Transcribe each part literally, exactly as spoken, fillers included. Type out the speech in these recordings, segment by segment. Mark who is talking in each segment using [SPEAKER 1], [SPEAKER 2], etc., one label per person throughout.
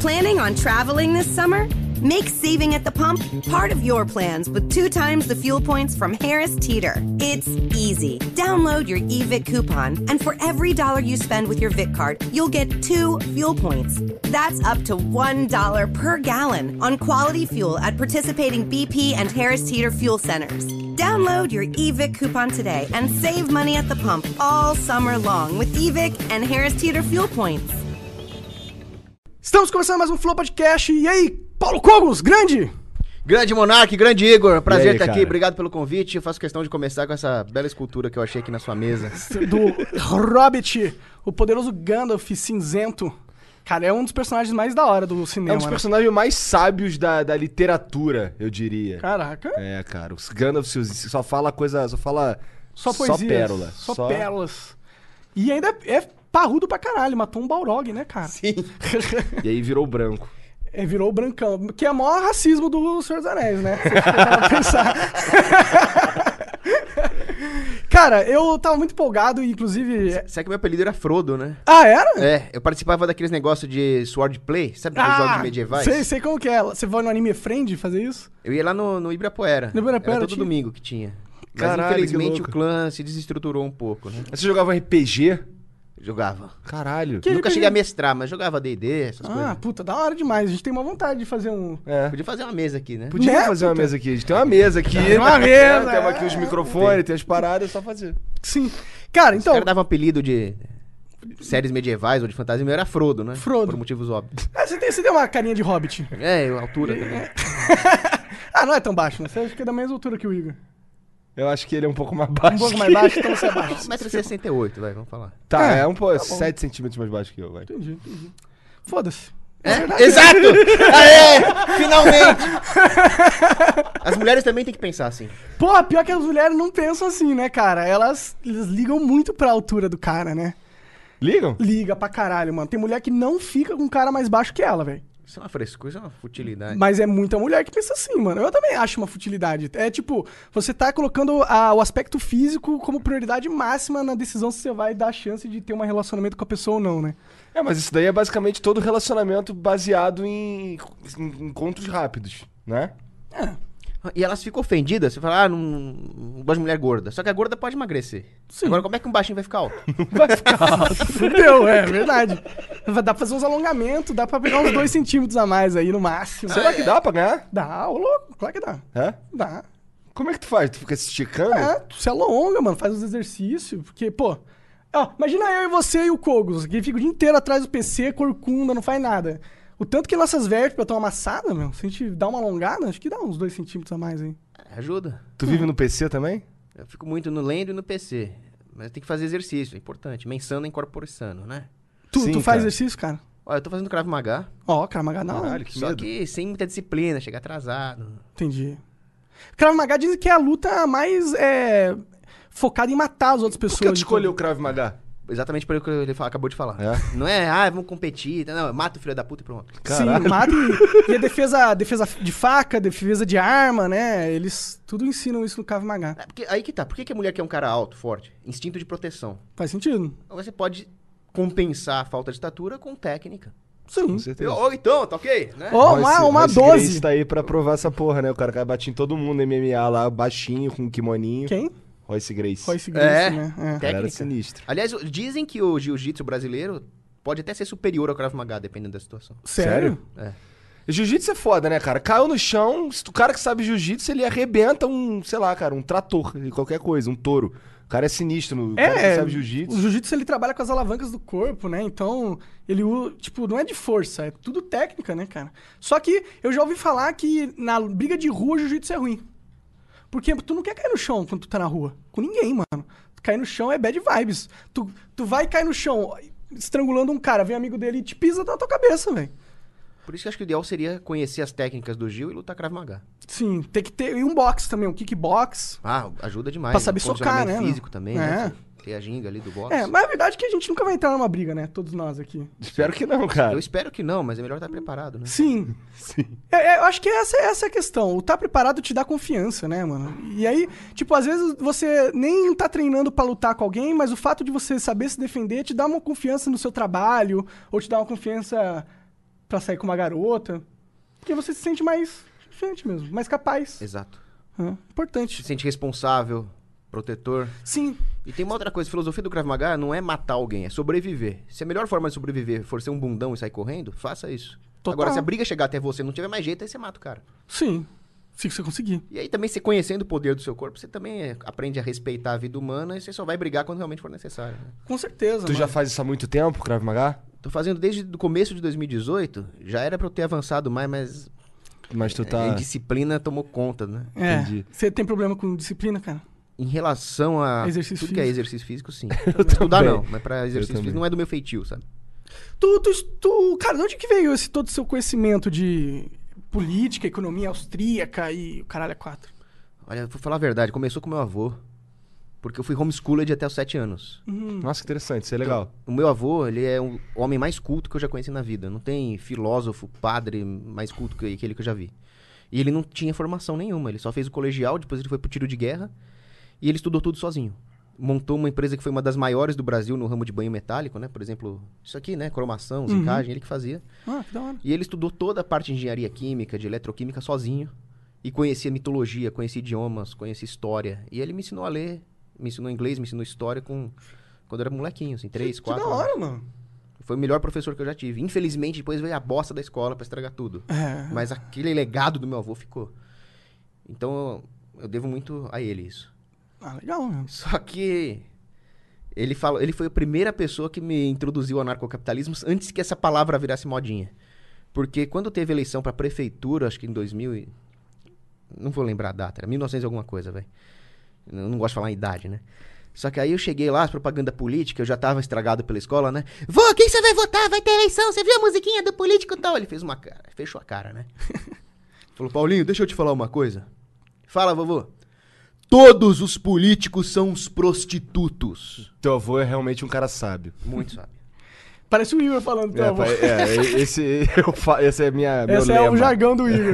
[SPEAKER 1] Planning on traveling this summer? Make saving at the pump part of your plans with two times the fuel points from Harris Teeter. It's easy. Download your eVic coupon, and for every dollar you spend with your Vic card, you'll get two fuel points. That's up to one dollar per gallon on quality fuel at participating B P and Harris Teeter fuel centers. Download your eVic coupon today and save money at the pump all summer long with eVic and Harris Teeter fuel points.
[SPEAKER 2] Estamos começando mais um Flow Podcast. E aí, Paulo Cogos, grande!
[SPEAKER 3] Grande Monark, grande Igor, prazer
[SPEAKER 4] aí,
[SPEAKER 3] estar aqui,
[SPEAKER 4] cara?
[SPEAKER 3] obrigado pelo convite. Eu faço questão de começar com essa bela escultura que eu achei aqui na sua mesa.
[SPEAKER 2] Do Hobbit, o poderoso Gandalf cinzento. Cara, é um dos personagens mais da hora do cinema.
[SPEAKER 4] É um dos
[SPEAKER 2] né?
[SPEAKER 4] personagens mais sábios da, da literatura, eu diria.
[SPEAKER 2] Caraca.
[SPEAKER 4] É, cara, os Gandalf só fala coisa, só fala
[SPEAKER 2] Só poesias.
[SPEAKER 4] só pérola.
[SPEAKER 2] Só, pérolas. E ainda é parrudo pra caralho, matou um Balrog, né, cara?
[SPEAKER 3] Sim.
[SPEAKER 4] E aí virou branco.
[SPEAKER 2] É, virou o brancão, que é o maior racismo do Senhor dos Anéis, né? Se você parar pra pensar. Cara, eu tava muito empolgado, inclusive...
[SPEAKER 3] Sabe que meu apelido era Frodo, né?
[SPEAKER 2] Ah, era?
[SPEAKER 3] É, eu participava daqueles negócios de swordplay, sabe aqueles
[SPEAKER 2] Ah,
[SPEAKER 3] jogos medievais?
[SPEAKER 2] sei, sei como que é. Você vai no Anime Friend fazer isso?
[SPEAKER 3] Eu ia lá no, no Ibirapuera.
[SPEAKER 2] No Ibirapuera
[SPEAKER 3] Era todo
[SPEAKER 2] tinha?
[SPEAKER 3] domingo que tinha. Mas
[SPEAKER 4] Caralho,
[SPEAKER 3] infelizmente
[SPEAKER 4] que
[SPEAKER 3] o
[SPEAKER 4] louco.
[SPEAKER 3] clã se desestruturou um pouco, né?
[SPEAKER 4] Você jogava R P G?
[SPEAKER 3] Jogava.
[SPEAKER 4] Caralho.
[SPEAKER 2] Que-
[SPEAKER 3] Nunca
[SPEAKER 2] R P G?
[SPEAKER 3] cheguei a mestrar, mas jogava D e D, essas
[SPEAKER 2] Ah,
[SPEAKER 3] coisas.
[SPEAKER 2] puta, da hora demais. A gente tem uma vontade de fazer um...
[SPEAKER 4] É.
[SPEAKER 3] Podia fazer uma mesa aqui, né?
[SPEAKER 4] Podia
[SPEAKER 2] Né,
[SPEAKER 4] fazer uma
[SPEAKER 2] puta?
[SPEAKER 4] mesa aqui. A gente tem uma mesa aqui.
[SPEAKER 2] Tem uma mesa,
[SPEAKER 4] Temos
[SPEAKER 2] é.
[SPEAKER 4] aqui os microfones, tem as paradas, é só fazer.
[SPEAKER 2] Sim. Cara,
[SPEAKER 3] Os
[SPEAKER 2] então...
[SPEAKER 3] caras davam apelido de séries medievais ou de fantasia, meu era Frodo, né?
[SPEAKER 2] Frodo.
[SPEAKER 3] Por motivos óbvios.
[SPEAKER 2] Ah, você, tem, você tem uma carinha de Hobbit.
[SPEAKER 3] É, a altura também.
[SPEAKER 2] Ah, não é tão baixo, né? Você acha que é da mesma altura que o Igor.
[SPEAKER 4] Eu acho que ele é um pouco mais
[SPEAKER 2] Um
[SPEAKER 4] baixo.
[SPEAKER 2] pouco mais baixo, então você é baixo.
[SPEAKER 3] um metro e sessenta e oito, vai, vamos falar.
[SPEAKER 4] Tá,
[SPEAKER 2] É,
[SPEAKER 4] é um pouco,
[SPEAKER 2] tá bom.
[SPEAKER 4] sete centímetros mais baixo que eu, vai.
[SPEAKER 2] Entendi, entendi. Foda-se.
[SPEAKER 3] É, exato! Aê! Finalmente! As mulheres também têm que pensar assim.
[SPEAKER 2] Porra, pior que as mulheres não pensam assim, né, cara? Elas, elas ligam muito pra altura do cara, né?
[SPEAKER 4] Ligam?
[SPEAKER 2] Liga pra caralho, mano. Tem mulher que não fica com um cara mais baixo que ela, velho.
[SPEAKER 3] Isso é uma frescura, isso é uma futilidade.
[SPEAKER 2] Mas é muita mulher que pensa assim, mano. Eu também acho uma futilidade. É tipo, você tá colocando a- o aspecto físico como prioridade máxima na decisão se você vai dar a chance de ter um relacionamento com a pessoa ou não, né?
[SPEAKER 4] É, mas isso daí é basicamente todo relacionamento baseado em, em encontros rápidos, né?
[SPEAKER 3] E elas ficam ofendidas, você fala, ah, não, não gosto de mulher gorda. Só que a gorda pode emagrecer.
[SPEAKER 2] Sim.
[SPEAKER 3] Agora, como é que um baixinho vai ficar alto?
[SPEAKER 2] Fudeu, é verdade. Dá pra fazer uns alongamentos, dá pra pegar uns dois centímetros a mais aí no máximo.
[SPEAKER 4] Será que dá pra ganhar?
[SPEAKER 2] Dá, ô louco, claro que dá.
[SPEAKER 4] É?
[SPEAKER 2] Dá.
[SPEAKER 4] Como é que tu faz? Tu fica se esticando?
[SPEAKER 2] É, tu se alonga, mano, faz os exercícios, porque, pô... Ó, imagina eu e você e o Kogos, que fica o dia inteiro atrás do P C, corcunda, não faz nada. O tanto que nossas vértebras estão amassadas, meu, se a gente dá uma alongada, acho que dá uns dois centímetros a mais aí.
[SPEAKER 3] É, ajuda.
[SPEAKER 4] Tu vive no P C também?
[SPEAKER 3] Eu fico muito no lendo e no P C. Mas tem que fazer exercício, é importante. Mensando e incorporando, né?
[SPEAKER 2] Tu,
[SPEAKER 4] Sim,
[SPEAKER 2] tu faz
[SPEAKER 4] cara.
[SPEAKER 2] exercício, cara?
[SPEAKER 3] Olha, eu tô fazendo Krav Maga,
[SPEAKER 2] Ó, Krav Maga não.
[SPEAKER 4] Caralho, que
[SPEAKER 3] só
[SPEAKER 4] medo.
[SPEAKER 3] que sem muita disciplina, chega atrasado.
[SPEAKER 2] Entendi. Krav Maga dizem que é a luta mais é, focada em matar as outras
[SPEAKER 4] Por
[SPEAKER 2] pessoas.
[SPEAKER 4] que tu
[SPEAKER 2] de
[SPEAKER 4] escolheu o
[SPEAKER 2] tudo.
[SPEAKER 4] Krav Maga?
[SPEAKER 3] Exatamente por isso que ele fala- acabou de falar.
[SPEAKER 4] É?
[SPEAKER 3] Não é, ah, vamos competir. Não, mata o filho da puta e pronto.
[SPEAKER 4] Caralho.
[SPEAKER 2] Sim, mata e, e a defesa, defesa de faca, defesa de arma, né? Eles tudo ensinam isso no Krav Maga.
[SPEAKER 3] É, porque, aí que tá. Por que, que a mulher quer um cara alto, forte? Instinto de proteção.
[SPEAKER 2] Faz sentido?
[SPEAKER 3] Então você pode compensar a falta de estatura com técnica.
[SPEAKER 2] Sim.
[SPEAKER 4] Com certeza.
[SPEAKER 3] Ou então, tá ok? Né?
[SPEAKER 2] Ó, uma, uma
[SPEAKER 4] Royce
[SPEAKER 2] doze.
[SPEAKER 4] Gracie tá aí pra provar essa porra, né? O cara que bate em todo mundo no M M A lá, baixinho, com um kimoninho.
[SPEAKER 2] Quem?
[SPEAKER 4] Royce Gracie.
[SPEAKER 2] Royce Gracie,
[SPEAKER 3] É.
[SPEAKER 2] né? É.
[SPEAKER 4] Cara, era
[SPEAKER 3] Técnica.
[SPEAKER 4] sinistro.
[SPEAKER 3] Aliás, dizem que o jiu-jitsu brasileiro pode até ser superior ao Krav Maga, dependendo da situação.
[SPEAKER 2] Sério?
[SPEAKER 3] É.
[SPEAKER 4] Jiu-jitsu é foda, né, cara? Caiu no chão, se o cara que sabe jiu-jitsu, ele arrebenta um, sei lá, cara, um trator, qualquer coisa, um touro. O cara é sinistro, no, o cara que
[SPEAKER 2] É,
[SPEAKER 4] sabe
[SPEAKER 2] o
[SPEAKER 4] jiu-jitsu.
[SPEAKER 2] jiu-jitsu ele trabalha com as alavancas do corpo, né? Então, ele, u- tipo, não é de força, é tudo técnica, né, cara? Só que eu já ouvi falar que na briga de rua o jiu-jitsu é ruim. Porque tu não quer cair no chão quando tu tá na rua. Com ninguém, mano. Cair no chão é bad vibes. Tu, tu vai cair no chão estrangulando um cara, vem um amigo dele e te pisa na tua cabeça, velho.
[SPEAKER 3] Por isso que eu acho que o ideal seria conhecer as técnicas do Gil e lutar Krav Maga.
[SPEAKER 2] Sim, tem que ter. E um boxe também, um kickbox.
[SPEAKER 3] Ah, ajuda demais.
[SPEAKER 2] Pra saber
[SPEAKER 3] O
[SPEAKER 2] socar,
[SPEAKER 3] condicionamento
[SPEAKER 2] né,
[SPEAKER 3] físico
[SPEAKER 2] meu?
[SPEAKER 3] também,
[SPEAKER 2] É.
[SPEAKER 3] né? Ter a ginga ali do boxe.
[SPEAKER 2] É, mas a verdade é que a gente nunca vai entrar numa briga, né? Todos nós aqui.
[SPEAKER 4] Espero que não, cara.
[SPEAKER 3] Eu espero que não, mas é melhor estar preparado, né?
[SPEAKER 2] Sim.
[SPEAKER 4] Sim.
[SPEAKER 2] É, é, eu acho que essa, essa é a questão. O tá preparado te dá confiança, né, mano? E aí, tipo, às vezes você nem tá treinando pra lutar com alguém, mas o fato de você saber se defender te dá uma confiança no seu trabalho, ou te dá uma confiança pra sair com uma garota. Porque você se sente mais confiante mesmo, mais capaz.
[SPEAKER 3] Exato.
[SPEAKER 2] É,
[SPEAKER 3] Se
[SPEAKER 2] importante.
[SPEAKER 3] sente responsável, protetor.
[SPEAKER 2] Sim.
[SPEAKER 3] E tem uma outra coisa, a filosofia do Krav Maga não é matar alguém, é sobreviver. Se a melhor forma de sobreviver for ser um bundão e sair correndo, faça isso.
[SPEAKER 2] Total.
[SPEAKER 3] Agora, se a briga chegar até você e não tiver mais jeito, aí você mata o cara.
[SPEAKER 2] Sim. Se você conseguir.
[SPEAKER 3] E aí também, você conhecendo o poder do seu corpo, você também é, aprende a respeitar a vida humana e você só vai brigar quando realmente for necessário. Né?
[SPEAKER 2] Com certeza.
[SPEAKER 4] Tu já faz isso há muito tempo, Krav Maga?
[SPEAKER 3] Tô fazendo desde o começo de dois mil e dezoito, já era pra eu ter avançado mais, mas
[SPEAKER 4] Mas tu
[SPEAKER 3] a
[SPEAKER 4] tá...
[SPEAKER 3] disciplina tomou conta, né?
[SPEAKER 2] É.
[SPEAKER 4] Entendi.
[SPEAKER 2] Você tem problema com disciplina, cara?
[SPEAKER 3] Em relação a
[SPEAKER 2] Exercício
[SPEAKER 3] tudo que é
[SPEAKER 2] físico.
[SPEAKER 3] exercício físico, sim. Estudar
[SPEAKER 4] também.
[SPEAKER 3] não, mas pra exercício
[SPEAKER 4] também.
[SPEAKER 3] físico não é do meu feitio, sabe?
[SPEAKER 2] Tu, tu, tu, cara, de onde que veio esse todo o seu conhecimento de política, economia austríaca e o caralho é quatro?
[SPEAKER 3] Olha, vou falar a verdade, começou com meu avô, porque eu fui homeschooled até os sete anos.
[SPEAKER 4] Nossa, que interessante, isso é legal.
[SPEAKER 3] O meu avô, ele é o homem mais culto que eu já conheci na vida. Não tem filósofo, padre mais culto que aquele que eu já vi. E ele não tinha formação nenhuma, ele só fez o colegial, depois ele foi pro tiro de guerra e ele estudou tudo sozinho. Montou uma empresa que foi uma das maiores do Brasil no ramo de banho metálico, né? Por exemplo, isso aqui, né? Cromação, zicagem, ele que fazia.
[SPEAKER 2] Ah, que da hora.
[SPEAKER 3] E ele estudou toda a parte de engenharia química, de eletroquímica sozinho. E conhecia mitologia, conhecia idiomas, conhecia história. E ele me ensinou a ler, me ensinou inglês, me ensinou história com... quando eu era molequinho, assim, três,
[SPEAKER 2] Que
[SPEAKER 3] quatro
[SPEAKER 2] da
[SPEAKER 3] anos.
[SPEAKER 2] hora, mano.
[SPEAKER 3] Foi o melhor professor que eu já tive. Infelizmente, depois veio a bosta da escola pra estragar tudo.
[SPEAKER 2] É.
[SPEAKER 3] Mas aquele legado do meu avô ficou. Então, eu, eu devo muito a ele isso.
[SPEAKER 2] Ah, legal, mano.
[SPEAKER 3] Só que ele, falou, ele foi a primeira pessoa que me introduziu ao anarcocapitalismo antes que essa palavra virasse modinha. Porque quando teve eleição pra prefeitura, acho que em dois mil e... não vou lembrar a data, era mil e novecentos e alguma coisa, velho. Eu não gosto de falar em idade, né? Só que aí eu cheguei lá, as propaganda política, eu já tava estragado pela escola, né? Vô, quem você vai votar? Vai ter eleição, você viu a musiquinha do político e tal? Ele fez uma cara, fechou a cara, né? Falou, Paulinho, deixa eu te falar uma coisa. Fala, vovô. Todos os políticos são uns prostitutos.
[SPEAKER 4] Teu avô é realmente um cara sábio.
[SPEAKER 3] Muito sábio.
[SPEAKER 2] Parece o Igor falando, teu
[SPEAKER 4] É,
[SPEAKER 2] avô.
[SPEAKER 4] pa- é, esse, eu fa- esse é minha, meu
[SPEAKER 2] Esse é
[SPEAKER 4] lema.
[SPEAKER 2] o jargão do Igor.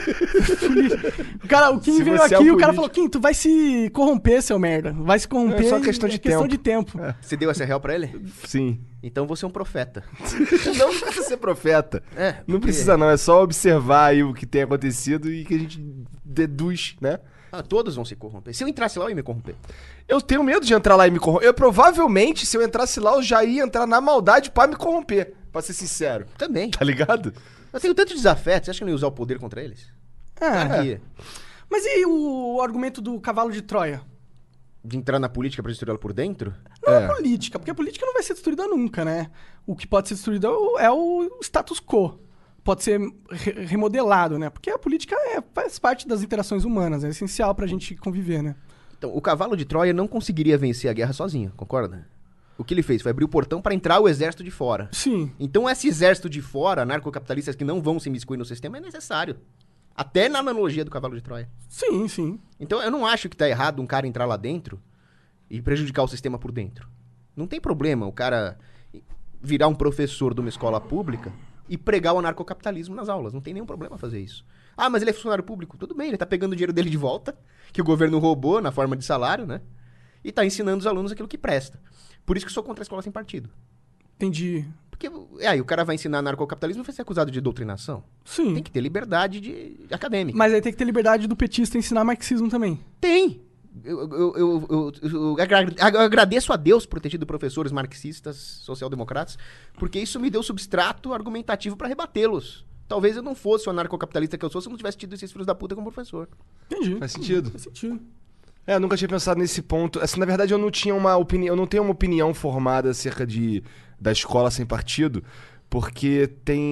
[SPEAKER 2] o cara, o Kim
[SPEAKER 4] Se
[SPEAKER 2] veio
[SPEAKER 4] você
[SPEAKER 2] aqui
[SPEAKER 4] é
[SPEAKER 2] e
[SPEAKER 4] um
[SPEAKER 2] o cara
[SPEAKER 4] político-
[SPEAKER 2] falou, Kim, tu vai se corromper, seu merda. Vai se corromper.
[SPEAKER 4] É só
[SPEAKER 2] e
[SPEAKER 4] questão de
[SPEAKER 2] é questão
[SPEAKER 4] tempo.
[SPEAKER 2] de tempo.
[SPEAKER 3] Você deu essa real pra ele?
[SPEAKER 4] Sim.
[SPEAKER 3] Então você é um profeta.
[SPEAKER 4] Não precisa ser profeta.
[SPEAKER 3] É,
[SPEAKER 4] Não
[SPEAKER 3] porque-
[SPEAKER 4] precisa não, é só observar aí o que tem acontecido e que a gente deduz, né?
[SPEAKER 3] Ah, todos vão se corromper. Se eu entrasse lá, eu ia me corromper.
[SPEAKER 4] Eu tenho medo de entrar lá e me corromper. Eu provavelmente, se eu entrasse lá, eu já ia entrar na maldade pra me corromper. Pra ser sincero.
[SPEAKER 3] Também.
[SPEAKER 4] Tá ligado?
[SPEAKER 3] Eu tenho tanto desafeto, você acha que eu não ia usar o poder contra eles? Claro
[SPEAKER 2] É.
[SPEAKER 3] que ia.
[SPEAKER 2] Mas e o argumento do cavalo de Troia?
[SPEAKER 3] De entrar na política pra destruir ela por dentro?
[SPEAKER 2] Não é.
[SPEAKER 4] É.
[SPEAKER 2] política, porque a política não vai ser destruída nunca, né? O que pode ser destruído é o, é o status quo. Pode ser re- remodelado, né? Porque a política é, faz parte das interações humanas, é essencial pra gente conviver, né?
[SPEAKER 3] Então, o cavalo de Troia não conseguiria vencer a guerra sozinho, concorda? O que ele fez foi abrir o portão pra entrar o exército de fora.
[SPEAKER 2] Sim.
[SPEAKER 3] Então, esse exército de fora, anarcocapitalistas que não vão se imiscuir no sistema, é necessário. Até na analogia do cavalo de Troia.
[SPEAKER 2] Sim, sim.
[SPEAKER 3] Então, eu não acho que tá errado um cara entrar lá dentro e prejudicar o sistema por dentro. Não tem problema o cara virar um professor de uma escola pública e pregar o anarcocapitalismo nas aulas. Não tem nenhum problema fazer isso. Ah, mas ele é funcionário público. Tudo bem, ele tá pegando o dinheiro dele de volta, que o governo roubou na forma de salário, né? E tá ensinando os alunos aquilo que presta. Por isso que eu sou contra a escola sem partido.
[SPEAKER 2] Entendi.
[SPEAKER 3] Porque é, aí o cara vai ensinar anarcocapitalismo e vai ser acusado de doutrinação.
[SPEAKER 2] Sim.
[SPEAKER 3] Tem que ter liberdade de, de acadêmica.
[SPEAKER 2] Mas aí tem que ter liberdade do petista ensinar marxismo também.
[SPEAKER 3] Tem. Eu, eu, eu, eu, eu agra- eu agradeço a Deus por ter tido professores marxistas, social-democratas, porque isso me deu substrato argumentativo para rebatê-los. Talvez eu não fosse o anarcocapitalista que eu sou se eu não tivesse tido esses filhos da puta como professor.
[SPEAKER 2] Entendi.
[SPEAKER 4] Faz sentido.
[SPEAKER 2] Faz sentido.
[SPEAKER 4] É, eu nunca tinha pensado nesse ponto. Assim, na verdade, eu não tinha uma opinião, eu não tenho uma opinião formada acerca de, da escola sem partido, porque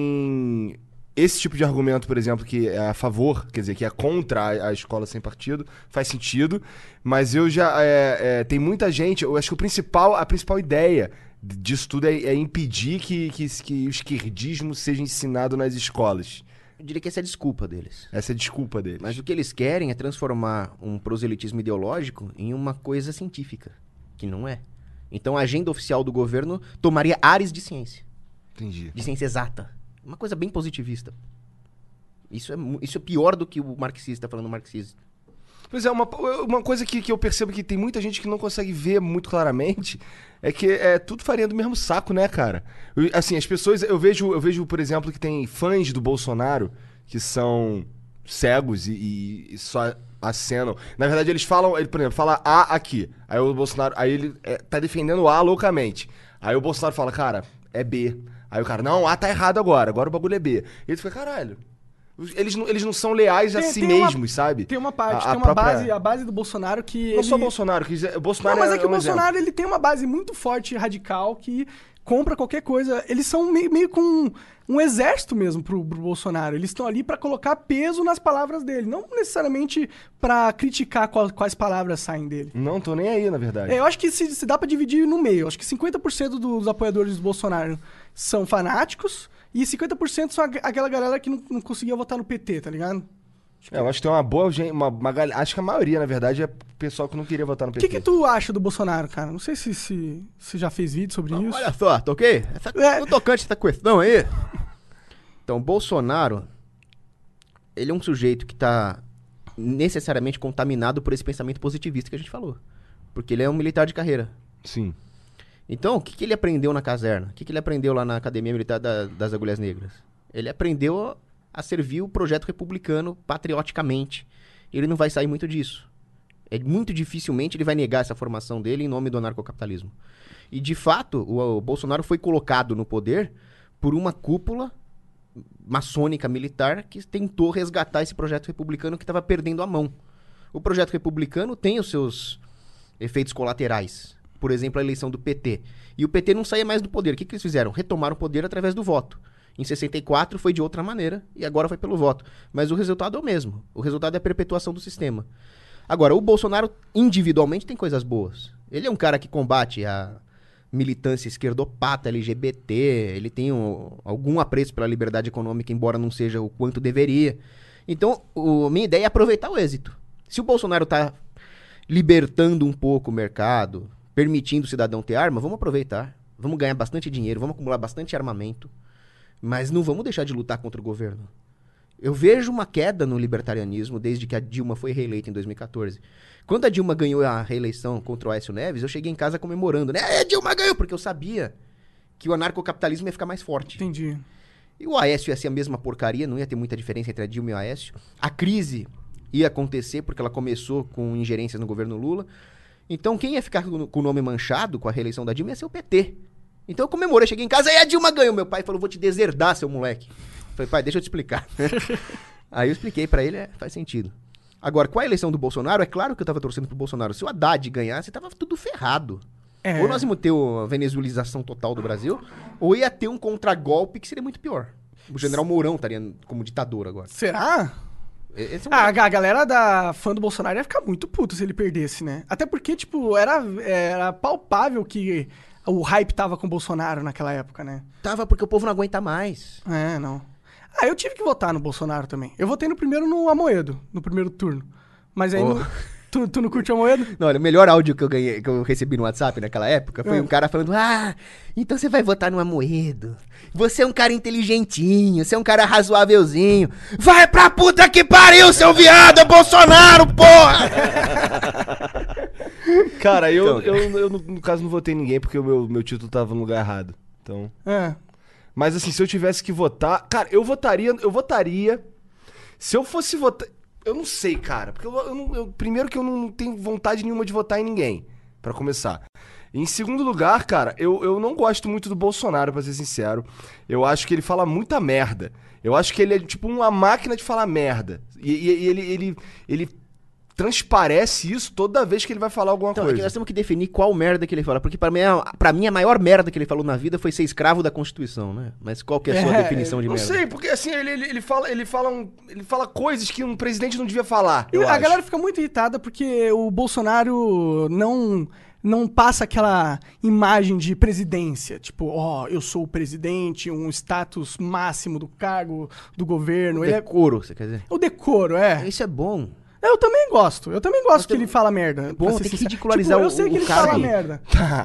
[SPEAKER 4] tem esse tipo de argumento, por exemplo, que é a favor, quer dizer, que é contra a, a escola sem partido, faz sentido, mas eu já, é, é, tem muita gente, eu acho que o principal, a principal ideia disso tudo é, é impedir que, que, que o esquerdismo seja ensinado nas escolas.
[SPEAKER 3] Eu diria que essa é a desculpa deles.
[SPEAKER 4] Essa é a desculpa deles.
[SPEAKER 3] Mas o que eles querem é transformar um proselitismo ideológico em uma coisa científica, que não é. Então a agenda oficial do governo tomaria ares de ciência,
[SPEAKER 4] Entendi.
[SPEAKER 3] de ciência exata. Uma coisa bem positivista. Isso é, mu- isso é pior do que o marxista falando marxismo.
[SPEAKER 4] Pois é, uma, uma coisa que, que eu percebo que tem muita gente que não consegue ver muito claramente é que é tudo farinha do mesmo saco, né, cara? Eu, assim, as pessoas... Eu vejo, eu vejo, por exemplo, que tem fãs do Bolsonaro que são cegos e, e, e só acenam. Na verdade, eles falam... Ele, por exemplo, fala A aqui. Aí o Bolsonaro... Aí ele é, tá defendendo o A loucamente. Aí o Bolsonaro fala, cara, é B. Aí o cara, não, A tá errado agora. Agora o bagulho é B. E ele fica, caralho... Eles não, eles não são leais a
[SPEAKER 2] Tem-
[SPEAKER 4] si
[SPEAKER 2] tem uma-
[SPEAKER 4] mesmos, sabe?
[SPEAKER 2] Tem uma parte,
[SPEAKER 4] A- a
[SPEAKER 2] tem uma
[SPEAKER 4] própria-
[SPEAKER 2] base, a base do Bolsonaro que
[SPEAKER 4] Não
[SPEAKER 2] ele...
[SPEAKER 4] só o Bolsonaro, que o Bolsonaro
[SPEAKER 2] Não, mas é que
[SPEAKER 4] um
[SPEAKER 2] o Bolsonaro ele tem uma base muito forte e radical que compra qualquer coisa. Eles são meio, meio com um, um exército mesmo pro, pro Bolsonaro. Eles estão ali pra colocar peso nas palavras dele, não necessariamente pra criticar qual- quais palavras saem dele.
[SPEAKER 4] exemplo. Não tô nem aí, na verdade.
[SPEAKER 2] É, eu acho que se, se dá pra dividir no meio. Eu acho que cinquenta por cento dos apoiadores do Bolsonaro são fanáticos e cinquenta por cento são aqu- aquela galera que não, não conseguia votar no P T, tá ligado?
[SPEAKER 4] É, eu acho que tem uma boa gente, uma, uma gal- acho que a maioria, na verdade, é pessoal que não queria votar no
[SPEAKER 2] O
[SPEAKER 4] P
[SPEAKER 2] que,
[SPEAKER 4] T.
[SPEAKER 2] que tu acha do Bolsonaro, cara? Não sei se se, se já fez vídeo sobre isso.
[SPEAKER 3] Olha só, tá ok? Essa,
[SPEAKER 2] É.
[SPEAKER 3] No tocante essa questão aí. Então, Bolsonaro, ele é um sujeito que tá necessariamente contaminado por esse pensamento positivista que a gente falou. Porque ele é um militar de carreira.
[SPEAKER 4] Sim.
[SPEAKER 3] Então, o que, que ele aprendeu na caserna? O que, que ele aprendeu lá na Academia Militar da- das Agulhas Negras? Ele aprendeu a servir o projeto republicano patrioticamente. Ele não vai sair muito disso. É muito dificilmente ele vai negar essa formação dele em nome do anarcocapitalismo. E, de fato, o, o Bolsonaro foi colocado no poder por uma cúpula maçônica militar que tentou resgatar esse projeto republicano que estava perdendo a mão. O projeto republicano tem os seus efeitos colaterais. Por exemplo, a eleição do P T. E o P T não saía mais do poder. O que, que eles fizeram? Retomaram o poder através do voto. Em sessenta e quatro foi de outra maneira e agora foi pelo voto. Mas o resultado é o mesmo. O resultado é a perpetuação do sistema. Agora, o Bolsonaro individualmente tem coisas boas. Ele é um cara que combate a militância esquerdopata, L G B T, ele tem um, algum apreço pela liberdade econômica, embora não seja o quanto deveria. Então, a minha ideia é aproveitar o êxito. Se o Bolsonaro está libertando um pouco o mercado, permitindo o cidadão ter arma, vamos aproveitar. Vamos ganhar bastante dinheiro, vamos acumular bastante armamento, mas não vamos deixar de lutar contra o governo. Eu vejo uma queda no libertarianismo desde que a Dilma foi reeleita em dois mil e quatorze. Quando a Dilma ganhou a reeleição contra o Aécio Neves, eu cheguei em casa comemorando, né? A Dilma ganhou, porque eu sabia que o anarcocapitalismo ia ficar mais forte.
[SPEAKER 2] Entendi.
[SPEAKER 3] E o Aécio ia ser a mesma porcaria, não ia ter muita diferença entre a Dilma e o Aécio. A crise ia acontecer porque ela começou com ingerências no governo Lula. Então quem ia ficar com o nome manchado com a reeleição da Dilma ia ser o P T. Então eu comemorei, cheguei em casa, aí a Dilma ganhou. Meu pai falou, vou te deserdar, seu moleque. Falei, pai, deixa eu te explicar. Aí eu expliquei pra ele, é, faz sentido. Agora, com a eleição do Bolsonaro, é claro que eu tava torcendo pro Bolsonaro. Se o Haddad ganhasse, tava tudo ferrado.
[SPEAKER 2] É.
[SPEAKER 3] Ou nós íamos ter a venezuelização total do Brasil, ou ia ter um contragolpe que seria muito pior. O general Mourão estaria como ditador agora.
[SPEAKER 2] Será?
[SPEAKER 3] Esse é um...
[SPEAKER 2] Ah, a galera da fã do Bolsonaro ia ficar muito puto se ele perdesse, né? Até porque, tipo, era, era palpável que o hype tava com o Bolsonaro naquela época, né?
[SPEAKER 3] Tava porque o povo não aguenta mais.
[SPEAKER 2] É, não. Ah, eu tive que votar no Bolsonaro também. Eu votei no primeiro no Amoedo, no primeiro turno. Mas aí
[SPEAKER 3] Oh.
[SPEAKER 2] no- tu, tu não curte o Amoedo?
[SPEAKER 3] Não, olha, o melhor áudio que eu ganhei, que eu recebi no WhatsApp naquela época foi
[SPEAKER 2] É.
[SPEAKER 3] um cara falando: Ah, então você vai votar no Amoedo. Você é um cara inteligentinho, você é um cara razoávelzinho. Vai pra puta que pariu, seu viado, é Bolsonaro, porra!
[SPEAKER 4] Cara, eu,
[SPEAKER 3] Então.
[SPEAKER 4] eu, eu, no, no caso, não votei em ninguém porque o meu, meu título tava no lugar errado. Então.
[SPEAKER 2] É.
[SPEAKER 4] Mas assim, se eu tivesse que votar. Cara, eu votaria. Eu votaria. Se eu fosse votar. Eu não sei, cara. Porque eu, eu não- eu- primeiro que eu não tenho vontade nenhuma de votar em ninguém. Pra começar. Em segundo lugar, cara, eu, eu não gosto muito do Bolsonaro, pra ser sincero. Eu acho que ele fala muita merda. Eu acho que ele é tipo uma máquina de falar merda. E, e- e ele, ele, ele transparece isso toda vez que ele vai falar alguma
[SPEAKER 3] Então, é que
[SPEAKER 4] coisa.
[SPEAKER 3] nós temos que definir qual merda que ele fala. Porque pra mim, a- pra mim, a maior merda que ele falou na vida foi ser escravo da Constituição, né? Mas qual que é a sua
[SPEAKER 2] É,
[SPEAKER 3] definição de
[SPEAKER 4] Não
[SPEAKER 3] merda?
[SPEAKER 4] sei, porque assim, ele, ele, ele fala, ele, fala um- ele fala coisas que um presidente não devia falar.
[SPEAKER 2] E
[SPEAKER 4] Eu
[SPEAKER 2] a
[SPEAKER 4] acho.
[SPEAKER 2] galera fica muito irritada porque o Bolsonaro não, não passa aquela imagem de presidência. Tipo, ó, eu sou o presidente, um status máximo do cargo do governo. Ele é
[SPEAKER 3] Decoro, você quer dizer?
[SPEAKER 2] o decoro, é.
[SPEAKER 3] Isso é bom.
[SPEAKER 2] Eu também gosto. Eu também gosto que
[SPEAKER 3] tem-
[SPEAKER 2] ele fala merda.
[SPEAKER 3] bom,
[SPEAKER 2] pra ser
[SPEAKER 3] tem que
[SPEAKER 2] sincero.
[SPEAKER 3] ridicularizar
[SPEAKER 2] tipo, eu
[SPEAKER 3] o-
[SPEAKER 2] sei que
[SPEAKER 3] o
[SPEAKER 2] ele
[SPEAKER 3] cara
[SPEAKER 2] fala
[SPEAKER 3] que-
[SPEAKER 2] merda.
[SPEAKER 4] Tá.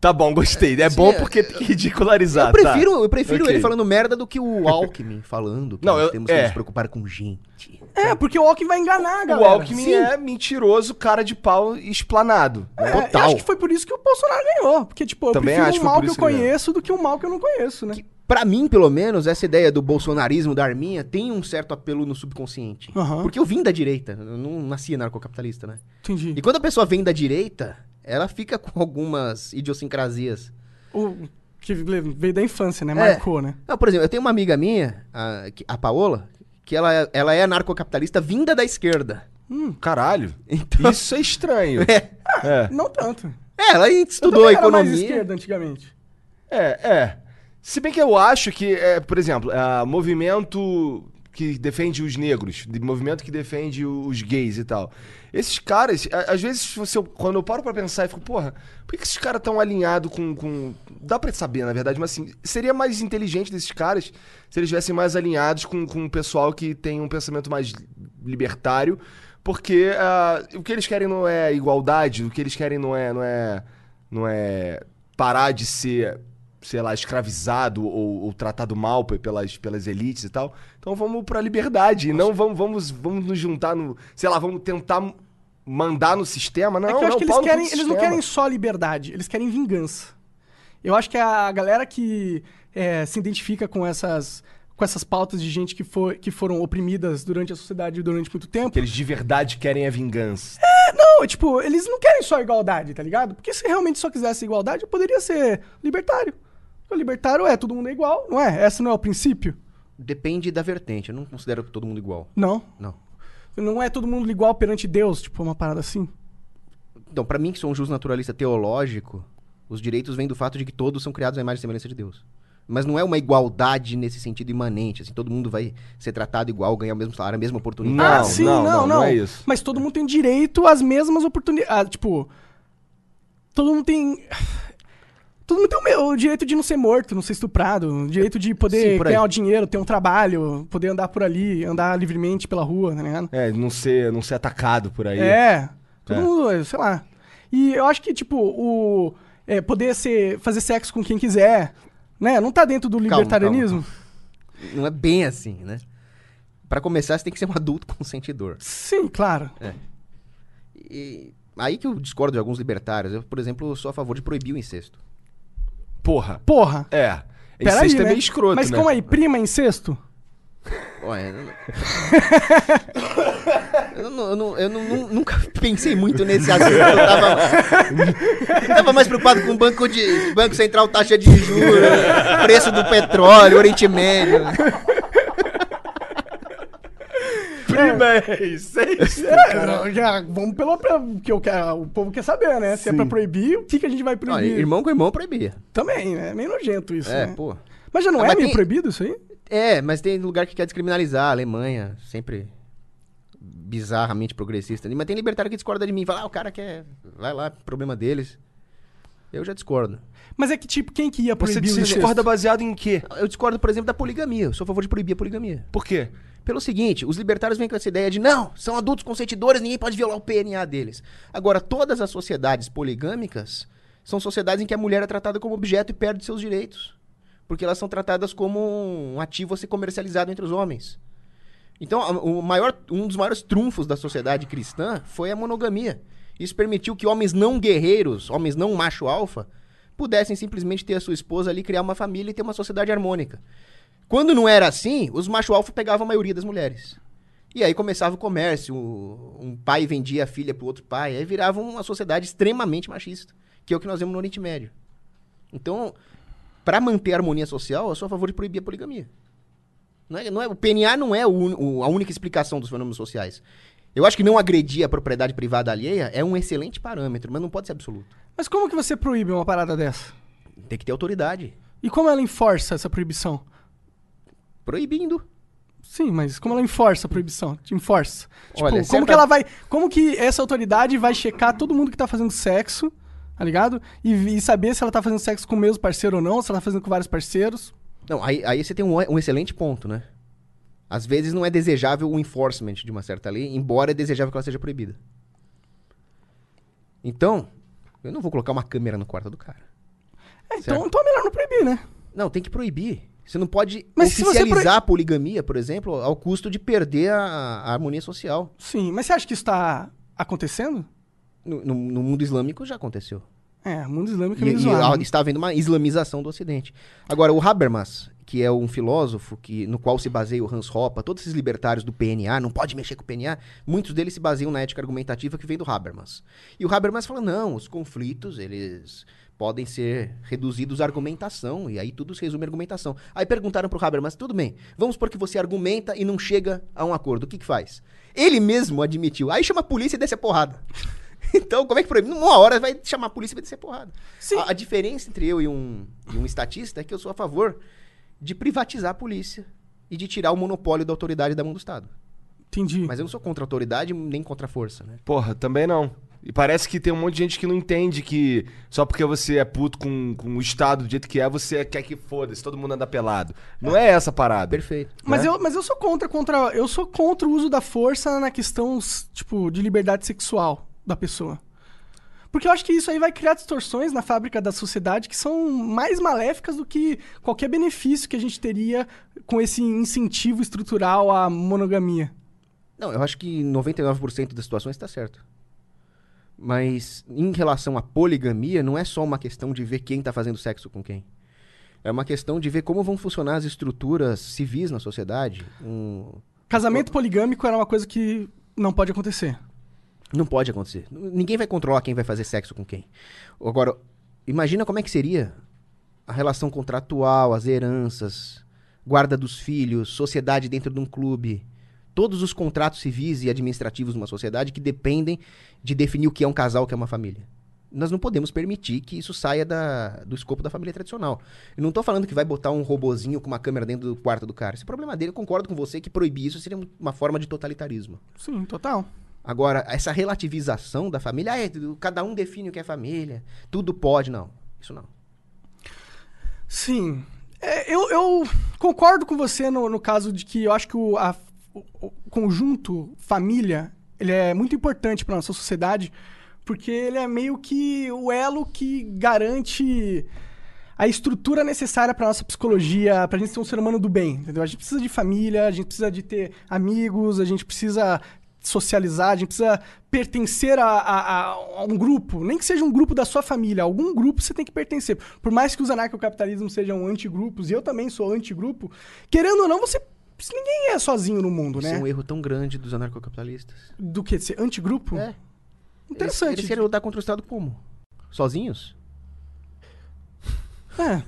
[SPEAKER 4] Tá bom, gostei. É
[SPEAKER 3] Sim,
[SPEAKER 4] bom
[SPEAKER 3] é-
[SPEAKER 4] porque tem que ridicularizar,
[SPEAKER 3] Eu prefiro,
[SPEAKER 4] tá?
[SPEAKER 3] eu prefiro
[SPEAKER 4] Ok.
[SPEAKER 3] ele falando merda do que o Alckmin falando que
[SPEAKER 4] Não,
[SPEAKER 3] nós
[SPEAKER 4] eu-
[SPEAKER 3] temos que
[SPEAKER 4] é.
[SPEAKER 3] nos preocupar com gente.
[SPEAKER 2] É, porque o Alckmin vai enganar,
[SPEAKER 4] O
[SPEAKER 2] galera.
[SPEAKER 4] Alckmin
[SPEAKER 2] Sim.
[SPEAKER 4] é mentiroso, cara de pau explanado.
[SPEAKER 2] É,
[SPEAKER 4] Né?
[SPEAKER 2] eu
[SPEAKER 3] total.
[SPEAKER 2] acho que foi por isso que o Bolsonaro ganhou. Porque, tipo, eu
[SPEAKER 4] Também
[SPEAKER 2] prefiro
[SPEAKER 4] acho
[SPEAKER 2] um
[SPEAKER 4] que foi
[SPEAKER 2] mal
[SPEAKER 4] por
[SPEAKER 2] que eu
[SPEAKER 4] isso que ele ganhou.
[SPEAKER 2] conheço do que um mal que eu não conheço, né?
[SPEAKER 3] Que, pra mim, pelo menos, essa ideia do bolsonarismo, da arminha, tem um certo apelo no subconsciente.
[SPEAKER 2] Aham.
[SPEAKER 3] Porque eu vim da direita, eu não nasci narcocapitalista, né?
[SPEAKER 2] Entendi.
[SPEAKER 3] E quando a pessoa vem da direita, ela fica com algumas idiosincrasias.
[SPEAKER 2] O que veio da infância, né?
[SPEAKER 3] É.
[SPEAKER 2] Marcou, né?
[SPEAKER 3] Não, por exemplo, eu tenho uma amiga minha, a, que- a Paola, que ela, é- ela é anarcocapitalista vinda da esquerda.
[SPEAKER 4] Caralho.
[SPEAKER 3] Então-
[SPEAKER 4] Isso é estranho.
[SPEAKER 3] É,
[SPEAKER 4] É.
[SPEAKER 2] Não tanto.
[SPEAKER 3] é ela
[SPEAKER 2] Eu
[SPEAKER 3] estudou
[SPEAKER 2] também era mais
[SPEAKER 3] economia.
[SPEAKER 2] esquerda antigamente.
[SPEAKER 4] É, é. Se bem que eu acho que, é, por exemplo, é, movimento que defende os negros, de- movimento que defende os gays e tal. Esses caras, a- às vezes, se eu- quando eu paro pra pensar, eu fico, porra, por que que esses caras estão alinhados com, com. Dá pra saber, na verdade, mas assim, seria mais inteligente desses caras se eles estivessem mais alinhados com, com o pessoal que tem um pensamento mais libertário, porque ah, o que eles querem não é igualdade, o que eles querem não é, não é, não é parar de ser, sei lá, escravizado ou, ou tratado mal pe- pelas, pelas elites e tal. Então vamos pra liberdade, e não vamos, vamos, vamos nos juntar no, sei lá, vamos tentar mandar no sistema. Não,
[SPEAKER 2] é que eu acho
[SPEAKER 4] não,
[SPEAKER 2] que eles,
[SPEAKER 4] pau no cu
[SPEAKER 2] querem,
[SPEAKER 4] do
[SPEAKER 2] eles não
[SPEAKER 4] sistema.
[SPEAKER 2] querem só liberdade, eles querem vingança. Eu acho que a galera que é, se identifica com essas, com essas pautas de gente que, foi, que foram oprimidas durante a sociedade durante muito tempo.
[SPEAKER 4] Que eles de verdade querem a vingança.
[SPEAKER 2] Não, tipo, eles não querem só igualdade, tá ligado? Porque se realmente só quisesse igualdade, eu poderia ser libertário. O libertário é todo mundo é igual, não é? Esse não é o princípio?
[SPEAKER 3] Depende da vertente, eu não considero todo mundo igual.
[SPEAKER 2] Não.
[SPEAKER 3] Não.
[SPEAKER 2] Não é todo mundo igual perante Deus, tipo, uma parada assim.
[SPEAKER 3] Então, pra mim, que sou um justnaturalista teológico, os direitos vêm do fato de que todos são criados à imagem e semelhança de Deus. Mas não é uma igualdade nesse sentido imanente, assim, todo mundo vai ser tratado igual, ganhar o mesmo salário, a mesma oportunidade.
[SPEAKER 4] Não,
[SPEAKER 2] ah, sim,
[SPEAKER 4] não,
[SPEAKER 2] não,
[SPEAKER 4] não,
[SPEAKER 2] não.
[SPEAKER 4] não é isso.
[SPEAKER 2] Mas todo mundo tem direito às mesmas oportunidades. Tipo, todo mundo tem. Todo mundo tem o, meu, o direito de não ser morto, não ser estuprado, o direito de poder
[SPEAKER 3] Sim, por aí.
[SPEAKER 2] ganhar o dinheiro, ter um trabalho, poder andar por ali, andar livremente pela rua, tá ligado?
[SPEAKER 4] É, não ser, não ser atacado por aí.
[SPEAKER 2] É, todo
[SPEAKER 4] É.
[SPEAKER 2] mundo, sei lá. E eu acho que, tipo, o é, poder ser, fazer sexo com quem quiser, né? Não tá dentro do
[SPEAKER 3] Calma,
[SPEAKER 2] libertarianismo?
[SPEAKER 3] Não é bem assim, né? Pra começar, você tem que ser um adulto consentidor.
[SPEAKER 2] Sim, claro.
[SPEAKER 3] E aí que eu discordo de alguns libertários. Eu, por exemplo, sou a favor de proibir o incesto.
[SPEAKER 4] Porra.
[SPEAKER 2] Porra.
[SPEAKER 4] É.
[SPEAKER 2] Peraí,
[SPEAKER 4] Incesto
[SPEAKER 2] né?
[SPEAKER 4] é meio escroto,
[SPEAKER 2] Mas
[SPEAKER 4] né?
[SPEAKER 2] como aí, prima é incesto?
[SPEAKER 3] Olha, eu, não- eu, não- eu não- eu não- nu- nunca pensei muito nesse assunto. Eu tava, eu tava mais preocupado com o banco de banco central, taxa de juros, preço do petróleo, Oriente Médio.
[SPEAKER 4] Prima é incesto.
[SPEAKER 2] É, não, já, vamos pelo pelo que eu quero, o povo quer saber, né? Se é pra proibir, o que, que a gente vai
[SPEAKER 3] Olha,
[SPEAKER 2] proibir?
[SPEAKER 3] irmão com irmão proibia.
[SPEAKER 2] Também, né? É meio nojento isso,
[SPEAKER 3] É,
[SPEAKER 2] né?
[SPEAKER 3] pô.
[SPEAKER 2] Mas já não
[SPEAKER 3] Ah,
[SPEAKER 2] é
[SPEAKER 3] mas
[SPEAKER 2] meio
[SPEAKER 3] tem-
[SPEAKER 2] proibido isso aí?
[SPEAKER 3] É, mas tem lugar que quer descriminalizar, Alemanha, sempre bizarramente progressista. Mas tem libertário que discorda de mim, fala, ah, o cara quer, vai lá, problema deles. Eu já discordo.
[SPEAKER 2] Mas é que, tipo, quem que ia
[SPEAKER 4] Você,
[SPEAKER 2] proibir o
[SPEAKER 4] você
[SPEAKER 2] incesto?
[SPEAKER 4] discorda baseado em quê?
[SPEAKER 3] Eu discordo, por exemplo, da poligamia. Eu sou a favor de proibir a poligamia.
[SPEAKER 4] Por quê?
[SPEAKER 3] Pelo seguinte, os libertários vêm com essa ideia de não, são adultos consentidores, ninguém pode violar o P N A deles. Agora, todas as sociedades poligâmicas são sociedades em que a mulher é tratada como objeto e perde seus direitos. Porque elas são tratadas como um ativo a ser comercializado entre os homens. Então, a- o maior, um dos maiores trunfos da sociedade cristã foi a monogamia. Isso permitiu que homens não guerreiros, homens não macho-alfa, pudessem simplesmente ter a sua esposa ali, criar uma família e ter uma sociedade harmônica. Quando não era assim, os macho-alfa pegavam a maioria das mulheres. E aí começava o comércio, um pai vendia a filha pro outro pai, aí virava uma sociedade extremamente machista, que é o que nós vemos no Oriente Médio. Então, para manter a harmonia social, eu sou a favor de proibir a poligamia. Não é, não é, o P N A não é o un- o- a única explicação dos fenômenos sociais. Eu acho que não agredir a propriedade privada alheia é um excelente parâmetro, mas não pode ser absoluto.
[SPEAKER 2] Mas como que você proíbe uma parada dessa?
[SPEAKER 3] Tem que ter autoridade.
[SPEAKER 2] E como ela enforça essa proibição?
[SPEAKER 3] Proibindo.
[SPEAKER 2] Sim, mas como ela enforça a proibição? Te enforça. Tipo,
[SPEAKER 3] Olha,
[SPEAKER 2] como
[SPEAKER 3] certa-
[SPEAKER 2] que ela vai. Como que essa autoridade vai checar todo mundo que tá fazendo sexo, tá ligado? E, e saber se ela tá fazendo sexo com o mesmo parceiro ou não, se ela tá fazendo com vários parceiros.
[SPEAKER 3] Não, aí, aí você tem um, um excelente ponto, né? Às vezes não é desejável o enforcement de uma certa lei, embora é desejável que ela seja proibida. Então, eu não vou colocar uma câmera no quarto do cara.
[SPEAKER 2] É, então, então é melhor não proibir, né?
[SPEAKER 3] Não, tem que proibir. Você não pode
[SPEAKER 2] Mas se você
[SPEAKER 3] oficializar
[SPEAKER 2] proí-
[SPEAKER 3] a poligamia, por exemplo, ao custo de perder a, a harmonia social.
[SPEAKER 2] Sim, mas você acha que isso tá acontecendo?
[SPEAKER 3] No, no- no mundo islâmico já aconteceu.
[SPEAKER 2] É, o mundo islâmico é
[SPEAKER 3] E,
[SPEAKER 2] meio
[SPEAKER 3] e
[SPEAKER 2] zoado.
[SPEAKER 3] a- está havendo uma islamização do Ocidente. Agora, o Habermas, que é um filósofo que, no qual se baseia o Hans Hoppe, todos esses libertários do P N A, não pode mexer com o P N A, muitos deles se baseiam na ética argumentativa que vem do Habermas. E o Habermas fala, não, os conflitos, eles podem ser reduzidos à argumentação, e aí tudo se resume à argumentação. Aí perguntaram pro Habermas, tudo bem, vamos supor que você argumenta e não chega a um acordo, o que que faz? Ele mesmo admitiu, aí chama a polícia e desce a porrada. Então, como é que proíbe? Numa hora vai chamar a polícia e vai descer a porrada.
[SPEAKER 2] Sim.
[SPEAKER 3] A, a diferença entre eu e um, e um estatista é que eu sou a favor de privatizar a polícia e de tirar o monopólio da autoridade da mão do Estado.
[SPEAKER 2] Entendi.
[SPEAKER 3] Mas eu não sou contra a autoridade nem contra a força, né?
[SPEAKER 4] Porra, também não. E parece que tem um monte de gente que não entende que só porque você é puto com, com o Estado do jeito que é, você quer que foda-se, todo mundo anda pelado. Não é essa a parada.
[SPEAKER 3] Perfeito.
[SPEAKER 2] Mas,
[SPEAKER 4] né?
[SPEAKER 2] eu, mas eu sou contra, contra. Eu sou contra o uso da força na questão, s- tipo, de liberdade sexual da pessoa. Porque eu acho que isso aí vai criar distorções na fábrica da sociedade que são mais maléficas do que qualquer benefício que a gente teria com esse incentivo estrutural à monogamia.
[SPEAKER 3] Não, eu acho que noventa e nove por cento das situações está certo. Mas em relação à poligamia, não é só uma questão de ver quem está fazendo sexo com quem. É uma questão de ver como vão funcionar as estruturas civis na sociedade. Um...
[SPEAKER 2] Casamento poligâmico era uma coisa que não pode acontecer.
[SPEAKER 3] Não pode acontecer. Ninguém vai controlar quem vai fazer sexo com quem. Agora, imagina como é que seria a relação contratual, as heranças, guarda dos filhos, sociedade dentro de um clube. Todos os contratos civis e administrativos de uma sociedade que dependem de definir o que é um casal, o que é uma família. Nós não podemos permitir que isso saia da, do escopo da família tradicional. Eu não estou falando que vai botar um robozinho com uma câmera dentro do quarto do cara. Esse é o problema dele. Eu concordo com você que proibir isso seria uma forma de totalitarismo.
[SPEAKER 2] Sim, total.
[SPEAKER 3] Agora, essa relativização da família, ah, é, cada um define o que é família, tudo pode, não. Isso não.
[SPEAKER 2] Sim. É, eu, eu concordo com você no, no caso de que eu acho que o, a- o- o conjunto família ele é muito importante para nossa sociedade, porque ele é meio que o elo que garante a estrutura necessária para nossa psicologia, para a gente ser um ser humano do bem, entendeu? A gente precisa de família, a gente precisa de ter amigos, a gente precisa socializar, a gente precisa pertencer a, a- a um grupo, nem que seja um grupo da sua família, algum grupo você tem que pertencer. Por mais que os anarcocapitalismos sejam antigrupos, e eu também sou antigrupo, querendo ou não, você ninguém é sozinho no mundo,
[SPEAKER 3] Isso
[SPEAKER 2] né?
[SPEAKER 3] é um erro tão grande dos anarcocapitalistas.
[SPEAKER 2] Do que? De ser antigrupo?
[SPEAKER 3] É.
[SPEAKER 2] Interessante.
[SPEAKER 3] Eles, eles querem lutar contra o Estado como? Sozinhos?
[SPEAKER 2] É.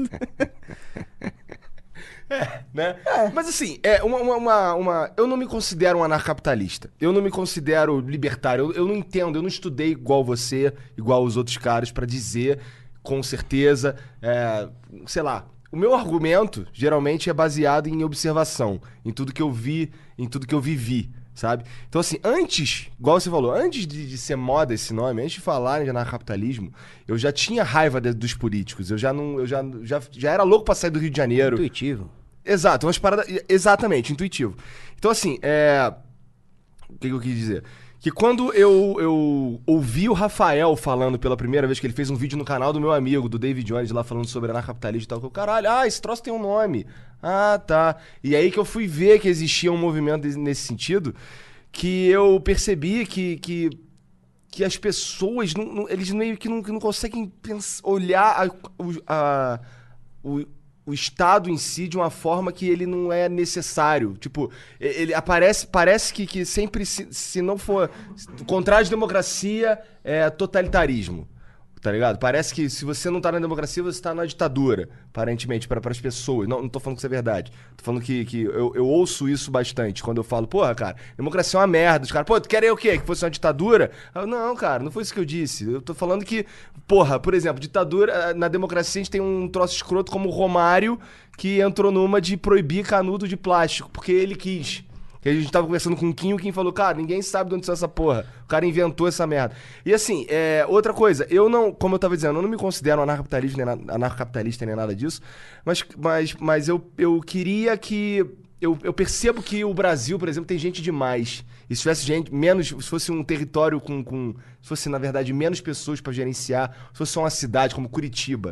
[SPEAKER 4] Né? Mas assim, é uma, uma, uma, uma- eu não me considero um anarcapitalista. Eu não me considero libertário. Eu, eu não entendo, eu não estudei igual você, igual os outros caras, pra dizer com certeza, é, sei lá. O meu argumento geralmente é baseado em observação, em tudo que eu vi, em tudo que eu vivi, sabe? Então assim, antes, igual você falou, antes de, de ser moda esse nome, antes de falarem de anarcapitalismo, eu já tinha raiva de- dos políticos. Eu já não, eu já, já, já era louco pra sair do Rio de Janeiro.
[SPEAKER 3] Intuitivo.
[SPEAKER 4] Exato, umas paradas. Exatamente, intuitivo. Então, assim, é. O que, que eu quis dizer? Que quando eu, eu ouvi o Rafael falando pela primeira vez, que ele fez um vídeo no canal do meu amigo, do David Jones, lá falando sobre anarcapitalismo e tal, que eu, caralho, ah, esse troço tem um nome. Ah, tá. E aí que eu fui ver que existia um movimento desse- nesse sentido, que eu percebi que. que que as pessoas, não, não- eles meio que não, que não conseguem pens- olhar a- o- a- o, o Estado em si de uma forma que ele não é necessário. Tipo, e- ele aparece, parece que, que sempre, se, se não for... O contrário de democracia é totalitarismo. Tá ligado? Parece que se você não tá na democracia, você tá na ditadura, aparentemente, para as pessoas. Não, não tô falando que isso é verdade. Tô falando que, que eu, eu ouço isso bastante. Quando eu falo, porra, cara, democracia é uma merda. Os caras, pô, tu quer o quê? Que fosse uma ditadura? Eu, não, cara, não foi isso que eu disse. Eu tô falando que, porra, por exemplo, ditadura, na democracia a gente tem um troço escroto como o Romário, que entrou numa de proibir canudo de plástico, porque ele quis. Que a gente tava conversando com o Kim, o Kim falou, cara, ninguém sabe de onde saiu essa porra. O cara inventou essa merda. E assim, é, outra coisa, eu não, como eu tava dizendo, eu não me considero anarcapitalista nem, na- anarcapitalista nem nada disso, mas, mas, mas eu, eu queria que... Eu, eu percebo que o Brasil, por exemplo, tem gente demais. E se tivesse gente, menos, se fosse um território com... com se fosse, na verdade, menos pessoas pra gerenciar, se fosse só uma cidade como Curitiba...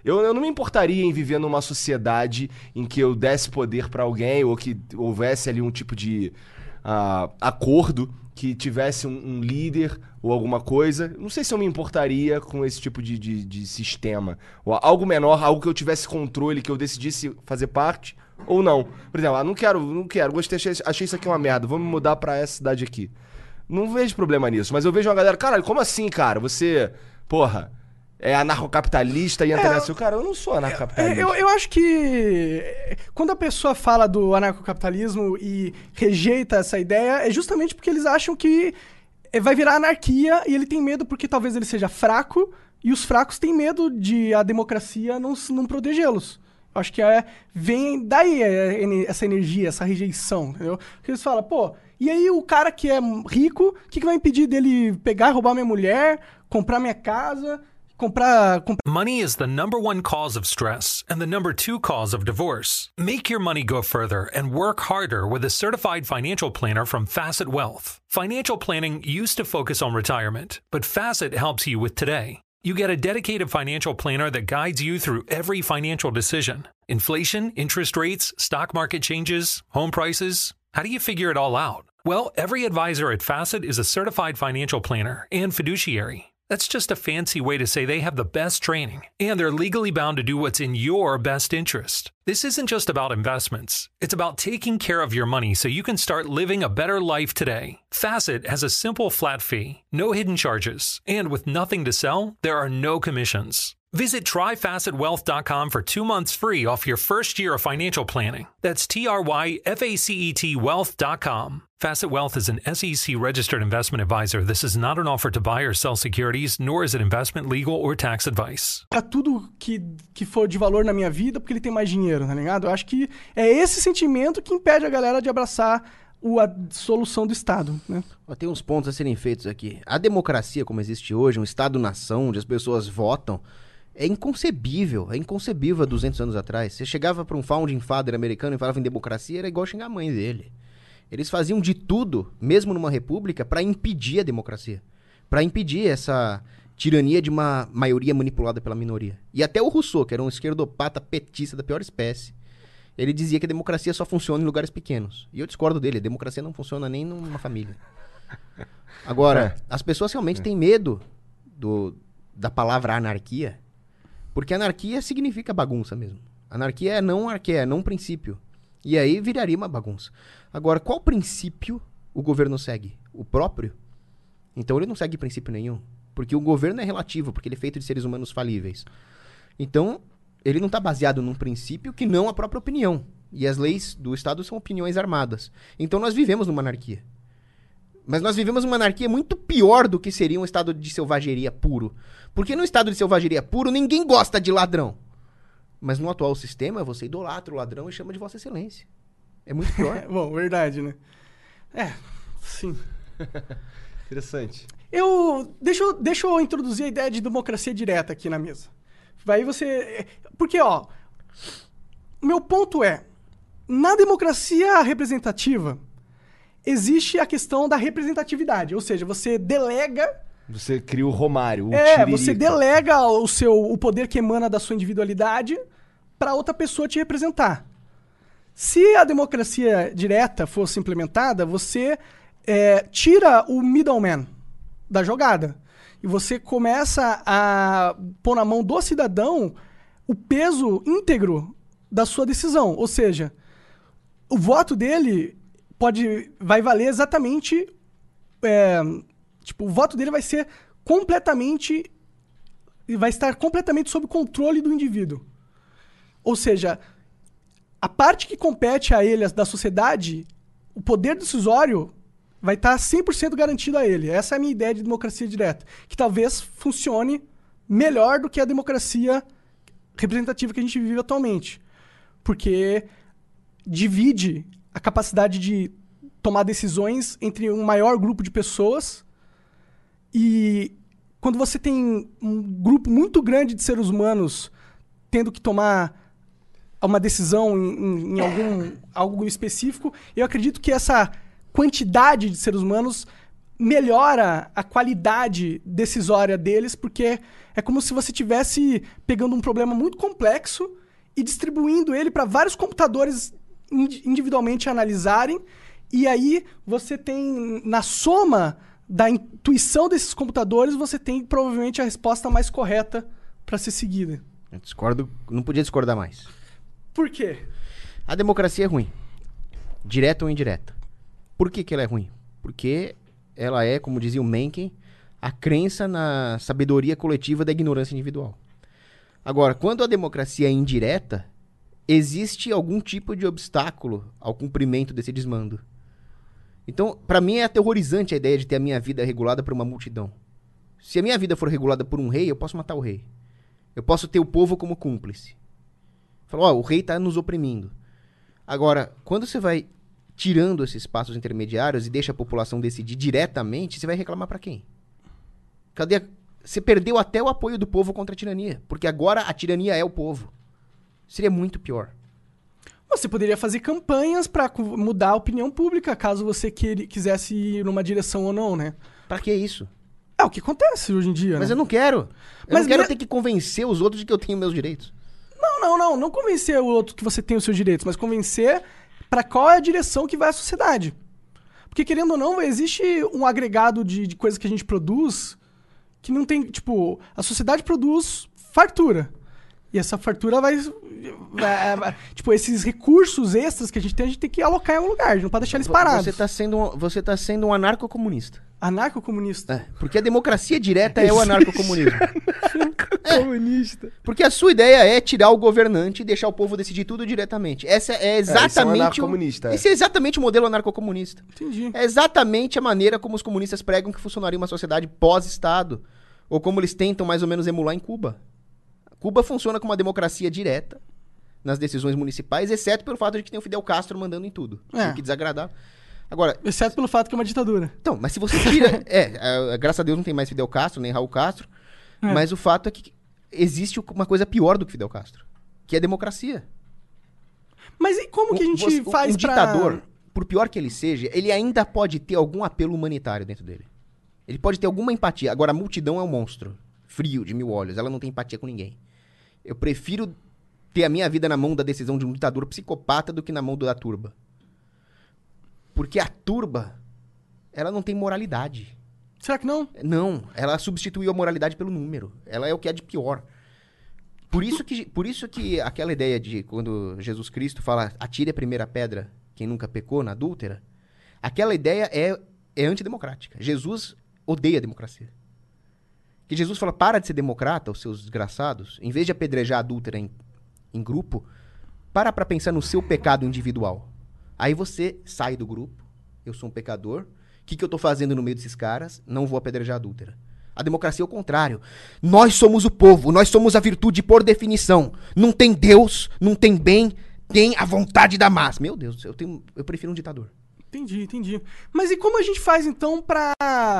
[SPEAKER 4] Eu, eu não me importaria em viver numa sociedade em que eu desse poder pra alguém ou que houvesse ali um tipo de uh, acordo que tivesse um, um líder ou alguma coisa. Não sei se eu me importaria com esse tipo de, de, de sistema. Ou algo menor, algo que eu tivesse controle, que eu decidisse fazer parte ou não. Por exemplo, ah, não quero, não quero, gostei, achei, achei isso aqui uma merda, vou me mudar pra essa cidade aqui. Não vejo problema nisso, mas eu vejo uma galera, caralho, como assim, cara? Você, porra, é anarcocapitalista e entra
[SPEAKER 2] É,
[SPEAKER 4] nessa... Cara, eu não sou anarcocapitalista.
[SPEAKER 2] Eu, eu acho que quando a pessoa fala do anarcocapitalismo e rejeita essa ideia, é justamente porque eles acham que vai virar anarquia e ele tem medo porque talvez ele seja fraco e os fracos têm medo de a democracia não, não protegê-los. Eu acho que é, vem daí essa energia, essa rejeição, entendeu? Porque eles falam, pô, e aí o cara que é rico, o que, que vai impedir dele pegar e roubar minha mulher, comprar minha casa... Comprar, comprar...
[SPEAKER 5] Money is the number one cause of stress and the number two cause of divorce. Make your money go further and work harder with a certified financial planner from Facet Wealth. Financial planning used to focus on retirement, but Facet helps you with today. You get a dedicated financial planner that guides you through every financial decision. Inflation, interest rates, stock market changes, home prices. How do you figure it all out? Well, every advisor at Facet is a certified financial planner and fiduciary. That's just a fancy way to say they have the best training, and they're legally bound to do what's in your best interest. This isn't just about investments. It's about taking care of your money so you can start living a better life today. Facet has a simple flat fee, no hidden charges, and with nothing to sell, there are no commissions. Visit try facet wealth dot com for two months free off your first year of financial planning. That's T R Y F A C E T wealth dot com. Facet Wealth is an S E C registered investment advisor. This is not an offer to buy or sell securities, nor is it investment, legal, or tax advice.
[SPEAKER 2] Tudo que, que for de valor na minha vida porque ele tem mais dinheiro, tá ligado? Eu acho que é esse sentimento que impede a galera de abraçar o, a solução do Estado, né?
[SPEAKER 3] Tem uns pontos a serem feitos aqui. A democracia, como existe hoje, um Estado-nação, onde as pessoas votam, é inconcebível, é inconcebível há duzentos anos atrás. Você chegava para um founding father americano e falava em democracia, era igual xingar a mãe dele. Eles faziam de tudo, mesmo numa república, para impedir a democracia. Para impedir essa tirania de uma maioria manipulada pela minoria. E até o Rousseau, que era um esquerdopata petista da pior espécie, ele dizia que a democracia só funciona em lugares pequenos. E eu discordo dele, a democracia não funciona nem numa família. Agora, é. as pessoas realmente é. têm medo do, da palavra anarquia, porque anarquia significa bagunça mesmo. Anarquia é não anarquia, é não princípio. E aí viraria uma bagunça. Agora, qual princípio o governo segue? O próprio? Então ele não segue princípio nenhum. Porque o governo é relativo, porque ele é feito de seres humanos falíveis. Então, ele não está baseado num princípio que não a própria opinião. E as leis do Estado são opiniões armadas. Então nós vivemos numa anarquia. Mas nós vivemos uma anarquia muito pior do que seria um estado de selvageria puro. Porque no estado de selvageria puro, ninguém gosta de ladrão. Mas no atual sistema, você idolatra o ladrão e chama de Vossa Excelência. É muito pior.
[SPEAKER 2] Bom, verdade, né? É, sim.
[SPEAKER 4] Interessante.
[SPEAKER 2] Eu deixa, eu... deixa eu introduzir a ideia de democracia direta aqui na mesa. Aí você... Porque, ó... Meu ponto é... Na democracia representativa... existe a questão da representatividade, ou seja, você delega...
[SPEAKER 4] Você cria o Romário, o
[SPEAKER 2] É,
[SPEAKER 4] tiririca.
[SPEAKER 2] você delega o, seu, o poder que emana da sua individualidade para outra pessoa te representar. Se a democracia direta fosse implementada, você é, tira o middleman da jogada. E você começa a pôr na mão do cidadão o peso íntegro da sua decisão. Ou seja, o voto dele... pode, vai valer exatamente, é, tipo, o voto dele vai ser completamente, vai estar completamente sob controle do indivíduo. Ou seja, a parte que compete a ele, da sociedade, o poder decisório vai estar cem por cento garantido a ele. Essa é a minha ideia de democracia direta, que talvez funcione melhor do que a democracia representativa que a gente vive atualmente. Porque divide a capacidade de tomar decisões entre um maior grupo de pessoas e quando você tem um grupo muito grande de seres humanos tendo que tomar uma decisão em, em algum algo específico, eu acredito que essa quantidade de seres humanos melhora a qualidade decisória deles, porque é como se você estivesse pegando um problema muito complexo e distribuindo ele para vários computadores individualmente analisarem, e aí você tem, na soma da intuição desses computadores, você tem provavelmente a resposta mais correta para ser seguida.
[SPEAKER 3] Eu discordo, não podia discordar mais.
[SPEAKER 2] Por quê?
[SPEAKER 3] A democracia é ruim. Direta ou indireta. Por que que ela é ruim? Porque ela é, como dizia o Mencken, a crença na sabedoria coletiva da ignorância individual. Agora, quando a democracia é indireta, existe algum tipo de obstáculo ao cumprimento desse desmando. Então, para mim é aterrorizante a ideia de ter a minha vida regulada por uma multidão. Se a minha vida for regulada por um rei, eu posso matar o rei. Eu posso ter o povo como cúmplice. Falar, ó, o rei está nos oprimindo. Agora, quando você vai tirando esses passos intermediários e deixa a população decidir diretamente, você vai reclamar para quem? Cadê a... Você perdeu até o apoio do povo contra a tirania, porque agora a tirania é o povo. Seria muito pior.
[SPEAKER 2] Você poderia fazer campanhas para mudar a opinião pública, caso você queira, quisesse ir numa direção ou não, né?
[SPEAKER 3] Pra que isso?
[SPEAKER 2] É o que acontece hoje em dia,
[SPEAKER 3] Mas
[SPEAKER 2] né?
[SPEAKER 3] eu não quero. Eu
[SPEAKER 2] Mas
[SPEAKER 3] não quero
[SPEAKER 2] me-
[SPEAKER 3] ter que convencer os outros de que eu tenho meus direitos.
[SPEAKER 2] Não, não, não. Não convencer o outro que você tem os seus direitos, mas convencer para qual é a direção que vai a sociedade. Porque, querendo ou não, existe um agregado de, de coisas que a gente produz que não tem... Tipo, a sociedade produz fartura. E essa fartura vai, vai, vai... Tipo, esses recursos extras que a gente tem, a gente tem que alocar em algum lugar. A gente não pode deixar eles parados.
[SPEAKER 3] Você tá sendo, um- você tá sendo um anarcocomunista.
[SPEAKER 2] Anarco-comunista.
[SPEAKER 3] É, porque a democracia direta é o anarcocomunismo.
[SPEAKER 2] Comunista.
[SPEAKER 3] Porque a sua ideia é tirar o governante e deixar o povo decidir tudo diretamente. Essa é
[SPEAKER 4] esse é um
[SPEAKER 3] exatamente o,
[SPEAKER 4] anarcocomunista, é.
[SPEAKER 3] esse é exatamente o modelo anarcocomunista.
[SPEAKER 2] Entendi.
[SPEAKER 3] É exatamente a maneira como os comunistas pregam que funcionaria uma sociedade pós-Estado. Ou como eles tentam mais ou menos emular em Cuba. Cuba funciona como uma democracia direta nas decisões municipais, exceto pelo fato de que tem o Fidel Castro mandando em tudo.
[SPEAKER 2] É.
[SPEAKER 3] O que desagradável. Agora,
[SPEAKER 2] Exceto pelo fato que é uma ditadura.
[SPEAKER 3] então, mas se você tira... é, é, graças a Deus não tem mais Fidel Castro, nem Raul Castro.
[SPEAKER 2] É.
[SPEAKER 3] Mas o fato é que existe uma coisa pior do que Fidel Castro. Que é a democracia.
[SPEAKER 2] Mas e como que a
[SPEAKER 3] Um-
[SPEAKER 2] gente
[SPEAKER 3] você-
[SPEAKER 2] faz
[SPEAKER 3] um
[SPEAKER 2] pra...
[SPEAKER 3] ditador, por pior que ele seja, ele ainda pode ter algum apelo humanitário dentro dele. Ele pode ter alguma empatia. Agora, a multidão é um monstro. Frio, de mil olhos. Ela não tem empatia com ninguém. Eu prefiro ter a minha vida na mão da decisão de um ditador psicopata do que na mão da turba. Porque a turba, ela não tem moralidade.
[SPEAKER 2] Será que não?
[SPEAKER 3] Não, ela substituiu a moralidade pelo número. Ela é o que é de pior. Por isso que, por isso que aquela ideia de quando Jesus Cristo fala atire a primeira pedra quem nunca pecou na adúltera, aquela ideia é, é antidemocrática. Jesus odeia a democracia. Que Jesus fala, para de ser democrata, os seus desgraçados, em vez de apedrejar a adúltera em, em grupo, para pra pensar no seu pecado individual. Aí você sai do grupo, eu sou um pecador, o que, que eu tô fazendo no meio desses caras? Não vou apedrejar a adúltera. A democracia é o contrário. Nós somos o povo, nós somos a virtude por definição. Não tem Deus, não tem bem, tem a vontade da massa. Meu Deus, eu, tenho, eu prefiro um ditador.
[SPEAKER 2] Entendi, entendi. Mas e como a gente faz, então, pra...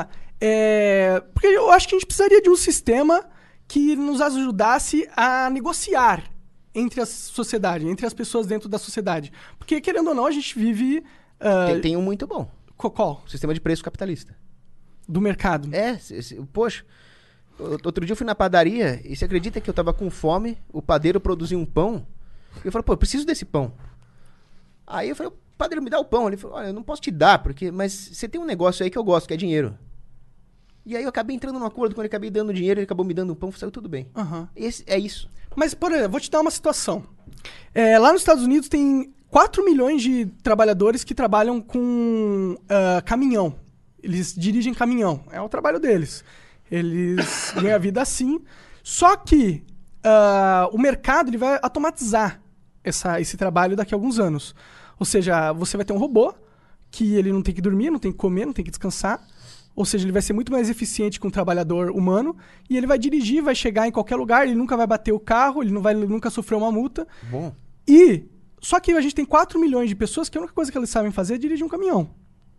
[SPEAKER 2] É... Porque eu acho que a gente precisaria de um sistema que nos ajudasse a negociar entre a sociedade, entre as pessoas dentro da sociedade. Porque, querendo ou não, a gente vive... ah,
[SPEAKER 3] Tem, tem um muito bom,
[SPEAKER 2] co- Qual?
[SPEAKER 3] sistema de preço capitalista.
[SPEAKER 2] Do mercado.
[SPEAKER 3] É, se- se- poxa, o- outro dia eu fui na padaria e você acredita que eu tava com fome, o padeiro produziu um pão, e eu falei, pô, eu preciso desse pão. Aí eu falei, padeiro, me dá o pão. Ele falou, olha, eu não posso te dar, porque, mas você tem um negócio aí que eu gosto, que é dinheiro. E aí eu acabei entrando num acordo, quando ele acabei dando dinheiro, ele acabou me dando um pão, saiu tudo bem.
[SPEAKER 2] Aham.
[SPEAKER 3] Esse, é isso.
[SPEAKER 2] Mas, por exemplo, vou te dar uma situação. É, lá nos Estados Unidos tem quatro milhões de trabalhadores que trabalham com ah, caminhão. Eles dirigem caminhão. É o trabalho deles. Eles ganham a vida assim. Só que ah, o mercado ele vai automatizar essa, esse trabalho daqui a alguns anos. Ou seja, você vai ter um robô que ele não tem que dormir, não tem que comer, não tem que descansar. Ou seja, ele vai ser muito mais eficiente que um trabalhador humano. E ele vai dirigir, vai chegar em qualquer lugar, ele nunca vai bater o carro, ele não vai nunca sofrer uma multa.
[SPEAKER 3] Bom.
[SPEAKER 2] E só que a gente tem quatro milhões de pessoas que a única coisa que eles sabem fazer é dirigir um caminhão.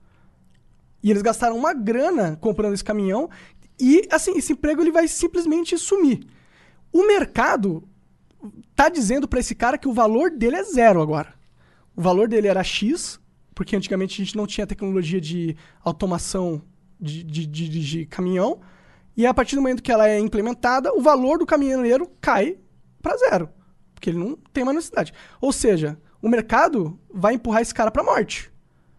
[SPEAKER 2] E eles gastaram uma grana comprando esse caminhão e assim, esse emprego ele vai simplesmente sumir. O mercado tá dizendo para esse cara que o valor dele é zero agora. O valor dele era X, porque antigamente a gente não tinha tecnologia de automação de, de, de dirigir caminhão, e a partir do momento que ela é implementada, o valor do caminhoneiro cai para zero, porque ele não tem mais necessidade. Ou seja, o mercado vai empurrar esse cara para morte.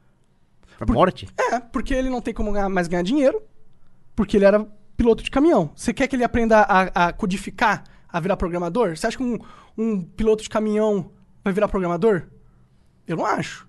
[SPEAKER 3] Pra
[SPEAKER 2] Por-
[SPEAKER 3] morte?
[SPEAKER 2] É, porque ele não tem como ganhar- mais ganhar dinheiro, porque ele era piloto de caminhão. Você quer que ele aprenda a, a codificar, a virar programador? Você acha que um, um piloto de caminhão vai virar programador? Eu não acho.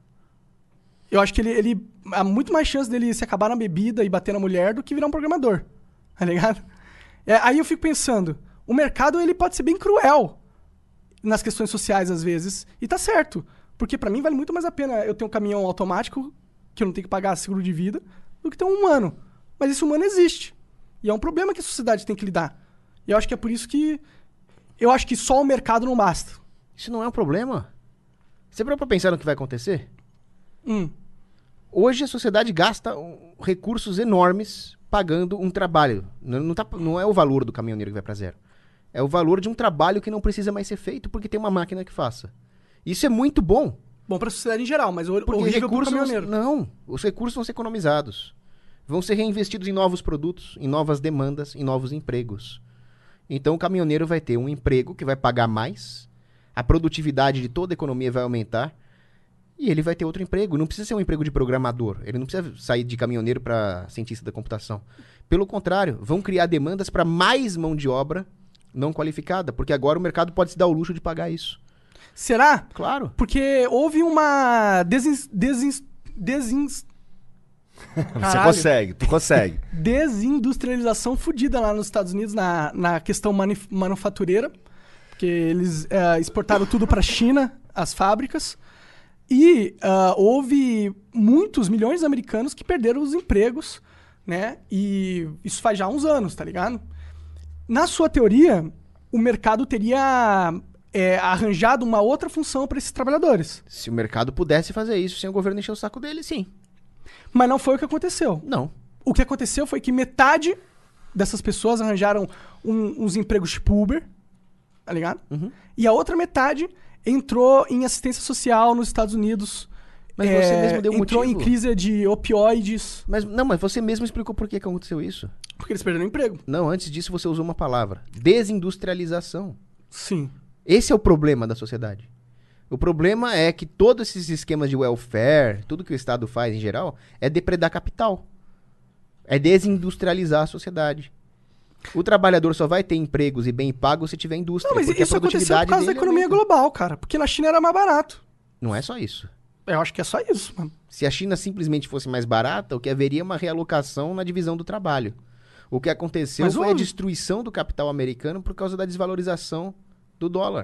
[SPEAKER 2] Eu acho que ele, ele há muito mais chance dele se acabar na bebida e bater na mulher do que virar um programador. Tá ligado? É, aí eu fico pensando, o mercado ele pode ser bem cruel nas questões sociais às vezes, e tá certo. Porque pra mim vale muito mais a pena eu ter um caminhão automático que eu não tenho que pagar seguro de vida do que ter um humano. Mas esse humano existe. E é um problema que a sociedade tem que lidar. E eu acho que é por isso que eu acho que só o mercado não basta.
[SPEAKER 3] Isso não é um problema. Você parou pra pensar no que vai acontecer?
[SPEAKER 2] Hum.
[SPEAKER 3] Hoje a sociedade gasta um, recursos enormes pagando um trabalho. Não, não, tá- não é o valor do caminhoneiro que vai para zero. É o valor de um trabalho que não precisa mais ser feito porque tem uma máquina que faça. Isso é muito bom.
[SPEAKER 2] Bom pra sociedade em geral, mas hor-
[SPEAKER 3] Porque
[SPEAKER 2] horrível pro
[SPEAKER 3] recursos
[SPEAKER 2] caminhoneiro.
[SPEAKER 3] não, os recursos vão ser economizados. Vão ser reinvestidos em novos produtos, em novas demandas, em novos empregos. Então o caminhoneiro vai ter um emprego que vai pagar mais, a produtividade de toda a economia vai aumentar e ele vai ter outro emprego. Não precisa ser um emprego de programador, ele não precisa sair de caminhoneiro para cientista da computação. Pelo contrário, vão criar demandas para mais mão de obra não qualificada, porque agora o mercado pode se dar o luxo de pagar isso.
[SPEAKER 2] Será?
[SPEAKER 3] Claro.
[SPEAKER 2] Porque houve uma desin... desin... desin...
[SPEAKER 4] Você
[SPEAKER 2] Caralho.
[SPEAKER 4] consegue, tu consegue.
[SPEAKER 2] desindustrialização fodida lá nos Estados Unidos na, na questão manu- manufatureira, porque eles eh, exportaram tudo para a China, as fábricas, e ah, houve muitos milhões de americanos que perderam os empregos, né? E isso faz já uns anos, tá ligado? Na sua teoria, o mercado teria eh, arranjado uma outra função para esses trabalhadores,
[SPEAKER 3] Se o mercado pudesse fazer isso sem o governo encher o saco dele, sim.
[SPEAKER 2] mas não foi o que aconteceu.
[SPEAKER 3] Não.
[SPEAKER 2] O que aconteceu foi que metade dessas pessoas arranjaram um- uns empregos tipo Uber, tá ligado?
[SPEAKER 3] Uhum.
[SPEAKER 2] E a outra metade entrou em assistência social nos Estados Unidos.
[SPEAKER 3] Mas
[SPEAKER 2] é,
[SPEAKER 3] você mesmo deu um
[SPEAKER 2] entrou
[SPEAKER 3] motivo.
[SPEAKER 2] em crise de opioides,
[SPEAKER 3] Mas não, mas você mesmo explicou por que que aconteceu isso.
[SPEAKER 2] porque eles perderam o emprego.
[SPEAKER 3] Não, antes disso você usou uma palavra. Desindustrialização.
[SPEAKER 2] Sim.
[SPEAKER 3] Esse é o problema da sociedade. O problema é que todos esses esquemas de welfare, tudo que o Estado faz em geral, é depredar capital. É desindustrializar a sociedade. O trabalhador só vai ter empregos e bem pagos se tiver indústria.
[SPEAKER 2] Não, mas
[SPEAKER 3] porque
[SPEAKER 2] isso
[SPEAKER 3] a
[SPEAKER 2] aconteceu por
[SPEAKER 3] produtividade
[SPEAKER 2] causa da
[SPEAKER 3] dele
[SPEAKER 2] economia
[SPEAKER 3] aumenta.
[SPEAKER 2] global, cara. Porque na China era mais barato.
[SPEAKER 3] Não é só isso.
[SPEAKER 2] Eu acho que é só isso, mano.
[SPEAKER 3] Se a China simplesmente fosse mais barata, o que haveria é uma realocação na divisão do trabalho. O que aconteceu
[SPEAKER 2] Mas
[SPEAKER 3] foi
[SPEAKER 2] o-
[SPEAKER 3] a destruição do capital americano por causa da desvalorização do dólar.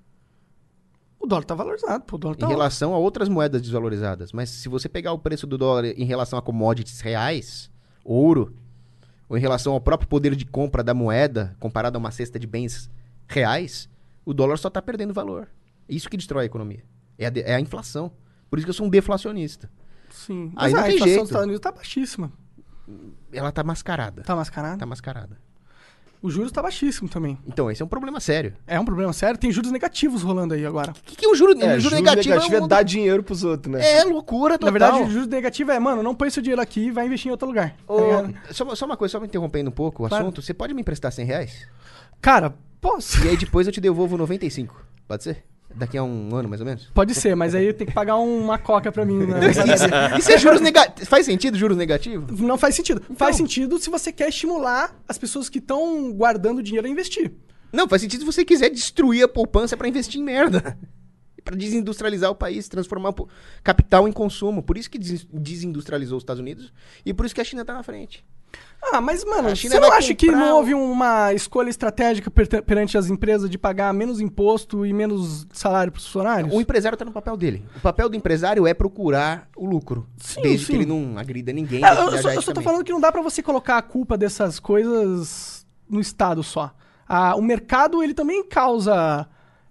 [SPEAKER 2] O dólar tá valorizado, pô. O dólar
[SPEAKER 3] Em
[SPEAKER 2] tá alto.
[SPEAKER 3] relação a outras moedas desvalorizadas. Mas se você pegar o preço do dólar em relação a commodities reais, ouro, ou em relação ao próprio poder de compra da moeda, comparado a uma cesta de bens reais, o dólar só está perdendo valor. Isso que destrói a economia. É a, de- é a inflação. Por isso que eu sou um deflacionista.
[SPEAKER 2] Sim.
[SPEAKER 3] Aí
[SPEAKER 2] Mas
[SPEAKER 3] não
[SPEAKER 2] a
[SPEAKER 3] tem
[SPEAKER 2] inflação
[SPEAKER 3] jeito.
[SPEAKER 2] dos Estados Unidos tá baixíssima.
[SPEAKER 3] Ela tá mascarada.
[SPEAKER 2] Tá mascarado?
[SPEAKER 3] Tá mascarada.
[SPEAKER 2] O juros tá baixíssimo também.
[SPEAKER 3] Então, esse é um problema sério.
[SPEAKER 2] É um problema sério. Tem juros negativos rolando aí agora.
[SPEAKER 3] O que, que é o juro,
[SPEAKER 4] É,
[SPEAKER 3] o
[SPEAKER 4] juro
[SPEAKER 3] negativo?
[SPEAKER 4] negativo é
[SPEAKER 3] um-
[SPEAKER 4] dar dinheiro pros outros, né?
[SPEAKER 3] É loucura total.
[SPEAKER 2] Na verdade, o juros negativo é, mano, não põe seu dinheiro aqui e vai investir em outro lugar. tá
[SPEAKER 3] Ô,
[SPEAKER 2] ligado?
[SPEAKER 3] só, só uma coisa, só me interrompendo um pouco o
[SPEAKER 2] Claro.
[SPEAKER 3] assunto. Você pode me emprestar cem reais?
[SPEAKER 2] Cara, posso.
[SPEAKER 3] E aí depois eu te devolvo noventa e cinco. Pode ser? Daqui a um ano, mais ou menos?
[SPEAKER 2] Pode ser, mas aí tem que pagar um- uma coca pra mim. Né?
[SPEAKER 3] Isso, isso é juros negativos. Faz sentido juros negativos?
[SPEAKER 2] Não faz sentido.
[SPEAKER 3] Então.
[SPEAKER 2] Faz sentido se você quer estimular as pessoas que estão guardando dinheiro a investir.
[SPEAKER 3] Não, faz sentido se você quiser destruir a poupança pra investir em merda. Pra desindustrializar o país, transformar o po- capital em consumo. Por isso que des- desindustrializou os Estados Unidos e por isso que a China tá na frente.
[SPEAKER 2] Ah, mas, mano,
[SPEAKER 3] A China
[SPEAKER 2] você não
[SPEAKER 3] vai
[SPEAKER 2] acha que
[SPEAKER 3] comprar
[SPEAKER 2] não
[SPEAKER 3] o-
[SPEAKER 2] houve uma escolha estratégica per- perante as empresas de pagar menos imposto e menos salário pros funcionários?
[SPEAKER 3] O empresário tá no papel dele. O papel do empresário é procurar o lucro.
[SPEAKER 2] Sim,
[SPEAKER 3] desde
[SPEAKER 2] sim.
[SPEAKER 3] que ele não agrida ninguém.
[SPEAKER 2] É,
[SPEAKER 3] desde que
[SPEAKER 2] eu,
[SPEAKER 3] ele
[SPEAKER 2] só,
[SPEAKER 3] haja
[SPEAKER 2] eu só tô
[SPEAKER 3] eticamente.
[SPEAKER 2] falando que não dá pra você colocar a culpa dessas coisas no Estado só. Ah, o mercado, ele também causa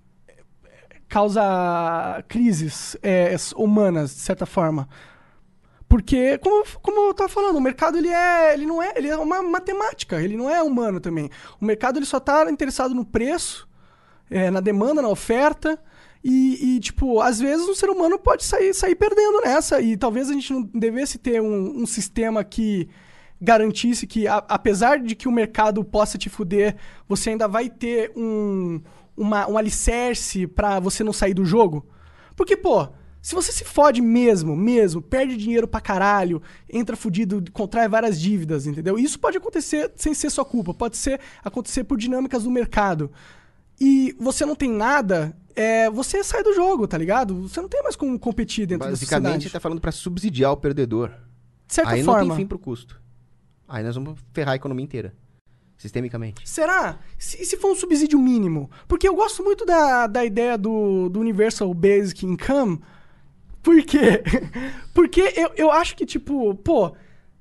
[SPEAKER 2] causa crises é, humanas, de certa forma. Porque, como, como eu tava falando, o mercado ele é, ele não é, ele é uma matemática, ele não é humano também. O mercado ele só tá interessado no preço, é, na demanda, na oferta. E, e, tipo, às vezes um ser humano pode sair, sair perdendo nessa. E talvez a gente não devesse ter um, um sistema que garantisse que, a, apesar de que o mercado possa te fuder, você ainda vai ter um, uma, um alicerce pra você não sair do jogo? Porque, pô, se você se fode mesmo, mesmo, perde dinheiro pra caralho, entra fudido, contrai várias dívidas, entendeu? Isso pode acontecer sem ser sua culpa, pode ser acontecer por dinâmicas do mercado. E você não tem nada, é, você sai do jogo, tá ligado? Você não tem mais como competir dentro da sociedade.
[SPEAKER 3] Basicamente, você tá falando pra subsidiar o perdedor.
[SPEAKER 2] De certa
[SPEAKER 3] Aí
[SPEAKER 2] forma.
[SPEAKER 3] não tem fim pro custo. Aí nós vamos ferrar a economia inteira. Sistemicamente.
[SPEAKER 2] Será? Se, se for um subsídio mínimo? Porque eu gosto muito da, da ideia do, do Universal Basic Income. Por quê? Porque eu, eu acho que, tipo, pô...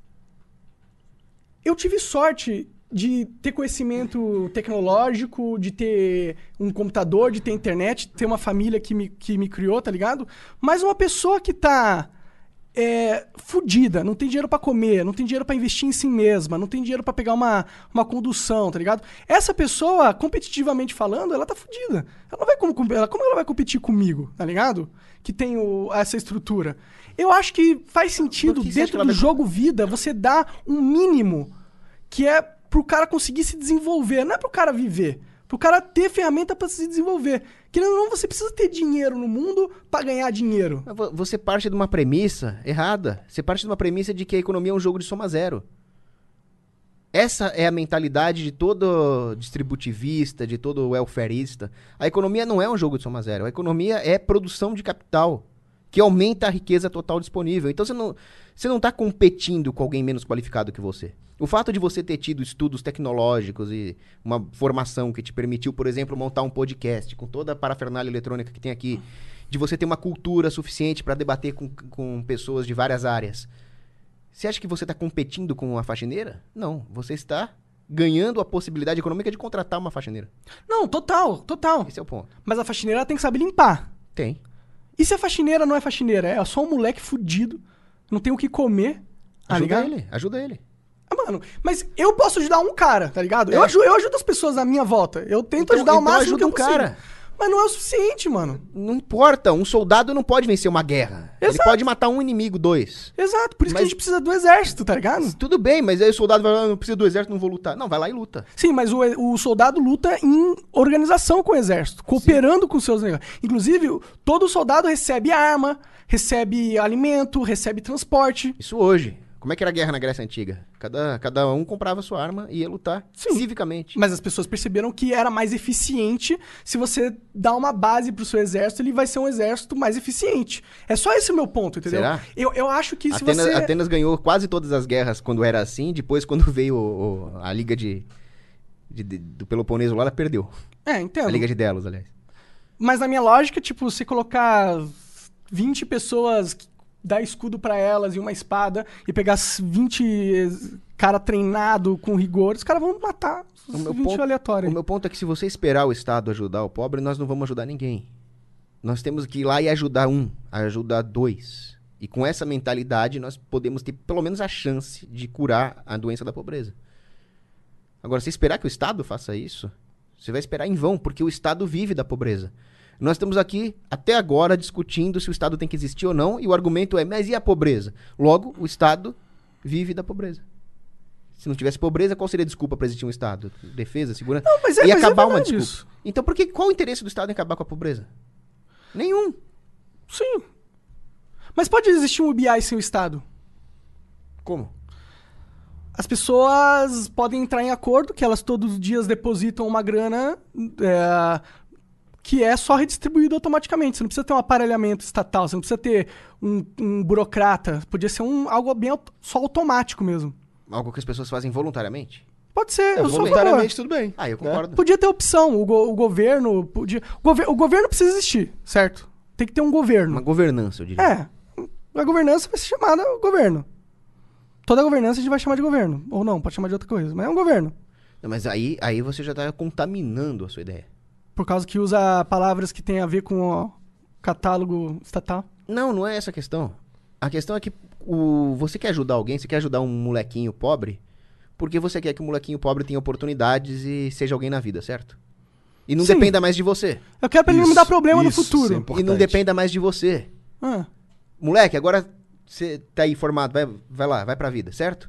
[SPEAKER 2] Eu tive sorte de ter conhecimento tecnológico, de ter um computador, de ter internet, de ter uma família que me, que me criou, tá ligado? Mas uma pessoa que tá... É, fudida, não tem dinheiro pra comer, não tem dinheiro pra investir em si mesma, não tem dinheiro pra pegar uma, uma condução, tá ligado? Essa pessoa, competitivamente falando, ela tá fudida. Ela não vai como, ela, como ela vai competir comigo, tá ligado? Que tem o, essa estrutura. Eu acho que faz sentido,
[SPEAKER 3] que
[SPEAKER 2] dentro do
[SPEAKER 3] vai...
[SPEAKER 2] jogo vida, você dar um mínimo que é pro cara conseguir se desenvolver, não é pro cara viver. Pro cara ter ferramenta pra se desenvolver. Querendo ou não, você precisa ter dinheiro no mundo pra ganhar dinheiro.
[SPEAKER 3] Você parte de uma premissa errada. Você parte de uma premissa de que a economia é um jogo de soma zero. Essa é a mentalidade de todo distributivista, de todo welfareista. A economia não é um jogo de soma zero. A economia é produção de capital, que aumenta a riqueza total disponível. Então você não você não está competindo com alguém menos qualificado que você. O fato de você ter tido estudos tecnológicos e uma formação que te permitiu, por exemplo, montar um podcast com toda a parafernália eletrônica que tem aqui, de você ter uma cultura suficiente para debater com, com pessoas de várias áreas. Você acha que você está competindo com uma faxineira? Não, você está ganhando a possibilidade econômica de contratar uma faxineira.
[SPEAKER 2] Não, total, total.
[SPEAKER 3] Esse é o ponto.
[SPEAKER 2] Mas a faxineira ela tem que saber limpar.
[SPEAKER 3] Tem.
[SPEAKER 2] E se a faxineira não é faxineira? É só um moleque fudido, não tem o que comer. Tá
[SPEAKER 3] Ajuda
[SPEAKER 2] ligado?
[SPEAKER 3] ele, ajuda ele.
[SPEAKER 2] Ah, mano, mas eu posso ajudar um cara, tá ligado?
[SPEAKER 3] É.
[SPEAKER 2] Eu, ajudo, eu ajudo as pessoas à minha volta. Eu tento
[SPEAKER 3] Então-
[SPEAKER 2] ajudar o
[SPEAKER 3] então
[SPEAKER 2] máximo
[SPEAKER 3] ajuda
[SPEAKER 2] que eu
[SPEAKER 3] um cara.
[SPEAKER 2] consigo. Mas não é o suficiente, mano.
[SPEAKER 3] Não importa, um soldado não pode vencer uma guerra. Ele
[SPEAKER 2] Exato.
[SPEAKER 3] pode matar um inimigo, dois.
[SPEAKER 2] Exato, por isso que
[SPEAKER 3] Mas-
[SPEAKER 2] a gente precisa do exército, tá ligado?
[SPEAKER 3] Tudo bem, mas aí o soldado vai lá, não precisa do exército, não vou lutar. Não, vai lá e luta.
[SPEAKER 2] Sim, mas o, o soldado luta em organização com o exército, cooperando com seus negócios. Inclusive, o- todo soldado recebe arma, recebe alimento, recebe transporte.
[SPEAKER 3] Isso hoje. Como é que era a guerra na Grécia Antiga? Cada, cada um comprava sua arma e ia lutar
[SPEAKER 2] Sim.
[SPEAKER 3] civicamente.
[SPEAKER 2] Mas as pessoas perceberam que era mais eficiente se você dá uma base pro seu exército, ele vai ser um exército mais eficiente. É só esse o meu ponto, entendeu?
[SPEAKER 3] Será?
[SPEAKER 2] Eu, eu acho que se
[SPEAKER 3] Atenas,
[SPEAKER 2] você...
[SPEAKER 3] Atenas ganhou quase todas as guerras quando era assim. Depois, quando veio o- o- a Liga de, de- de- do Peloponeso lá, ela perdeu.
[SPEAKER 2] É, entendo.
[SPEAKER 3] A Liga de Delos, aliás.
[SPEAKER 2] Mas na minha lógica, tipo, você colocar vinte pessoas, dar escudo pra elas e uma espada, e pegar vinte cara treinado com rigor, os caras vão matar os
[SPEAKER 3] O meu,
[SPEAKER 2] vinte
[SPEAKER 3] ponto,
[SPEAKER 2] aleatórios.
[SPEAKER 3] o meu ponto é que se você esperar o Estado ajudar o pobre, nós não vamos ajudar ninguém. Nós temos que ir lá e ajudar um, ajudar dois. E com essa mentalidade, nós podemos ter pelo menos a chance de curar a doença da pobreza. Agora, se esperar que o Estado faça isso, você vai esperar em vão, porque o Estado vive da pobreza. Nós estamos aqui, até agora, discutindo se o Estado tem que existir ou não, e o argumento é, mas e a pobreza? Logo, o Estado vive da pobreza. Se não tivesse pobreza, qual seria a desculpa para existir um Estado? Defesa, segurança?
[SPEAKER 2] Não, mas é-
[SPEAKER 3] Ia
[SPEAKER 2] mas é
[SPEAKER 3] acabar uma
[SPEAKER 2] verdade
[SPEAKER 3] desculpa.
[SPEAKER 2] isso.
[SPEAKER 3] Então, por que, qual o interesse do Estado em acabar com a pobreza? Nenhum.
[SPEAKER 2] Sim. Mas pode existir um U B I sem o Estado?
[SPEAKER 3] Como?
[SPEAKER 2] As pessoas podem entrar em acordo que elas todos os dias depositam uma grana é, que é só redistribuída automaticamente. Você não precisa ter um aparelhamento estatal, você não precisa ter um, um burocrata. Podia ser um, algo bem aut- só automático mesmo.
[SPEAKER 3] Algo que as pessoas fazem voluntariamente?
[SPEAKER 2] Pode ser, eu sou a favor.
[SPEAKER 4] Voluntariamente, tudo bem.
[SPEAKER 3] Ah, eu concordo.
[SPEAKER 2] Podia ter opção, o, go- o governo... Podia, o, gover- o governo precisa existir, certo? Tem que ter um governo.
[SPEAKER 3] Uma governança, eu diria.
[SPEAKER 2] É, a governança vai ser chamada governo. Toda governança a gente vai chamar de governo. Ou não, pode chamar de outra coisa, mas é um governo.
[SPEAKER 3] Não, mas aí, aí você já está contaminando a sua ideia.
[SPEAKER 2] Por causa que usa palavras que tem a ver com o catálogo estatal.
[SPEAKER 3] Não, não é essa a questão. A questão é que o, você quer ajudar alguém, você quer ajudar um molequinho pobre, porque você quer que o molequinho pobre tenha oportunidades e seja alguém na vida, certo? E não
[SPEAKER 2] Sim.
[SPEAKER 3] dependa mais de você.
[SPEAKER 2] Eu quero pra ele não me dar
[SPEAKER 4] Isso,
[SPEAKER 2] problema no
[SPEAKER 4] isso,
[SPEAKER 2] futuro.
[SPEAKER 4] sempre.
[SPEAKER 3] E não
[SPEAKER 4] Importante.
[SPEAKER 3] dependa mais de você.
[SPEAKER 2] Ah,
[SPEAKER 3] Moleque, agora você tá aí formado, vai, vai lá, vai pra vida, certo?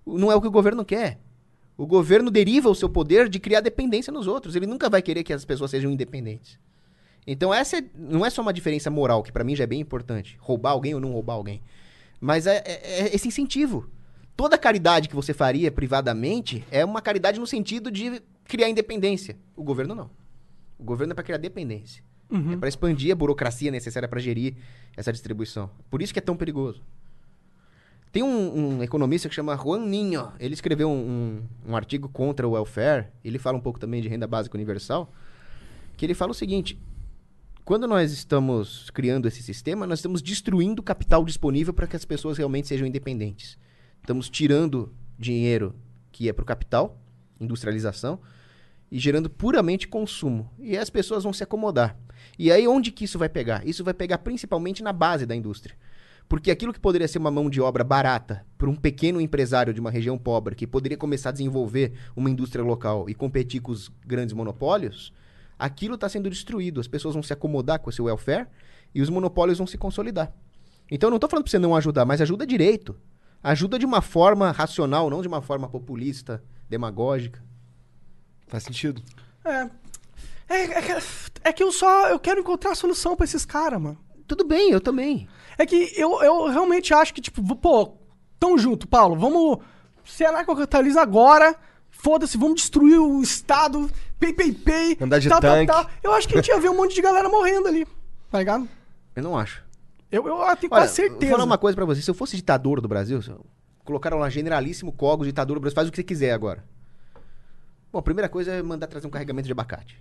[SPEAKER 3] Não é o que o governo quer. O governo deriva o seu poder de criar dependência nos outros. Ele nunca vai querer que as pessoas sejam independentes. Então essa é, não é só uma diferença moral, que pra mim já é bem importante. Roubar alguém ou não roubar alguém. Mas é, é, é esse incentivo. Toda caridade que você faria privadamente é uma caridade no sentido de criar independência. O governo não. O governo é pra criar dependência.
[SPEAKER 2] Uhum.
[SPEAKER 3] É pra expandir a burocracia necessária pra gerir essa distribuição. Por isso que é tão perigoso. Tem um, um economista que chama Juan Ninho. Ele escreveu um, um, um artigo contra o welfare. Ele fala um pouco também de renda básica universal. Que ele fala o seguinte: quando nós estamos criando esse sistema, nós estamos destruindo o capital disponível para que as pessoas realmente sejam independentes. Estamos tirando dinheiro que é para o capital, industrialização, e gerando puramente consumo. E as pessoas vão se acomodar. E aí onde que isso vai pegar? Isso vai pegar principalmente na base da indústria. Porque aquilo que poderia ser uma mão de obra barata para um pequeno empresário de uma região pobre, que poderia começar a desenvolver uma indústria local e competir com os grandes monopólios, aquilo está sendo destruído. As pessoas vão se acomodar com esse welfare e os monopólios vão se consolidar. Então eu não estou falando para você não ajudar, mas ajuda direito. Ajuda de uma forma racional, não de uma forma populista, demagógica.
[SPEAKER 4] Faz sentido.
[SPEAKER 2] É. É, é, que- é que eu só eu quero encontrar a solução pra esses caras, mano.
[SPEAKER 3] Tudo bem, eu também.
[SPEAKER 2] É que eu, eu realmente acho que, tipo, v- pô, tamo junto, Paulo. Vamos ser anarcocapitalismo agora. Foda-se, vamos destruir o Estado. Pei, pei, pei.
[SPEAKER 4] Andar de
[SPEAKER 2] tal, tal,
[SPEAKER 4] tanque.
[SPEAKER 2] tal. Eu acho que a gente ia ver um monte de galera morrendo ali. Tá ligado?
[SPEAKER 3] Eu não acho.
[SPEAKER 2] Eu, eu tenho
[SPEAKER 3] Olha,
[SPEAKER 2] quase certeza.
[SPEAKER 3] vou falar uma coisa pra você. Se eu fosse ditador do Brasil, se eu- colocaram lá Generalíssimo Cogos, ditador do Brasil, faz o que você quiser agora. Bom, a primeira coisa é mandar trazer um carregamento de abacate.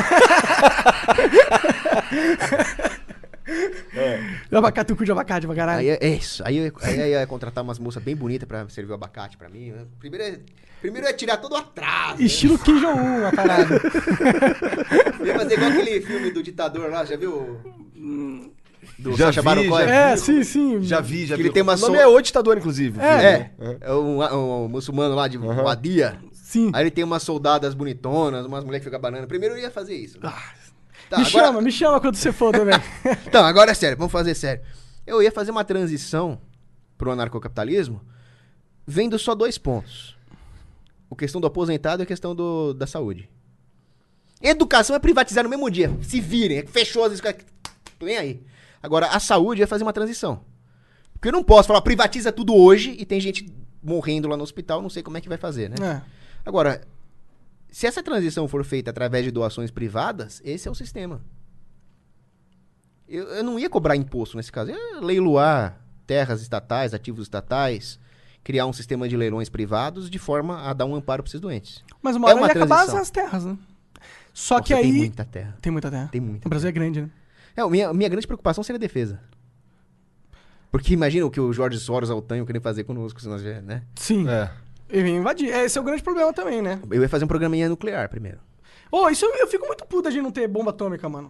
[SPEAKER 2] Abacate, o cu de abacate pra caralho.
[SPEAKER 3] Aí é é isso. Aí eu, aí eu ia contratar umas moças bem bonitas pra servir o abacate pra mim. Primeiro é, primeiro é tirar todo o atraso.
[SPEAKER 2] Estilo Kim Jong-un, a parada.
[SPEAKER 3] Né? Ia fazer igual aquele filme do ditador lá, já viu? Do
[SPEAKER 4] Já
[SPEAKER 3] Sacha
[SPEAKER 4] vi,
[SPEAKER 3] Baron Cohen?
[SPEAKER 4] já
[SPEAKER 2] É, sim, sim.
[SPEAKER 4] Já vi, já
[SPEAKER 3] Que
[SPEAKER 4] vi.
[SPEAKER 3] ele tem uma
[SPEAKER 4] o nome
[SPEAKER 3] so-
[SPEAKER 4] é O Ditador, inclusive.
[SPEAKER 2] É.
[SPEAKER 4] filho.
[SPEAKER 3] É, é um, um, um muçulmano lá de
[SPEAKER 4] Aham.
[SPEAKER 3] Wadia.
[SPEAKER 2] Sim.
[SPEAKER 3] Aí ele tem umas soldadas bonitonas, umas mulheres que ficam banana. Primeiro eu ia fazer isso.
[SPEAKER 2] Ah,
[SPEAKER 3] Tá,
[SPEAKER 2] me
[SPEAKER 3] agora-
[SPEAKER 2] chama, me chama quando você for também.
[SPEAKER 3] Então, agora é sério, vamos fazer sério. Eu ia fazer uma transição pro anarcocapitalismo vendo só dois pontos. A questão do aposentado e a questão do, da saúde. Educação é privatizar no mesmo dia. Se virem, fechou as escolas. Vem aí. Agora, a saúde é fazer uma transição. Porque eu não posso falar, privatiza tudo hoje e tem gente morrendo lá no hospital, não sei como é que vai fazer, né?
[SPEAKER 2] É.
[SPEAKER 3] Agora, se essa transição for feita através de doações privadas, esse é o sistema. Eu, eu não ia cobrar imposto nesse caso. Eu ia leiloar terras estatais, ativos estatais, criar um sistema de leilões privados de forma a dar um amparo para esses doentes.
[SPEAKER 2] Mas uma
[SPEAKER 3] É
[SPEAKER 2] hora
[SPEAKER 3] uma
[SPEAKER 2] ia acabar as,
[SPEAKER 3] transição.
[SPEAKER 2] as terras, né? Só
[SPEAKER 3] Nossa,
[SPEAKER 2] que aí...
[SPEAKER 3] tem muita terra.
[SPEAKER 2] Tem muita terra.
[SPEAKER 3] Tem muita
[SPEAKER 2] O Brasil é grande, né?
[SPEAKER 3] É, a minha, minha grande preocupação seria a defesa. Porque imagina o que o Jorge Soros Altanho queria fazer conosco, se nós vier, né?
[SPEAKER 2] Sim.
[SPEAKER 4] É.
[SPEAKER 2] Ele ia invadir. Esse é o grande problema também, né?
[SPEAKER 3] Eu ia fazer um programinha nuclear primeiro.
[SPEAKER 2] Ô, isso eu, eu fico muito puto a gente não ter bomba atômica, mano.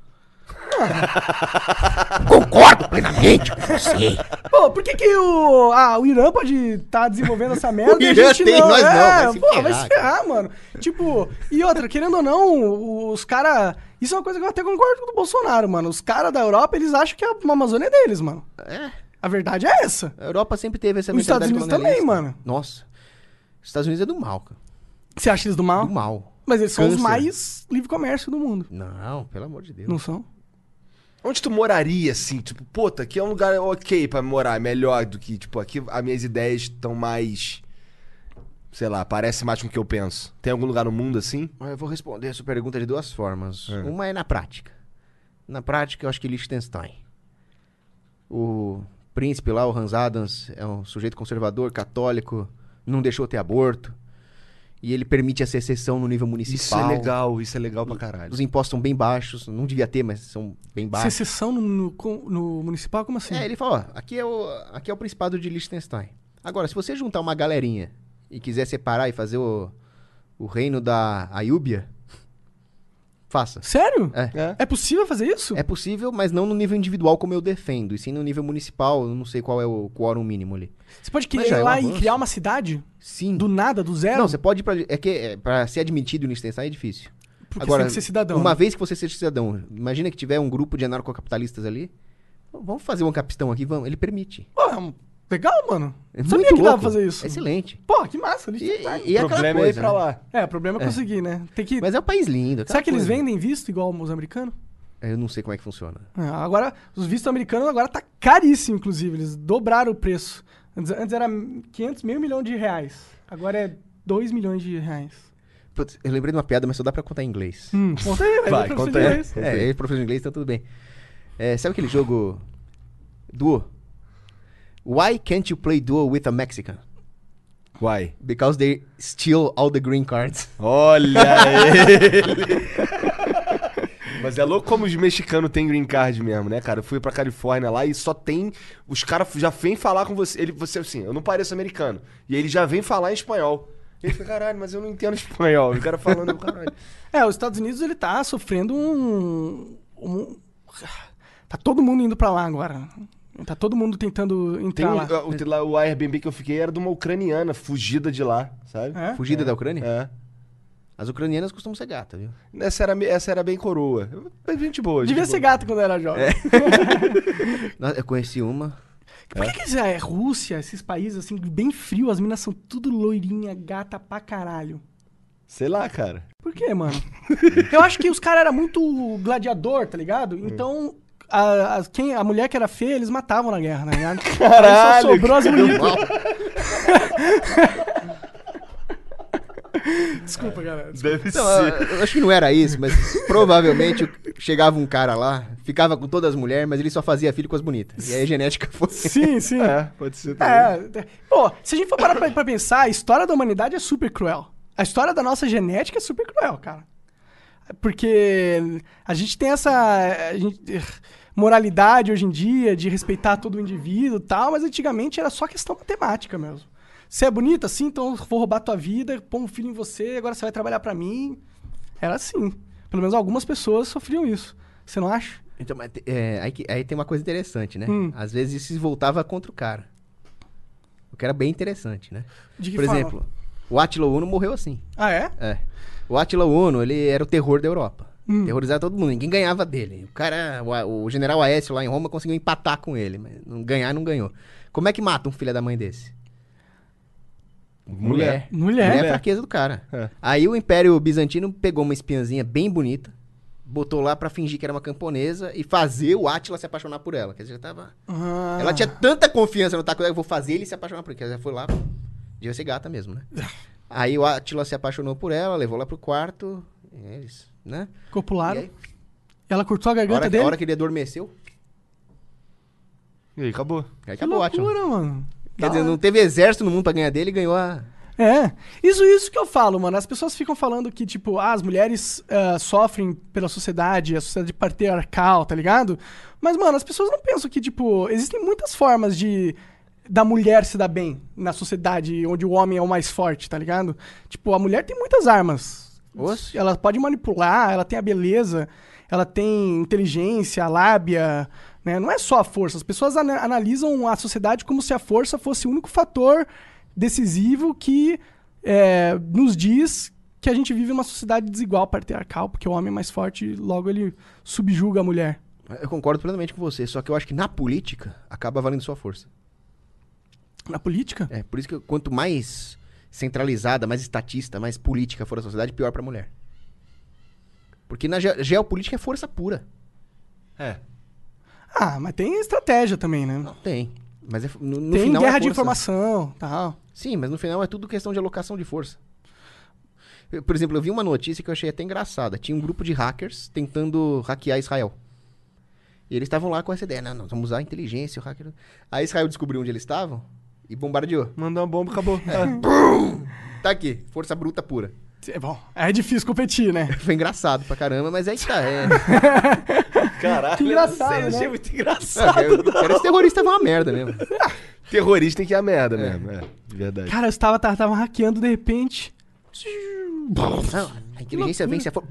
[SPEAKER 3] Concordo plenamente com você.
[SPEAKER 2] Pô, por que que o, ah, o Irã pode estar desenvolvendo essa merda
[SPEAKER 3] O
[SPEAKER 2] e a
[SPEAKER 3] Irã
[SPEAKER 2] gente
[SPEAKER 3] tem,
[SPEAKER 2] não?
[SPEAKER 3] nós não,
[SPEAKER 2] É,
[SPEAKER 3] vai se
[SPEAKER 2] pô, vai
[SPEAKER 3] ferrar,
[SPEAKER 2] se ferrar, mano. Tipo, e outra, querendo ou não, os caras... Isso é uma coisa que eu até concordo com o Bolsonaro, mano. Os caras da Europa, eles acham que a Amazônia é deles, mano.
[SPEAKER 3] É,
[SPEAKER 2] A verdade é essa.
[SPEAKER 3] a Europa sempre teve essa
[SPEAKER 2] Os Estados
[SPEAKER 3] mentalidade
[SPEAKER 2] Unidos também,
[SPEAKER 3] colonialista.
[SPEAKER 2] mano.
[SPEAKER 3] Nossa. Os Estados Unidos é do mal, cara.
[SPEAKER 2] Você acha eles do mal?
[SPEAKER 3] Do mal.
[SPEAKER 2] Mas eles são os
[SPEAKER 3] Câncer.
[SPEAKER 2] mais livre comércio do mundo.
[SPEAKER 3] Não, pelo amor de Deus.
[SPEAKER 2] Não são?
[SPEAKER 4] Onde tu moraria, assim? Tipo, puta, aqui é um lugar ok pra morar, melhor do que, tipo, aqui as minhas ideias estão mais... Sei lá, parece mais com o que eu penso. Tem algum lugar no mundo assim?
[SPEAKER 3] Eu vou responder essa pergunta de duas formas.
[SPEAKER 4] É.
[SPEAKER 3] Uma é na prática. Na prática, eu acho que Liechtenstein. O príncipe lá, o Hans Adams, é um sujeito conservador, católico, não deixou ter aborto. E ele permite a secessão no nível municipal.
[SPEAKER 4] Isso é legal, isso é legal pra caralho.
[SPEAKER 3] Os impostos são bem baixos, não devia ter, mas são bem baixos.
[SPEAKER 2] Secessão no, no, com- no municipal? Como assim?
[SPEAKER 3] É, ele falou, ó, aqui é o, aqui é o Principado de Liechtenstein. Agora, se você juntar uma galerinha e quiser separar e fazer o, o reino da Ayúbia, faça.
[SPEAKER 2] Sério?
[SPEAKER 3] É.
[SPEAKER 4] É?
[SPEAKER 2] É possível fazer isso?
[SPEAKER 3] É possível, mas não no nível individual como eu defendo, e sim no nível municipal, eu não sei qual é o quórum mínimo ali.
[SPEAKER 2] Você pode
[SPEAKER 3] Mas
[SPEAKER 2] ir
[SPEAKER 3] já é um
[SPEAKER 2] lá e
[SPEAKER 3] avanço.
[SPEAKER 2] criar uma cidade?
[SPEAKER 3] Sim.
[SPEAKER 2] Do nada, do zero?
[SPEAKER 3] Não, você pode ir pra... É que é, pra ser admitido em Liechtenstein é difícil.
[SPEAKER 2] Porque
[SPEAKER 3] Agora,
[SPEAKER 2] você tem que ser cidadão.
[SPEAKER 3] uma
[SPEAKER 2] né?
[SPEAKER 3] vez que você seja cidadão, imagina que tiver um grupo de anarcocapitalistas ali, vamos fazer um capistão aqui, vamos, ele permite.
[SPEAKER 2] Pô, é um- Legal, mano.
[SPEAKER 3] É
[SPEAKER 2] Sabia
[SPEAKER 3] muito
[SPEAKER 2] que dava
[SPEAKER 3] louco.
[SPEAKER 2] pra fazer isso.
[SPEAKER 3] É excelente.
[SPEAKER 2] Pô, que massa.
[SPEAKER 3] E,
[SPEAKER 2] E,
[SPEAKER 3] e, e é
[SPEAKER 4] O
[SPEAKER 3] aquela
[SPEAKER 4] problema é ir
[SPEAKER 3] coisa,
[SPEAKER 4] pra
[SPEAKER 3] né?
[SPEAKER 4] lá.
[SPEAKER 2] É, o problema é conseguir, né? Tem que...
[SPEAKER 3] Mas é um país lindo. aquela
[SPEAKER 2] Será que eles
[SPEAKER 3] coisa.
[SPEAKER 2] vendem visto igual os americanos?
[SPEAKER 3] Eu não sei como é que funciona.
[SPEAKER 2] É, agora, os vistos americanos agora tá caríssimo, inclusive. Eles dobraram o preço. Antes, antes era quinhentos, meio milhão de reais. Agora é dois milhões de reais.
[SPEAKER 3] Putz, eu lembrei de uma piada, mas só dá pra contar em inglês.
[SPEAKER 2] Hum, conta aí, velho.
[SPEAKER 4] Vai,
[SPEAKER 2] Eu
[SPEAKER 4] conta
[SPEAKER 2] preciso
[SPEAKER 4] aí.
[SPEAKER 2] ler isso.
[SPEAKER 3] É, ele é professor de inglês, então tudo bem. É, sabe aquele jogo Duo? Why can't you play Duo with a Mexican?
[SPEAKER 4] Why?
[SPEAKER 3] Because they steal all the green cards.
[SPEAKER 4] Olha ele! Mas é louco como os mexicanos têm green card mesmo, né, cara? Eu fui pra Califórnia lá e só tem... Os caras já vêm falar com você. Ele, você assim, eu não pareço americano. E ele já vem falar em espanhol. E ele fica, caralho, mas eu não entendo espanhol. E o cara falando, caralho.
[SPEAKER 2] É, os Estados Unidos, ele tá sofrendo um, um... Tá todo mundo indo pra lá agora. Tá todo mundo tentando
[SPEAKER 4] Tem
[SPEAKER 2] entrar
[SPEAKER 4] um,
[SPEAKER 2] lá.
[SPEAKER 4] o, lá, o Airbnb que eu fiquei era de uma ucraniana, fugida de lá, sabe?
[SPEAKER 2] É?
[SPEAKER 3] Fugida da Ucrânia?
[SPEAKER 4] É.
[SPEAKER 3] As ucranianas costumam ser gata, viu?
[SPEAKER 4] Essa era, me- essa era bem coroa. É gente boa.
[SPEAKER 2] Devia
[SPEAKER 4] gente
[SPEAKER 2] ser
[SPEAKER 4] boa.
[SPEAKER 2] gato quando era jovem.
[SPEAKER 3] Nossa, eu conheci uma.
[SPEAKER 2] Por que, que é Rússia, esses países assim, bem frio, as minas são tudo loirinha, gata pra caralho?
[SPEAKER 4] Sei lá, cara.
[SPEAKER 2] Por quê, mano? Eu acho que os caras eram muito gladiador, tá ligado? Então, a, a- quem, a mulher que era feia, eles matavam na guerra, tá ligado?
[SPEAKER 4] Caralho,
[SPEAKER 2] Aí só sobrou as bonitas. Desculpa, galera. Desculpa.
[SPEAKER 4] Deve
[SPEAKER 3] Não,
[SPEAKER 4] ser.
[SPEAKER 3] eu, eu acho que não era isso, mas provavelmente chegava um cara lá, ficava com todas as mulheres, mas ele só fazia filho com as bonitas. E aí a genética foi.
[SPEAKER 2] Sim, sim.
[SPEAKER 4] É, pode ser também.
[SPEAKER 2] É, é. Pô, se a gente for parar pra, pra pensar, a história da humanidade é super cruel. A história da nossa genética é super cruel, cara. Porque a gente tem essa a gente- moralidade hoje em dia de respeitar todo o indivíduo e tal, mas antigamente era só questão matemática mesmo. Você é bonita, assim, então eu vou roubar tua vida, pôr um filho em você, agora você vai trabalhar pra mim. Era assim. Pelo menos algumas pessoas sofriam isso. Você não acha?
[SPEAKER 3] Então, mas, é, aí, que- aí tem uma coisa interessante, né?
[SPEAKER 2] Hum.
[SPEAKER 3] Às vezes isso se voltava contra o cara. O que era bem interessante, né?
[SPEAKER 2] De que
[SPEAKER 3] Por
[SPEAKER 2] forma?
[SPEAKER 3] exemplo, o Átila Uno morreu assim.
[SPEAKER 2] Ah, é?
[SPEAKER 3] É. O Átila Uno, ele era o terror da Europa.
[SPEAKER 2] Hum.
[SPEAKER 3] Terrorizava todo mundo, ninguém ganhava dele. O cara, o, A- o general Aécio lá em Roma conseguiu empatar com ele, mas não ganhar, não ganhou. Como é que mata um filho da mãe desse?
[SPEAKER 4] Mulher.
[SPEAKER 2] Mulher.
[SPEAKER 3] Mulher é a fraqueza do cara.
[SPEAKER 4] É.
[SPEAKER 3] Aí o Império Bizantino pegou uma espiãzinha bem bonita, botou lá pra fingir que era uma camponesa e fazer o Átila se apaixonar por ela. Quer dizer, já tava...
[SPEAKER 2] Ah.
[SPEAKER 3] Ela tinha tanta confiança no taco dela, eu vou fazer ele se apaixonar por ele. Quer dizer, foi lá, devia ser gata mesmo, né? Aí o Átila se apaixonou por ela, levou lá pro quarto, e eles, né?
[SPEAKER 2] Copularam.
[SPEAKER 3] E aí,
[SPEAKER 2] Ela cortou a
[SPEAKER 3] a
[SPEAKER 2] garganta
[SPEAKER 3] hora,
[SPEAKER 2] dele.
[SPEAKER 3] a hora que ele adormeceu,
[SPEAKER 4] E aí, acabou.
[SPEAKER 3] aí
[SPEAKER 2] Que
[SPEAKER 3] acabou o Átila.
[SPEAKER 2] loucura, mano.
[SPEAKER 3] Quer
[SPEAKER 2] Da
[SPEAKER 3] dizer,
[SPEAKER 2] hora.
[SPEAKER 3] não teve exército no mundo pra ganhar dele e ganhou a...
[SPEAKER 2] É, isso, isso que eu falo, mano. As pessoas ficam falando que, tipo, ah, as mulheres ah, sofrem pela sociedade, a sociedade patriarcal, tá ligado? Mas, mano, as pessoas não pensam que, tipo, existem muitas formas de da mulher se dar bem na sociedade onde o homem é o mais forte, tá ligado? Tipo, a mulher tem muitas armas.
[SPEAKER 3] Oxe.
[SPEAKER 2] Ela pode manipular, ela tem a beleza, ela tem inteligência, a lábia, né? Não é só a força. As pessoas ana- analisam a sociedade como se a força fosse o único fator decisivo que é, nos diz que a gente vive uma sociedade desigual, patriarcal, porque o homem é mais forte e logo ele subjuga a mulher.
[SPEAKER 3] Eu concordo plenamente com você, só que eu acho que na política acaba valendo sua força.
[SPEAKER 2] Na política?
[SPEAKER 3] É, por isso que quanto mais centralizada, mais estatista, mais política for a sociedade, pior pra mulher. Porque na ge- geopolítica é força pura.
[SPEAKER 4] É.
[SPEAKER 2] Ah, mas tem estratégia também, né?
[SPEAKER 3] Não tem. Mas é, no, no
[SPEAKER 2] tem
[SPEAKER 3] final
[SPEAKER 2] guerra
[SPEAKER 3] é
[SPEAKER 2] de
[SPEAKER 3] força.
[SPEAKER 2] informação, tal.
[SPEAKER 3] Sim, mas no final é tudo questão de alocação de força. Eu, por exemplo, eu vi uma notícia que eu achei até engraçada. Tinha um grupo de hackers tentando hackear Israel. E eles estavam lá com essa ideia. Não, não, vamos usar a inteligência, o hacker... Aí Israel descobriu onde eles estavam e bombardeou.
[SPEAKER 4] Mandou uma bomba e acabou. É.
[SPEAKER 3] Tá aqui, força bruta pura.
[SPEAKER 2] É bom, é difícil competir, né?
[SPEAKER 3] Foi engraçado pra caramba, mas aí que tá. É...
[SPEAKER 4] Caralho.
[SPEAKER 2] Que engraçado,
[SPEAKER 4] eu achei
[SPEAKER 2] né?
[SPEAKER 4] muito
[SPEAKER 3] Não,
[SPEAKER 4] engraçado.
[SPEAKER 3] eu quero esse terrorista vai uma merda mesmo.
[SPEAKER 4] Terrorista tem que ir a merda mesmo. É, de verdade.
[SPEAKER 2] Cara, eu estava, tava, tava hackeando de repente.
[SPEAKER 3] Não, a inteligência vence a força.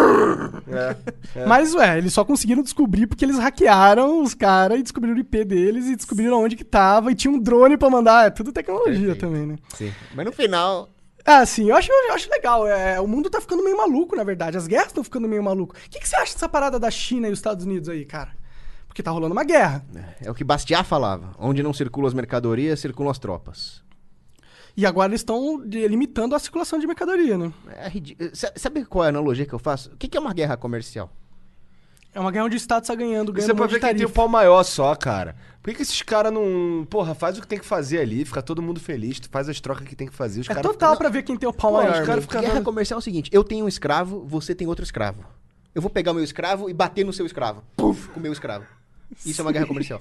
[SPEAKER 4] É.
[SPEAKER 2] Mas, ué, eles só conseguiram descobrir porque eles hackearam os caras e descobriram o I P deles e descobriram onde que tava e tinha um drone pra mandar. É tudo tecnologia
[SPEAKER 3] Perfeito.
[SPEAKER 2] também, né?
[SPEAKER 3] Sim. Mas no final,
[SPEAKER 2] Ah, sim, eu acho, eu acho legal. É, o mundo tá ficando meio maluco, na verdade. As guerras estão ficando meio maluco. O que, que você acha dessa parada da China e os Estados Unidos aí, cara? Porque tá rolando uma guerra.
[SPEAKER 3] É o que Bastiat falava. Onde não circulam as mercadorias, circulam as tropas.
[SPEAKER 2] E agora eles estão limitando a circulação de mercadoria, né?
[SPEAKER 3] É rid... Sabe qual é a analogia que eu faço? O que é uma guerra comercial?
[SPEAKER 2] É uma guerra onde o Estado está ganhando, ganhando
[SPEAKER 4] Você
[SPEAKER 2] um
[SPEAKER 4] pode
[SPEAKER 2] monte
[SPEAKER 4] ver
[SPEAKER 2] de
[SPEAKER 4] quem tem o
[SPEAKER 2] tarifa.
[SPEAKER 4] pau maior só, cara. Por que, que esses caras não... Porra, faz o que tem que fazer ali, fica todo mundo feliz, tu faz as trocas que tem que fazer. Os
[SPEAKER 2] É
[SPEAKER 4] cara
[SPEAKER 2] total
[SPEAKER 4] fica...
[SPEAKER 2] pra ver quem tem o pau
[SPEAKER 4] Pô,
[SPEAKER 2] maior.
[SPEAKER 4] os
[SPEAKER 2] né?
[SPEAKER 4] caras ficam-
[SPEAKER 3] Guerra
[SPEAKER 4] dando-
[SPEAKER 3] comercial é o seguinte, eu tenho um escravo, você tem outro escravo. Eu vou pegar o meu escravo e bater no seu escravo. Puf, com o meu escravo. Isso é uma guerra comercial.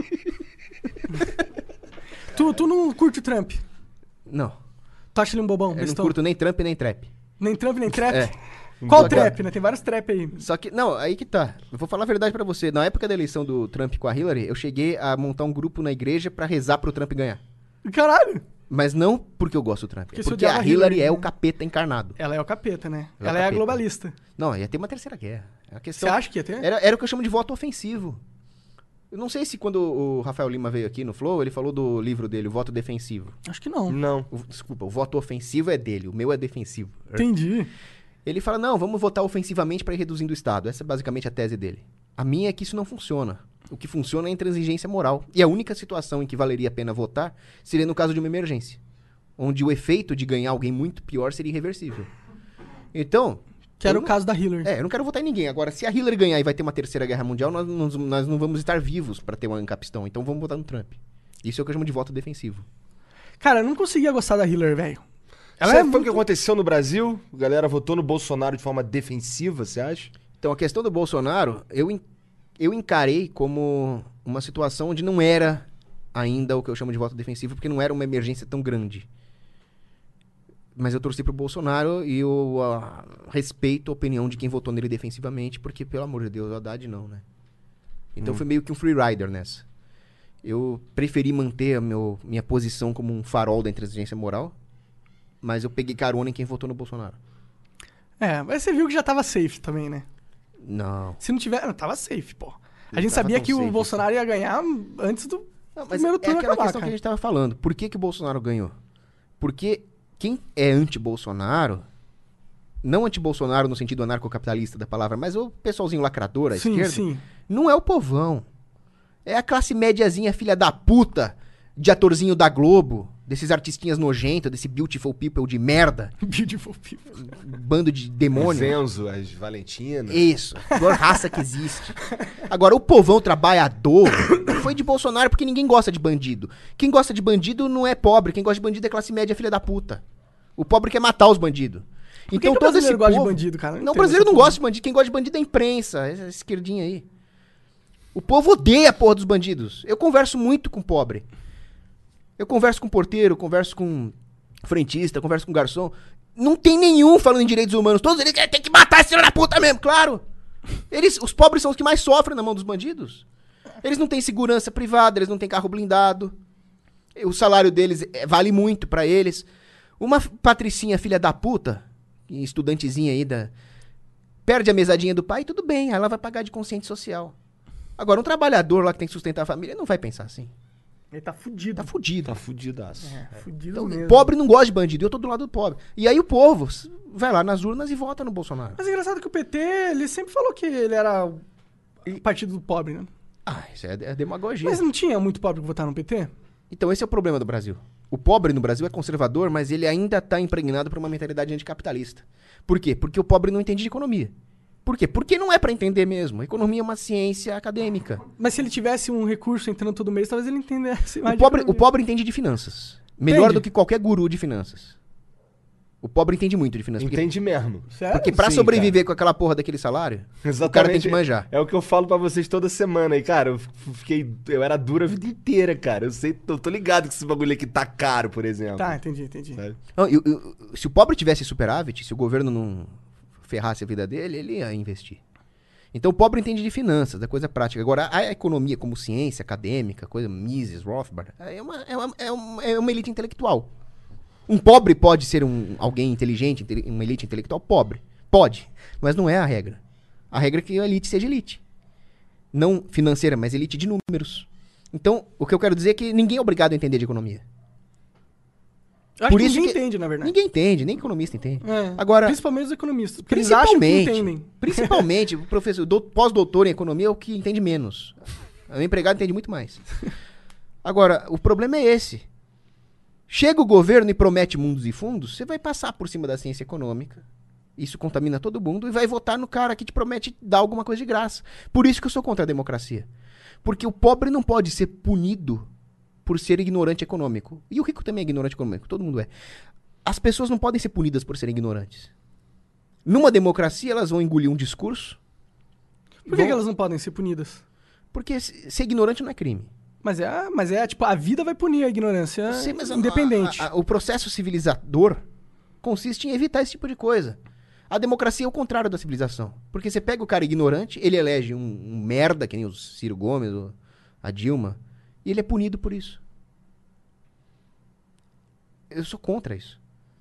[SPEAKER 2] Tu, tu não curte o Trump?
[SPEAKER 3] Não,
[SPEAKER 2] Tu acha ele um bobão?
[SPEAKER 3] eu não
[SPEAKER 2] bestão?
[SPEAKER 3] curto nem Trump nem trap.
[SPEAKER 2] Nem Trump, nem trap?
[SPEAKER 3] É.
[SPEAKER 2] Qual
[SPEAKER 3] Só que-
[SPEAKER 2] trap, né? Tem vários trap aí.
[SPEAKER 3] Só que, não, aí que tá. Eu vou falar a verdade pra você. Na época da eleição do Trump com a Hillary, eu cheguei a montar um grupo na igreja pra rezar pro Trump ganhar.
[SPEAKER 2] Caralho!
[SPEAKER 3] Mas não porque eu gosto do Trump.
[SPEAKER 2] Porque
[SPEAKER 3] é
[SPEAKER 2] você
[SPEAKER 3] porque
[SPEAKER 2] odiava
[SPEAKER 3] a
[SPEAKER 2] a
[SPEAKER 3] Hillary
[SPEAKER 2] Hillary,
[SPEAKER 3] é o
[SPEAKER 2] né?
[SPEAKER 3] capeta encarnado.
[SPEAKER 2] Ela é o capeta, né?
[SPEAKER 3] Ela é o
[SPEAKER 2] Ela é a
[SPEAKER 3] capeta.
[SPEAKER 2] globalista.
[SPEAKER 3] Não, ia ter uma terceira guerra. É uma questão...
[SPEAKER 2] Você acha que ia ter?
[SPEAKER 3] Era, era o que eu chamo de voto ofensivo. Eu não sei se quando o Rafael Lima veio aqui no Flow, ele falou do livro dele, o voto defensivo.
[SPEAKER 2] Acho que não.
[SPEAKER 4] Não.
[SPEAKER 3] O- desculpa, o voto ofensivo é dele, o meu é defensivo.
[SPEAKER 2] Entendi.
[SPEAKER 3] Ele fala, não, vamos votar ofensivamente para ir reduzindo o Estado. Essa é basicamente a tese dele. A minha é que isso não funciona. O que funciona é a intransigência moral. E a única situação em que valeria a pena votar seria no caso de uma emergência. Onde o efeito de ganhar alguém muito pior seria irreversível. Então...
[SPEAKER 2] Que era
[SPEAKER 3] eu
[SPEAKER 2] o
[SPEAKER 3] não-
[SPEAKER 2] caso da Hillary.
[SPEAKER 3] É, eu não quero votar em ninguém. Agora, se a Hillary ganhar e vai ter uma terceira guerra mundial, nós, nós, nós não vamos estar vivos para ter uma encapistão. Então vamos votar no Trump. Isso é o que eu chamo de voto defensivo.
[SPEAKER 2] Cara, eu não conseguia gostar da Hillary, velho. Ela
[SPEAKER 4] Sabe
[SPEAKER 2] é
[SPEAKER 4] foi o
[SPEAKER 2] muito...
[SPEAKER 4] que aconteceu no Brasil? A galera votou no Bolsonaro de forma defensiva, você acha?
[SPEAKER 3] Então, a questão do Bolsonaro, eu, en- eu encarei como uma situação onde não era ainda o que eu chamo de voto defensivo, porque não era uma emergência tão grande. Mas eu torci pro Bolsonaro e eu ah, respeito a opinião de quem votou nele defensivamente, porque, pelo amor de Deus, o Haddad não, né? Então foi meio que um free rider nessa. Eu preferi manter a meu, minha posição como um farol da inteligência moral, mas eu peguei carona em quem votou no Bolsonaro.
[SPEAKER 2] É, mas você viu que já tava safe também, né?
[SPEAKER 3] Não.
[SPEAKER 2] Se não tiver... Não, tava safe, pô. A
[SPEAKER 3] Não
[SPEAKER 2] gente
[SPEAKER 3] tava
[SPEAKER 2] sabia
[SPEAKER 3] tão
[SPEAKER 2] que o
[SPEAKER 3] safe,
[SPEAKER 2] Bolsonaro ia ganhar antes do
[SPEAKER 3] Não, mas
[SPEAKER 2] primeiro
[SPEAKER 3] é
[SPEAKER 2] turno
[SPEAKER 3] aquela
[SPEAKER 2] acabar,
[SPEAKER 3] questão que
[SPEAKER 2] cara.
[SPEAKER 3] a gente tava falando. Por que, que o Bolsonaro ganhou? Porque quem é anti-Bolsonaro, não anti-Bolsonaro no sentido anarcocapitalista da palavra, mas o pessoalzinho lacrador, à
[SPEAKER 2] Sim,
[SPEAKER 3] esquerda,
[SPEAKER 2] sim.
[SPEAKER 3] não é o povão. É a classe médiazinha filha da puta de atorzinho da Globo, desses artistinhas nojentos, desse beautiful people de merda,
[SPEAKER 2] Beautiful people.
[SPEAKER 3] bando de demônio.
[SPEAKER 4] Zenzo, as Valentinas.
[SPEAKER 3] Isso, a pior raça que existe. Agora, o povão trabalhador foi de Bolsonaro porque ninguém gosta de bandido. Quem gosta de bandido não é pobre, quem gosta de bandido é classe média filha da puta. O pobre quer matar os bandidos.
[SPEAKER 2] que
[SPEAKER 3] Então
[SPEAKER 2] que o
[SPEAKER 3] todo esse
[SPEAKER 2] brasileiro gosta de
[SPEAKER 3] povo...
[SPEAKER 2] bandido, cara? Eu não
[SPEAKER 3] Não, o
[SPEAKER 2] entendo
[SPEAKER 3] brasileiro
[SPEAKER 2] essa
[SPEAKER 3] não
[SPEAKER 2] porra.
[SPEAKER 3] gosta de bandido. Quem gosta de bandido é a imprensa, essa esquerdinha aí. O povo odeia a porra dos bandidos. Eu converso muito com pobre. Eu converso com porteiro, converso com frentista, converso com garçom. Não tem nenhum falando em direitos humanos. Todos eles querem ter que matar esse filho da puta mesmo, claro. Eles, os pobres são os que mais sofrem na mão dos bandidos. Eles não têm segurança privada, eles não têm carro blindado. O salário deles é, vale muito pra eles. Uma patricinha filha da puta, estudantezinha aí, da, perde a mesadinha do pai, tudo bem, ela vai pagar de consciente social. Agora, um trabalhador lá que tem que sustentar a família não vai pensar assim.
[SPEAKER 2] Ele tá fudido.
[SPEAKER 3] Tá fudido.
[SPEAKER 4] Tá fudidaço.
[SPEAKER 2] É, fudido
[SPEAKER 3] Então,
[SPEAKER 2] mesmo.
[SPEAKER 3] pobre não gosta de bandido, eu tô do lado do pobre. E aí o povo s- vai lá nas urnas e vota no Bolsonaro.
[SPEAKER 2] Mas é engraçado que o P T, ele sempre falou que ele era o partido do pobre, né?
[SPEAKER 3] Ah, isso é, é demagogia.
[SPEAKER 2] Mas não tinha muito pobre que votar no P T?
[SPEAKER 3] Então esse é o problema do Brasil. O pobre no Brasil é conservador, mas ele ainda tá impregnado por uma mentalidade anticapitalista. Por quê? Porque o pobre não entende de economia. Por quê? Porque não é pra entender mesmo. A economia é uma ciência acadêmica.
[SPEAKER 2] Mas se ele tivesse um recurso entrando todo mês, talvez ele entendesse mais
[SPEAKER 3] O
[SPEAKER 2] de
[SPEAKER 3] pobre, o
[SPEAKER 2] economia.
[SPEAKER 3] pobre entende de finanças. Melhor
[SPEAKER 2] Entende?
[SPEAKER 3] do que qualquer guru de finanças. O pobre entende muito de finanças. Porque,
[SPEAKER 4] Entende mesmo.
[SPEAKER 2] Sério?
[SPEAKER 3] porque pra
[SPEAKER 4] Sim,
[SPEAKER 3] sobreviver com aquela porra daquele salário, o cara tem que manjar.
[SPEAKER 4] É o que eu falo pra vocês toda semana. E, cara, eu fiquei. Eu era duro a vida inteira, cara. Eu sei, eu tô ligado que esse bagulho aqui tá caro, por exemplo.
[SPEAKER 2] Tá, entendi, entendi.
[SPEAKER 4] Sabe?
[SPEAKER 3] Não, eu- eu- se o pobre tivesse superávit, se o governo não ferrasse a vida dele, ele ia investir. Então o pobre entende de finanças, da coisa prática. Agora, a economia como ciência acadêmica, coisa Mises, Rothbard, é uma, é uma, é uma, é uma elite intelectual. Um pobre pode ser um, alguém inteligente, inte- uma elite intelectual pobre. Pode, mas não é a regra. A regra é que a elite seja elite. Não financeira, mas elite de números. Então, o que eu quero dizer é que ninguém é obrigado a entender de economia.
[SPEAKER 2] Eu acho
[SPEAKER 3] Por
[SPEAKER 2] que
[SPEAKER 3] isso
[SPEAKER 2] ninguém
[SPEAKER 3] que-
[SPEAKER 2] entende, na verdade.
[SPEAKER 3] Ninguém entende, nem economista entende.
[SPEAKER 2] É,
[SPEAKER 3] Agora,
[SPEAKER 2] principalmente os economistas. Porque eles acham que
[SPEAKER 3] principalmente,
[SPEAKER 2] entendem.
[SPEAKER 3] principalmente o professor, dou- pós-doutor em economia é o que entende menos. O empregado entende muito mais. Agora, o problema é esse. Chega o governo e promete mundos e fundos, você vai passar por cima da ciência econômica. Isso contamina todo mundo e vai votar no cara que te promete dar alguma coisa de graça. Por isso que eu sou contra a democracia. Porque o pobre não pode ser punido por ser ignorante econômico. E o rico também é ignorante econômico, todo mundo é. As pessoas não podem ser punidas por serem ignorantes. Numa democracia, elas vão engolir um discurso.
[SPEAKER 2] Por que,
[SPEAKER 3] vão...
[SPEAKER 2] que elas não podem ser punidas?
[SPEAKER 3] Porque ser ignorante não é crime.
[SPEAKER 2] Mas é, mas é, tipo, a vida vai punir a ignorância
[SPEAKER 3] Sim, mas a-
[SPEAKER 2] independente.
[SPEAKER 3] a- a- o processo civilizador consiste em evitar esse tipo de coisa. A democracia é o contrário da civilização. Porque você pega o cara ignorante, ele elege um, um merda, que nem o Ciro Gomes, ou a Dilma, e ele é punido por isso. Eu sou contra isso.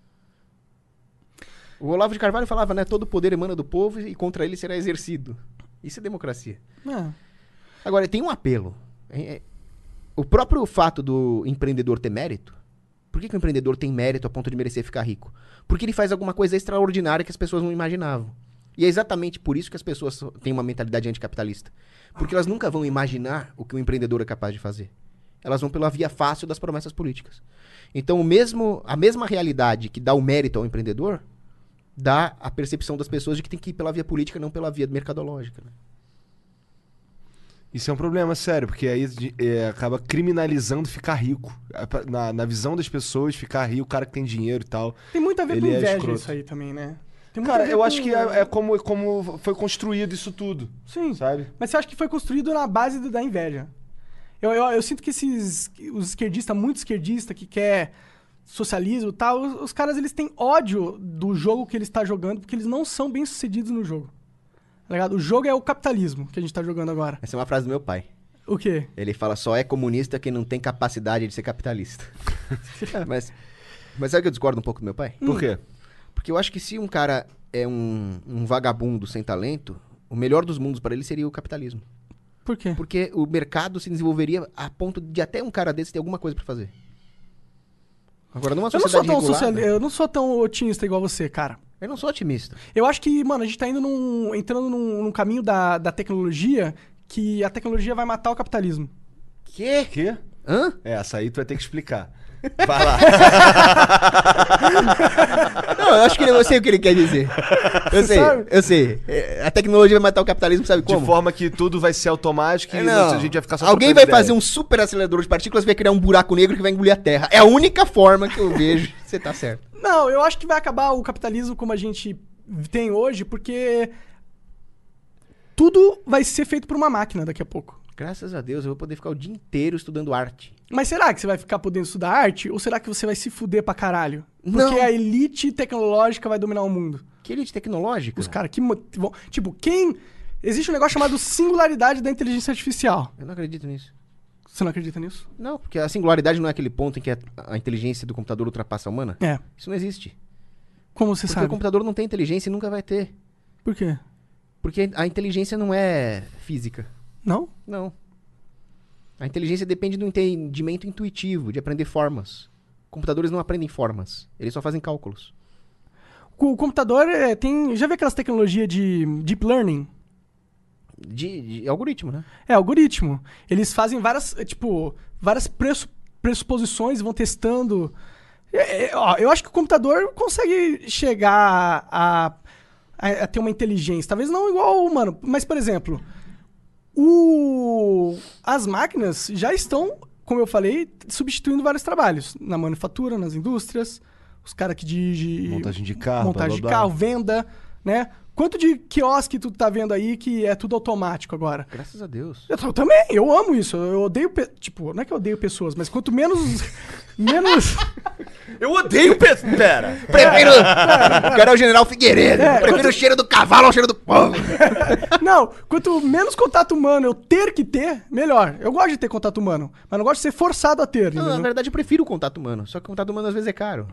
[SPEAKER 3] O Olavo de Carvalho falava, né? Todo poder emana do povo e contra ele será exercido. Isso é democracia.
[SPEAKER 2] É.
[SPEAKER 3] Agora, tem um apelo. É- é- o próprio fato do empreendedor ter mérito. Por que, que o empreendedor tem mérito a ponto de merecer ficar rico? Porque ele faz alguma coisa extraordinária que as pessoas não imaginavam. E é exatamente por isso que as pessoas têm uma mentalidade anticapitalista. Porque elas nunca vão imaginar o que o empreendedor é capaz de fazer. Elas vão pela via fácil das promessas políticas. Então, o mesmo, a mesma realidade que dá o mérito ao empreendedor, dá a percepção das pessoas de que tem que ir pela via política, não pela via mercadológica. Né?
[SPEAKER 4] Isso é um problema sério, porque aí de- é, acaba criminalizando ficar rico. É pra- Na, na visão das pessoas, ficar rico, o cara que tem dinheiro e tal.
[SPEAKER 2] Tem muito a ver
[SPEAKER 4] Ele
[SPEAKER 2] com
[SPEAKER 4] é
[SPEAKER 2] inveja
[SPEAKER 4] escroto.
[SPEAKER 2] isso aí também, né? Tem muito a
[SPEAKER 4] Cara,
[SPEAKER 2] ver
[SPEAKER 4] eu
[SPEAKER 2] com-
[SPEAKER 4] acho que é, é como, como foi construído isso tudo,
[SPEAKER 2] Sim,
[SPEAKER 4] sabe?
[SPEAKER 2] mas você acha que foi construído na base do- da inveja? Eu, eu, eu sinto que esses os esquerdistas, muito esquerdista que quer socialismo e tal, os, os caras eles têm ódio do jogo que eles estão jogando porque eles não são bem sucedidos no jogo. Tá ligado? O jogo é o capitalismo que a gente tá jogando agora.
[SPEAKER 3] Essa é uma frase do meu pai.
[SPEAKER 2] O quê?
[SPEAKER 3] Ele fala, só é comunista quem não tem capacidade de ser capitalista. mas, mas sabe que eu discordo um pouco do meu pai?
[SPEAKER 4] Por quê?
[SPEAKER 3] Porque eu acho que se um cara é um, um vagabundo sem talento, o melhor dos mundos para ele seria o capitalismo.
[SPEAKER 2] Por quê?
[SPEAKER 3] Porque o mercado se desenvolveria a ponto de até um cara desse ter alguma coisa para fazer. Agora, numa
[SPEAKER 2] Eu não,
[SPEAKER 3] sociedade
[SPEAKER 2] sou tão
[SPEAKER 3] regulada,
[SPEAKER 2] social, eu não sou tão otimista igual você, cara.
[SPEAKER 3] eu não sou otimista.
[SPEAKER 2] Eu acho que, mano, a gente tá indo num, entrando num, num caminho da, da tecnologia que a tecnologia vai matar o capitalismo.
[SPEAKER 3] Quê?
[SPEAKER 4] Quê?
[SPEAKER 3] Hã?
[SPEAKER 4] É, essa aí tu vai ter que explicar. Vai lá.
[SPEAKER 3] Não, eu acho que eu sei o que ele quer dizer. Eu sei,
[SPEAKER 2] sabe?
[SPEAKER 3] eu sei. É, a tecnologia vai matar o capitalismo, sabe como?
[SPEAKER 4] De forma que tudo vai ser automático e
[SPEAKER 3] É, não.
[SPEAKER 4] a gente vai ficar só
[SPEAKER 3] Alguém
[SPEAKER 4] trocando
[SPEAKER 3] vai fazer
[SPEAKER 4] ideia.
[SPEAKER 3] um super acelerador de partículas e vai criar um buraco negro que vai engolir a Terra. É a única forma que eu vejo. Você tá certo.
[SPEAKER 2] Não, eu acho que vai acabar o capitalismo como a gente tem hoje, porque tudo vai ser feito por uma máquina daqui a pouco.
[SPEAKER 3] Graças a Deus, eu vou poder ficar o dia inteiro estudando arte.
[SPEAKER 2] Mas será que você vai ficar podendo estudar arte? Ou será que você vai se fuder pra caralho? Porque
[SPEAKER 3] Não.
[SPEAKER 2] a elite tecnológica vai dominar o mundo.
[SPEAKER 3] Que elite tecnológica?
[SPEAKER 2] Os caras que... mo- vão- Tipo, quem... Existe um negócio chamado singularidade da inteligência artificial.
[SPEAKER 3] Eu não acredito nisso.
[SPEAKER 2] Você não acredita nisso?
[SPEAKER 3] Não, porque a singularidade não é aquele ponto em que a, a inteligência do computador ultrapassa a humana.
[SPEAKER 2] É.
[SPEAKER 3] Isso não existe.
[SPEAKER 2] Como você
[SPEAKER 3] Porque
[SPEAKER 2] sabe?
[SPEAKER 3] o computador não tem inteligência e nunca vai ter.
[SPEAKER 2] Por quê?
[SPEAKER 3] Porque a inteligência não é física.
[SPEAKER 2] Não?
[SPEAKER 3] Não. A inteligência depende do entendimento intuitivo, de aprender formas. Computadores não aprendem formas, eles só fazem cálculos.
[SPEAKER 2] O computador é, tem... Já viu aquelas tecnologias de deep learning?
[SPEAKER 3] De, de algoritmo, né?
[SPEAKER 2] É, algoritmo. Eles fazem várias, é, tipo, várias pressu- pressuposições e vão testando. É, é, ó, eu acho que o computador consegue chegar a, a, a ter uma inteligência. Talvez não igual ao humano. Mas, por exemplo, o, as máquinas já estão, como eu falei, substituindo vários trabalhos. Na manufatura, nas indústrias, os caras que dirigem...
[SPEAKER 4] Montagem de carro,
[SPEAKER 2] Montagem
[SPEAKER 4] blá, blá,
[SPEAKER 2] de
[SPEAKER 4] blá.
[SPEAKER 2] carro, venda, né? Quanto de quiosque tu tá vendo aí que é tudo automático agora?
[SPEAKER 3] Graças a Deus.
[SPEAKER 2] Eu, eu também, eu amo isso. Eu odeio, pe- tipo, não é que eu odeio pessoas, mas quanto menos menos
[SPEAKER 4] Eu odeio pe... Pera.
[SPEAKER 3] Prefiro. O cara é o General Figueiredo.
[SPEAKER 2] É,
[SPEAKER 3] Prefiro
[SPEAKER 2] quando-
[SPEAKER 3] o cheiro do cavalo ao cheiro do povo.
[SPEAKER 2] Não, quanto menos contato humano eu ter que ter, melhor. Eu gosto de ter contato humano, mas não gosto de ser forçado a ter,
[SPEAKER 3] Não, na
[SPEAKER 2] entendeu?
[SPEAKER 3] verdade, eu prefiro o contato humano. Só que o contato humano às vezes é caro.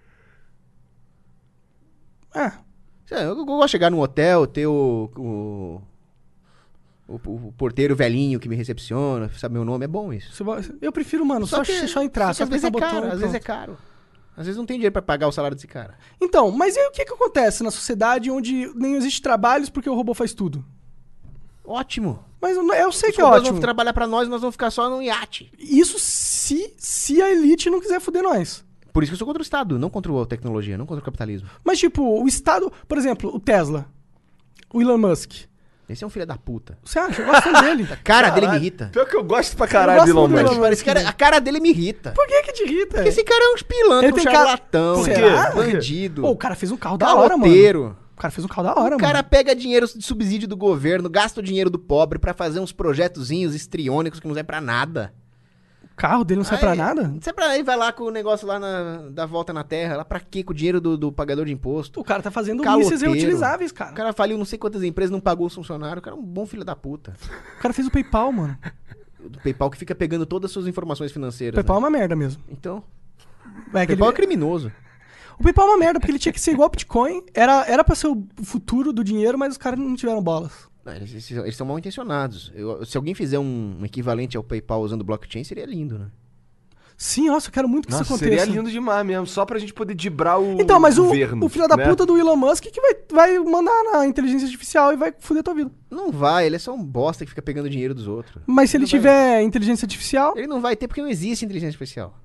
[SPEAKER 2] É.
[SPEAKER 3] Sei lá, Eu, eu gosto de chegar num hotel, ter o, o, o, o porteiro velhinho que me recepciona, sabe meu nome. É bom isso.
[SPEAKER 2] Você vai- Eu prefiro, mano, só,
[SPEAKER 3] que-
[SPEAKER 2] só entrar,
[SPEAKER 3] só
[SPEAKER 2] só,
[SPEAKER 3] que às vezes é
[SPEAKER 2] apertar o
[SPEAKER 3] caro.
[SPEAKER 2] botão e
[SPEAKER 3] Às vezes é
[SPEAKER 2] pronto.
[SPEAKER 3] caro. Às vezes não tem dinheiro pra pagar o salário desse cara.
[SPEAKER 2] Então, mas e aí o que que acontece na sociedade onde nem existe trabalhos porque o robô faz tudo?
[SPEAKER 3] Ótimo.
[SPEAKER 2] Mas eu, eu sei
[SPEAKER 3] Os
[SPEAKER 2] que é
[SPEAKER 3] robôs
[SPEAKER 2] ótimo.
[SPEAKER 3] vão trabalhar pra nós, nós vamos ficar só no iate.
[SPEAKER 2] Isso se, se a elite não quiser foder nós.
[SPEAKER 3] Por isso que eu sou contra o Estado, não contra a tecnologia, não contra o capitalismo.
[SPEAKER 2] Mas, tipo, o Estado... Por exemplo, o Tesla. O Elon Musk.
[SPEAKER 3] Esse é um filho da puta.
[SPEAKER 2] Você acha? Eu gosto dele.
[SPEAKER 3] A cara dele me irrita.
[SPEAKER 4] Pior que eu gosto pra
[SPEAKER 2] Eu
[SPEAKER 4] caralho
[SPEAKER 2] gosto
[SPEAKER 4] do Elon
[SPEAKER 2] do
[SPEAKER 4] Musk.
[SPEAKER 2] Elon
[SPEAKER 3] Cara, esse cara- a cara dele me irrita.
[SPEAKER 2] Por que que te irrita?
[SPEAKER 3] Porque esse cara é um pilantra,
[SPEAKER 2] Ele
[SPEAKER 3] um
[SPEAKER 2] tem cara-
[SPEAKER 3] charlatão,
[SPEAKER 2] Por quê?
[SPEAKER 3] bandido,
[SPEAKER 2] Pô, o cara fez um carro da hora, mano.
[SPEAKER 3] caloteiro.
[SPEAKER 2] O cara fez um carro da hora,
[SPEAKER 3] O cara
[SPEAKER 2] mano.
[SPEAKER 3] pega dinheiro de subsídio do governo, gasta o dinheiro do pobre pra fazer uns projetozinhos histriônicos que não servem pra nada.
[SPEAKER 2] O carro dele não serve pra
[SPEAKER 3] Aí-
[SPEAKER 2] nada?
[SPEAKER 3] Não serve pra... Aí vai lá com o negócio lá na... da volta na terra, lá pra quê? Com o dinheiro do, do pagador de imposto.
[SPEAKER 2] O cara tá fazendo
[SPEAKER 3] Caloteiro.
[SPEAKER 2] mísseis reutilizáveis,
[SPEAKER 3] O
[SPEAKER 2] cara.
[SPEAKER 3] cara faliu não sei quantas empresas, não pagou os funcionários. O cara é um bom filho da puta.
[SPEAKER 2] O cara fez o PayPal, mano.
[SPEAKER 3] O PayPal que fica pegando todas as suas informações
[SPEAKER 2] O
[SPEAKER 3] financeiras.
[SPEAKER 2] PayPal é
[SPEAKER 3] né?
[SPEAKER 2] uma merda mesmo.
[SPEAKER 3] Então,
[SPEAKER 2] É
[SPEAKER 3] o
[SPEAKER 2] que
[SPEAKER 3] PayPal é
[SPEAKER 2] ele-
[SPEAKER 3] criminoso.
[SPEAKER 2] O PayPal é uma merda, porque ele tinha que ser igual ao Bitcoin. Era, era pra ser o futuro do dinheiro, mas os caras não tiveram bolas.
[SPEAKER 3] Não, Eles, eles- eles são mal intencionados. Eu- se alguém fizer um, um equivalente ao PayPal usando blockchain, seria lindo, né?
[SPEAKER 2] Sim, nossa, eu quero muito que
[SPEAKER 4] Nossa,
[SPEAKER 2] isso aconteça.
[SPEAKER 4] seria lindo demais mesmo, só pra gente poder dibrar o
[SPEAKER 2] Então, mas o,
[SPEAKER 4] governo.
[SPEAKER 2] o filho da
[SPEAKER 4] né?
[SPEAKER 2] puta do Elon Musk que vai, vai mandar na inteligência artificial e vai foder tua vida.
[SPEAKER 3] Não vai, ele é só um bosta que fica pegando dinheiro dos outros.
[SPEAKER 2] Mas se ele
[SPEAKER 3] Não vai.
[SPEAKER 2] tiver inteligência artificial,
[SPEAKER 3] Ele não vai ter porque não existe inteligência artificial.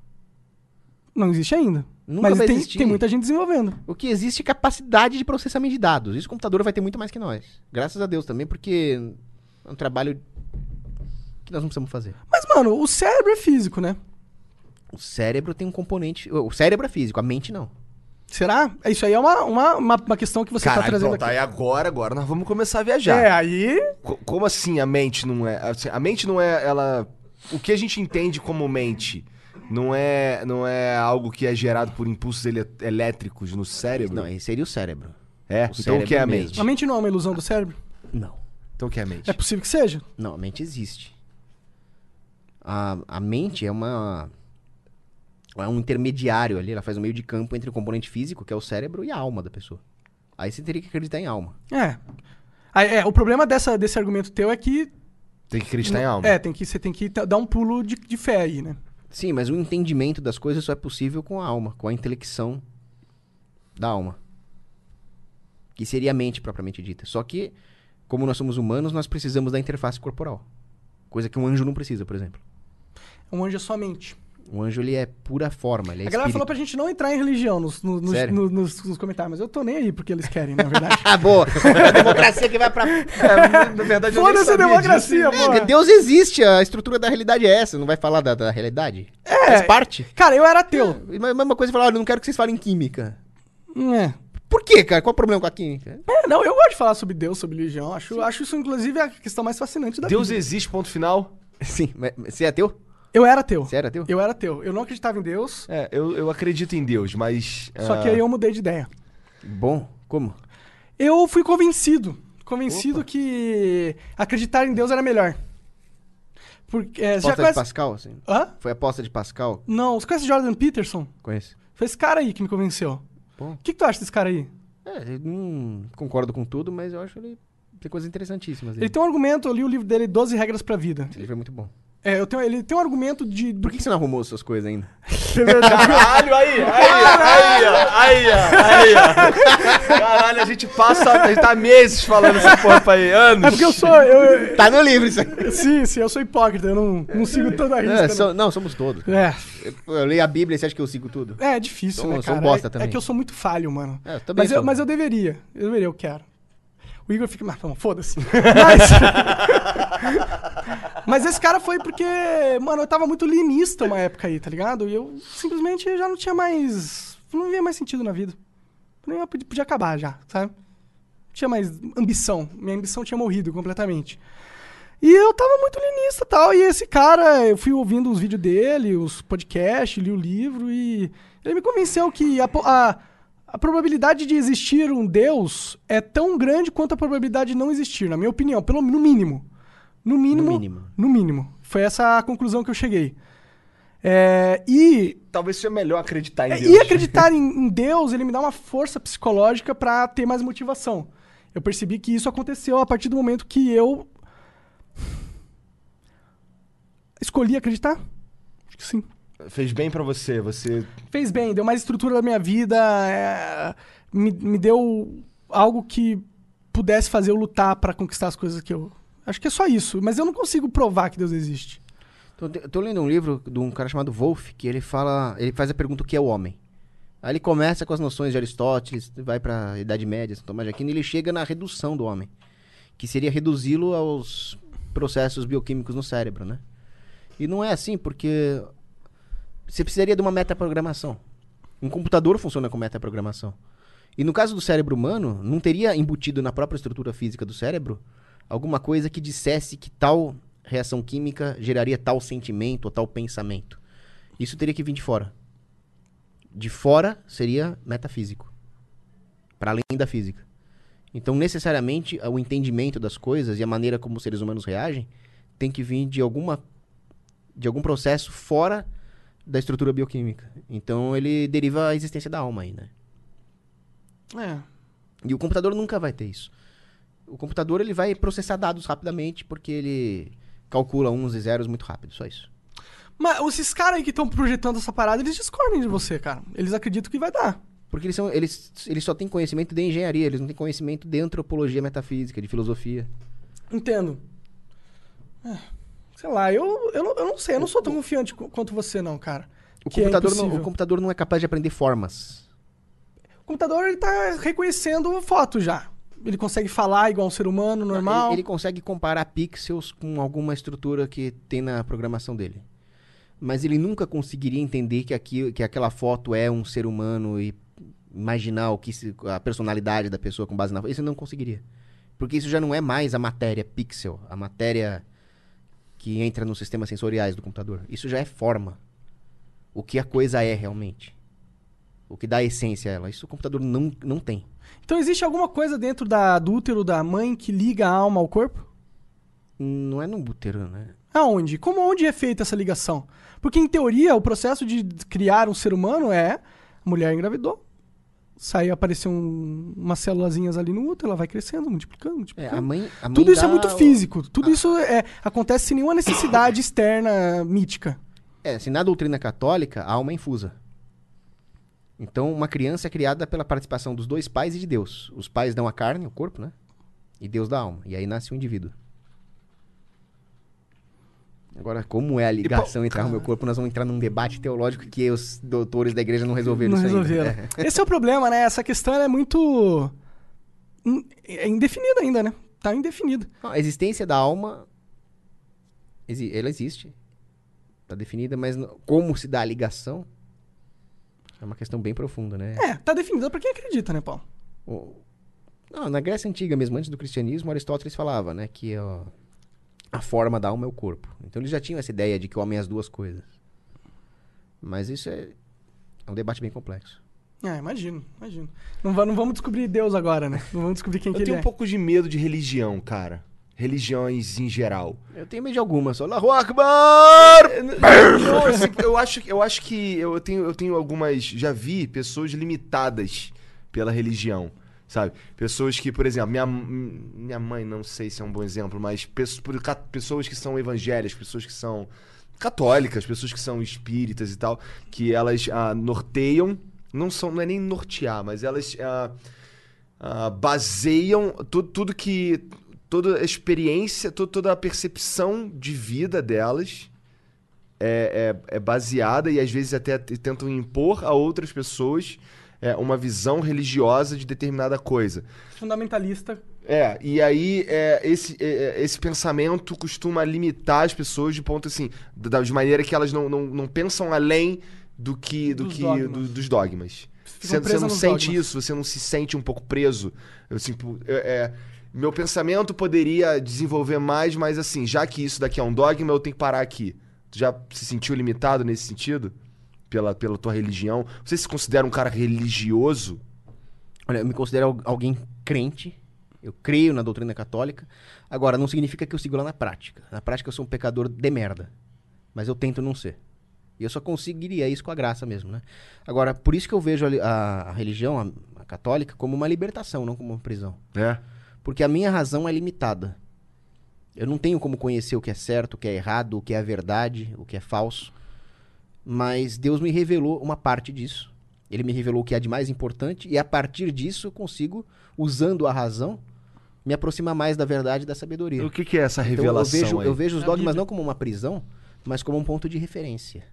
[SPEAKER 2] não existe ainda.
[SPEAKER 3] Nunca
[SPEAKER 2] Mas
[SPEAKER 3] vai
[SPEAKER 2] tem,
[SPEAKER 3] existir.
[SPEAKER 2] tem muita gente desenvolvendo.
[SPEAKER 3] O que existe é capacidade de processamento de dados. Isso o computador vai ter muito mais que nós. Graças a Deus também, porque é um trabalho que nós não precisamos fazer.
[SPEAKER 2] Mas, mano, o cérebro é físico, né?
[SPEAKER 3] O cérebro tem um componente... O cérebro é físico, a mente não.
[SPEAKER 2] Será? Isso aí é uma, uma, uma, uma questão que você
[SPEAKER 4] Caralho,
[SPEAKER 2] tá trazendo
[SPEAKER 4] pronto,
[SPEAKER 2] aqui.
[SPEAKER 4] aí agora, agora nós vamos começar a viajar.
[SPEAKER 2] É, aí...
[SPEAKER 4] Co- Como assim a mente não é... assim, a mente não é, ela... O que a gente entende como mente não é, não é algo que é gerado por impulsos ele- elétricos no cérebro?
[SPEAKER 3] Não, esse seria o cérebro.
[SPEAKER 4] É?
[SPEAKER 3] o
[SPEAKER 4] Então o que é a
[SPEAKER 3] cérebro
[SPEAKER 4] mente?
[SPEAKER 3] mesmo.
[SPEAKER 2] A mente não é uma ilusão do cérebro?
[SPEAKER 3] Não.
[SPEAKER 4] Então o que é a mente?
[SPEAKER 2] É possível que seja.
[SPEAKER 3] Não, a mente existe. A, a mente é uma... É um intermediário ali, ela faz um meio de campo entre o componente físico, que é o cérebro, e a alma da pessoa. Aí você teria que acreditar em alma.
[SPEAKER 2] É. Aí, é, o problema dessa, desse argumento teu é que...
[SPEAKER 4] Tem que acreditar em alma.
[SPEAKER 2] É, tem que, você tem que t- dar um pulo de, de fé aí, né?
[SPEAKER 3] Sim, mas o entendimento das coisas só é possível com a alma, com a intelecção da alma. Que seria a mente propriamente dita. Só que, como nós somos humanos, nós precisamos da interface corporal. Coisa que um anjo não precisa, por exemplo.
[SPEAKER 2] Um anjo é só mente.
[SPEAKER 3] O anjo, ele é pura forma, ele é
[SPEAKER 2] A galera
[SPEAKER 3] espírito.
[SPEAKER 2] falou pra gente não entrar em religião nos, nos, nos,
[SPEAKER 3] Sério?
[SPEAKER 2] nos- nos- nos comentários, mas eu tô nem aí porque eles querem, na verdade.
[SPEAKER 3] Ah, boa! A democracia que vai pra...
[SPEAKER 4] É, na verdade, eu nem
[SPEAKER 2] Foda-se a
[SPEAKER 4] sabia
[SPEAKER 2] democracia,
[SPEAKER 4] disso.
[SPEAKER 2] pô.
[SPEAKER 3] É, Deus existe, a estrutura da realidade é essa. Não vai falar da, da realidade?
[SPEAKER 2] É.
[SPEAKER 3] Faz parte.
[SPEAKER 2] Cara, eu era ateu.
[SPEAKER 3] Mas a mesma coisa falar, olha, eu não quero que vocês falem química.
[SPEAKER 2] É.
[SPEAKER 3] Por quê, cara? Qual o problema com a química?
[SPEAKER 2] É, não, eu gosto de falar sobre Deus, sobre religião. Acho, acho isso, inclusive, a questão mais fascinante da
[SPEAKER 4] Deus
[SPEAKER 2] vida.
[SPEAKER 4] existe, ponto final?
[SPEAKER 3] Sim, mas você é ateu?
[SPEAKER 2] Eu era ateu.
[SPEAKER 3] Você era ateu?
[SPEAKER 2] Eu era ateu. Eu não acreditava em Deus,
[SPEAKER 4] É, eu, eu acredito em Deus, mas...
[SPEAKER 2] só
[SPEAKER 4] ah,
[SPEAKER 2] que aí eu mudei de ideia.
[SPEAKER 3] Bom, como?
[SPEAKER 2] Eu fui convencido. Convencido que acreditar em Deus era melhor. Porque, é, você já
[SPEAKER 3] Aposta de
[SPEAKER 2] conhece...
[SPEAKER 3] Pascal, assim?
[SPEAKER 2] Hã?
[SPEAKER 3] Foi a aposta de Pascal?
[SPEAKER 2] Não, você conhece Jordan Peterson?
[SPEAKER 3] Conheço.
[SPEAKER 2] Foi esse cara aí que me convenceu.
[SPEAKER 3] Bom.
[SPEAKER 2] O que, que tu acha desse cara aí?
[SPEAKER 3] É, eu não concordo com tudo, mas eu acho que ele tem coisas interessantíssimas.
[SPEAKER 2] Ele tem um argumento, eu li o livro dele, doze Regras pra Vida.
[SPEAKER 3] Esse livro é muito bom.
[SPEAKER 2] É, eu tenho, ele tem um argumento de...
[SPEAKER 3] Por que que você não arrumou suas coisas ainda?
[SPEAKER 2] É verdade.
[SPEAKER 4] Caralho, aí, aí, aí, ó, aí, ó, aí, ó. Caralho, a gente passa, a gente tá meses falando essa porra pra aí, anos.
[SPEAKER 2] É porque eu sou... Eu,
[SPEAKER 3] Tá no livro isso aí.
[SPEAKER 2] sim, sim, eu sou hipócrita, eu não, não sigo toda a risca.
[SPEAKER 3] Não,
[SPEAKER 2] né?
[SPEAKER 3] so- não, somos todos.
[SPEAKER 2] É,
[SPEAKER 3] Eu, eu leio a Bíblia e você acha que eu sigo tudo?
[SPEAKER 2] é difícil,
[SPEAKER 3] Sou-
[SPEAKER 2] né,
[SPEAKER 3] sou um
[SPEAKER 2] cara?
[SPEAKER 3] bosta
[SPEAKER 2] é,
[SPEAKER 3] também.
[SPEAKER 2] é que eu sou muito falho, mano.
[SPEAKER 3] É, eu também
[SPEAKER 2] mas, eu,
[SPEAKER 3] sou.
[SPEAKER 2] mas eu deveria. Eu deveria, eu quero. O Igor fica... Mas, não, foda-se. Mas... mas esse cara foi porque... Mano, eu tava muito linista uma época aí, tá ligado? E eu simplesmente já não tinha mais... Não via mais sentido na vida. Nem eu podia, podia acabar já, sabe? Não tinha mais ambição. Minha ambição tinha morrido completamente. E eu tava muito linista e tal. E esse cara, eu fui ouvindo os vídeos dele, os podcasts, li o livro e ele me convenceu que a, po- a, a probabilidade de existir um Deus é tão grande quanto a probabilidade de não existir, na minha opinião, pelo no mínimo. No mínimo.
[SPEAKER 3] No mínimo.
[SPEAKER 2] No mínimo. Foi essa a conclusão que eu cheguei. É, e
[SPEAKER 4] Talvez seja melhor acreditar em
[SPEAKER 2] é,
[SPEAKER 4] Deus.
[SPEAKER 2] E acreditar em, em Deus, ele me dá uma força psicológica pra ter mais motivação. Eu percebi que isso aconteceu a partir do momento que eu escolhi acreditar. Acho que sim.
[SPEAKER 4] Fez bem pra você, você...
[SPEAKER 2] Fez bem, deu mais estrutura na minha vida, é, me, me deu algo que pudesse fazer eu lutar pra conquistar as coisas que eu, Acho que é só isso. Mas eu não consigo provar que Deus existe.
[SPEAKER 3] Tô, tô lendo um livro de um cara chamado Wolff, que ele fala, ele faz a pergunta o que é o homem. Aí ele começa com as noções de Aristóteles, vai pra Idade Média, São Tomás de Aquino, e ele chega na redução do homem, que seria reduzi-lo aos processos bioquímicos no cérebro, né? E não é assim, porque você precisaria de uma metaprogramação. Um computador funciona com metaprogramação. E no caso do cérebro humano, não teria embutido na própria estrutura física do cérebro alguma coisa que dissesse que tal reação química geraria tal sentimento ou tal pensamento. Isso teria que vir de fora. De fora seria metafísico, para além da física. Então, necessariamente, o entendimento das coisas e a maneira como os seres humanos reagem tem que vir de alguma, de algum processo fora da estrutura bioquímica. Então, ele deriva a existência da alma aí, né?
[SPEAKER 2] É.
[SPEAKER 3] E o computador nunca vai ter isso. O computador ele vai processar dados rapidamente porque ele calcula uns e zeros muito rápido, só isso.
[SPEAKER 2] Mas esses caras aí que estão projetando essa parada, eles discordam de você, cara. Eles acreditam que vai dar.
[SPEAKER 3] Porque eles, são, eles, eles só têm conhecimento de engenharia, eles não têm conhecimento de antropologia metafísica, de filosofia.
[SPEAKER 2] Entendo. É, sei lá, eu, eu, não, eu não sei, eu não sou tão confiante qu- quanto você não, cara.
[SPEAKER 3] O
[SPEAKER 2] Que é
[SPEAKER 3] computador, não,
[SPEAKER 2] impossível.
[SPEAKER 3] o computador não é capaz de aprender formas.
[SPEAKER 2] O computador, ele tá reconhecendo foto já. Ele consegue falar igual um ser humano, normal.
[SPEAKER 3] Ele, ele consegue comparar pixels com alguma estrutura que tem na programação dele. Mas ele nunca conseguiria entender que, aqui, que aquela foto é um ser humano e imaginar o que se, a personalidade da pessoa com base na foto. Isso não conseguiria. Porque isso já não é mais a matéria pixel, a matéria que entra nos sistemas sensoriais do computador. Isso já é forma. O que a coisa é realmente. O que dá a essência a ela. Isso o computador não, não tem.
[SPEAKER 2] Então existe alguma coisa dentro da, do útero da mãe que liga a alma ao corpo?
[SPEAKER 3] Não é no útero, né?
[SPEAKER 2] Aonde? Como onde é feita essa ligação? Porque, em teoria, o processo de criar um ser humano é... A mulher engravidou, saiu, apareceu um, umas célulazinhas ali no útero, ela vai crescendo, multiplicando,
[SPEAKER 3] É,
[SPEAKER 2] multiplicando.
[SPEAKER 3] a mãe, a mãe
[SPEAKER 2] Tudo isso é
[SPEAKER 3] dá
[SPEAKER 2] muito
[SPEAKER 3] o-
[SPEAKER 2] físico. Tudo isso é, acontece sem nenhuma necessidade externa mítica.
[SPEAKER 3] É, assim, na doutrina católica, a alma é infusa. Então, uma criança é criada pela participação dos dois pais e de Deus. Os pais dão a carne, o corpo, né? E Deus dá a alma. E aí nasce um indivíduo. Agora, como é a ligação entre a alma e o corpo, nós vamos entrar num debate teológico que os doutores da igreja não resolveram
[SPEAKER 2] Não
[SPEAKER 3] isso
[SPEAKER 2] resolveram.
[SPEAKER 3] ainda. É.
[SPEAKER 2] Esse é o problema, né? Essa questão ela é muito... in- É indefinida ainda, né? Tá indefinida.
[SPEAKER 3] Não, a existência da alma, exi- ela existe. Está definida, mas não- como se dá a ligação é uma questão bem profunda, né?
[SPEAKER 2] É, tá definida pra quem acredita, né, Paulo?
[SPEAKER 3] O- Não, na Grécia Antiga mesmo, antes do cristianismo, Aristóteles falava, né, que ó, a forma da alma é o corpo. Então eles já tinham essa ideia de que o homem é as duas coisas. Mas isso é, é um debate bem complexo.
[SPEAKER 2] É, imagino, imagino. Não, va- não vamos descobrir Deus agora, né? Não vamos descobrir quem
[SPEAKER 4] Eu
[SPEAKER 2] que ele
[SPEAKER 4] tenho
[SPEAKER 2] é.
[SPEAKER 4] um pouco de medo de religião, cara. Religiões em geral.
[SPEAKER 3] Eu tenho medo de algumas, só Allahu Akbar!
[SPEAKER 4] Não, assim, eu acho, eu acho que eu tenho, eu tenho algumas. Já vi pessoas limitadas pela religião, sabe? Pessoas que, por exemplo, minha, minha mãe, não sei se é um bom exemplo, mas pesso- por ca- pessoas que são evangélicas, pessoas que são católicas, pessoas que são espíritas e tal, que elas ah, norteiam, não são, não é nem nortear, mas elas ah, ah, baseiam tudo, tudo que. Toda a experiência, to- toda a percepção de vida delas é, é, é baseada e às vezes até t- tentam impor a outras pessoas é, uma visão religiosa de determinada coisa.
[SPEAKER 2] Fundamentalista.
[SPEAKER 4] É, e aí é, esse, é, é, esse pensamento costuma limitar as pessoas de ponto assim, da, de maneira que elas não, não, não pensam além do que, do
[SPEAKER 2] Dos
[SPEAKER 4] que
[SPEAKER 2] dogmas.
[SPEAKER 4] do- dos dogmas.
[SPEAKER 2] Ficam
[SPEAKER 4] Você, você
[SPEAKER 2] presas
[SPEAKER 4] não
[SPEAKER 2] nos
[SPEAKER 4] sente
[SPEAKER 2] dogmas.
[SPEAKER 4] isso, você não se sente um pouco preso. Eu, assim, pu- é, é, meu pensamento poderia desenvolver mais, mas assim, já que isso daqui é um dogma, eu tenho que parar aqui. Tu já se sentiu limitado nesse sentido? Pela, pela tua religião? Você se considera um cara religioso?
[SPEAKER 3] Olha, eu me considero al- alguém crente. Eu creio na doutrina católica. Agora, não significa que eu sigo lá na prática. Na prática, eu sou um pecador de merda. Mas eu tento não ser. E eu só conseguiria isso com a graça mesmo, né? Agora, por isso que eu vejo a, li- a- a religião, a, a católica, como uma libertação, não como uma prisão.
[SPEAKER 4] É.
[SPEAKER 3] Porque a minha razão é limitada. Eu não tenho como conhecer o que é certo, o que é errado, o que é a verdade, o que é falso. Mas Deus me revelou uma parte disso. Ele me revelou o que é de mais importante. E a partir disso eu consigo, usando a razão, me aproxima mais da verdade e da sabedoria.
[SPEAKER 4] O que, que é essa
[SPEAKER 3] Então,
[SPEAKER 4] revelação
[SPEAKER 3] eu vejo,
[SPEAKER 4] aí?
[SPEAKER 3] eu vejo os
[SPEAKER 2] Na
[SPEAKER 3] dogmas
[SPEAKER 2] Bíblia.
[SPEAKER 3] não como uma prisão, mas como um ponto de referência.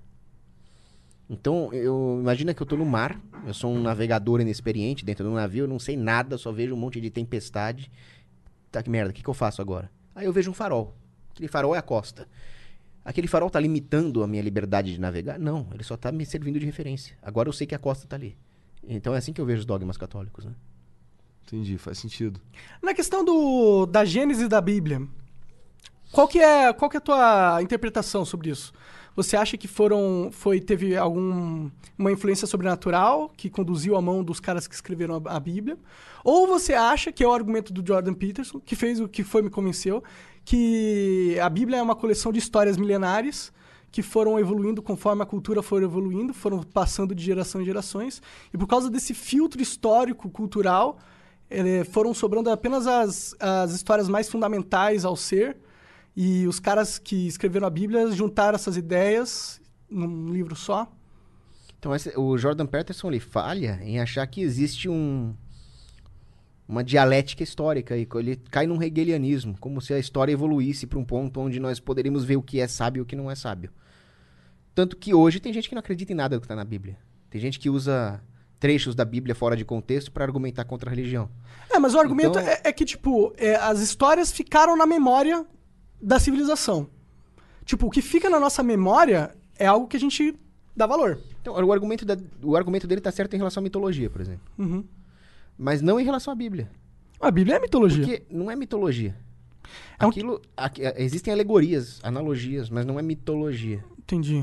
[SPEAKER 3] Então, eu imagina que eu tô no mar, eu sou um navegador inexperiente dentro de um navio, eu não sei nada, só vejo um monte de tempestade. Tá, que merda, o que, que eu faço agora? Aí eu vejo um farol. Aquele farol é a costa. Aquele farol tá limitando a minha liberdade de navegar? Não, ele só tá me servindo de referência. Agora eu sei que a costa tá ali. Então é assim que eu vejo os dogmas católicos, né?
[SPEAKER 4] Entendi, faz sentido.
[SPEAKER 2] Na questão do, da Gênese da Bíblia, qual que é, qual que é a tua interpretação sobre isso? Você acha que foram, foi, teve alguma influência sobrenatural que conduziu a mão dos caras que escreveram a, a Bíblia? Ou você acha que é o argumento do Jordan Peterson, que fez o que foi, me convenceu, que a Bíblia é uma coleção de histórias milenares que foram evoluindo conforme a cultura foi evoluindo, foram passando de geração em gerações, e por causa desse filtro histórico, cultural, eh, foram sobrando apenas as, as histórias mais fundamentais ao ser, e os caras que escreveram a Bíblia juntaram essas ideias num livro só?
[SPEAKER 3] Então esse- o Jordan Peterson ele falha em achar que existe um, uma dialética histórica. E ele cai num hegelianismo, como se a história evoluísse para um ponto onde nós poderíamos ver o que é sábio e o que não é sábio. Tanto que hoje tem gente que não acredita em nada do que está na Bíblia. Tem gente que usa trechos da Bíblia fora de contexto para argumentar contra a religião.
[SPEAKER 2] É, mas o argumento
[SPEAKER 3] Então-
[SPEAKER 2] é, é que, tipo, é, as histórias ficaram na memória da civilização. Tipo, o que fica na nossa memória é algo que a gente dá valor.
[SPEAKER 3] Então, o argumento, da- o argumento dele está certo em relação à mitologia, por exemplo.
[SPEAKER 2] Uhum.
[SPEAKER 3] Mas não em relação à Bíblia.
[SPEAKER 2] A Bíblia é mitologia.
[SPEAKER 3] Porque não é mitologia.
[SPEAKER 2] É um-
[SPEAKER 3] Aquilo, aqui- existem alegorias, analogias, mas não é mitologia.
[SPEAKER 2] Entendi.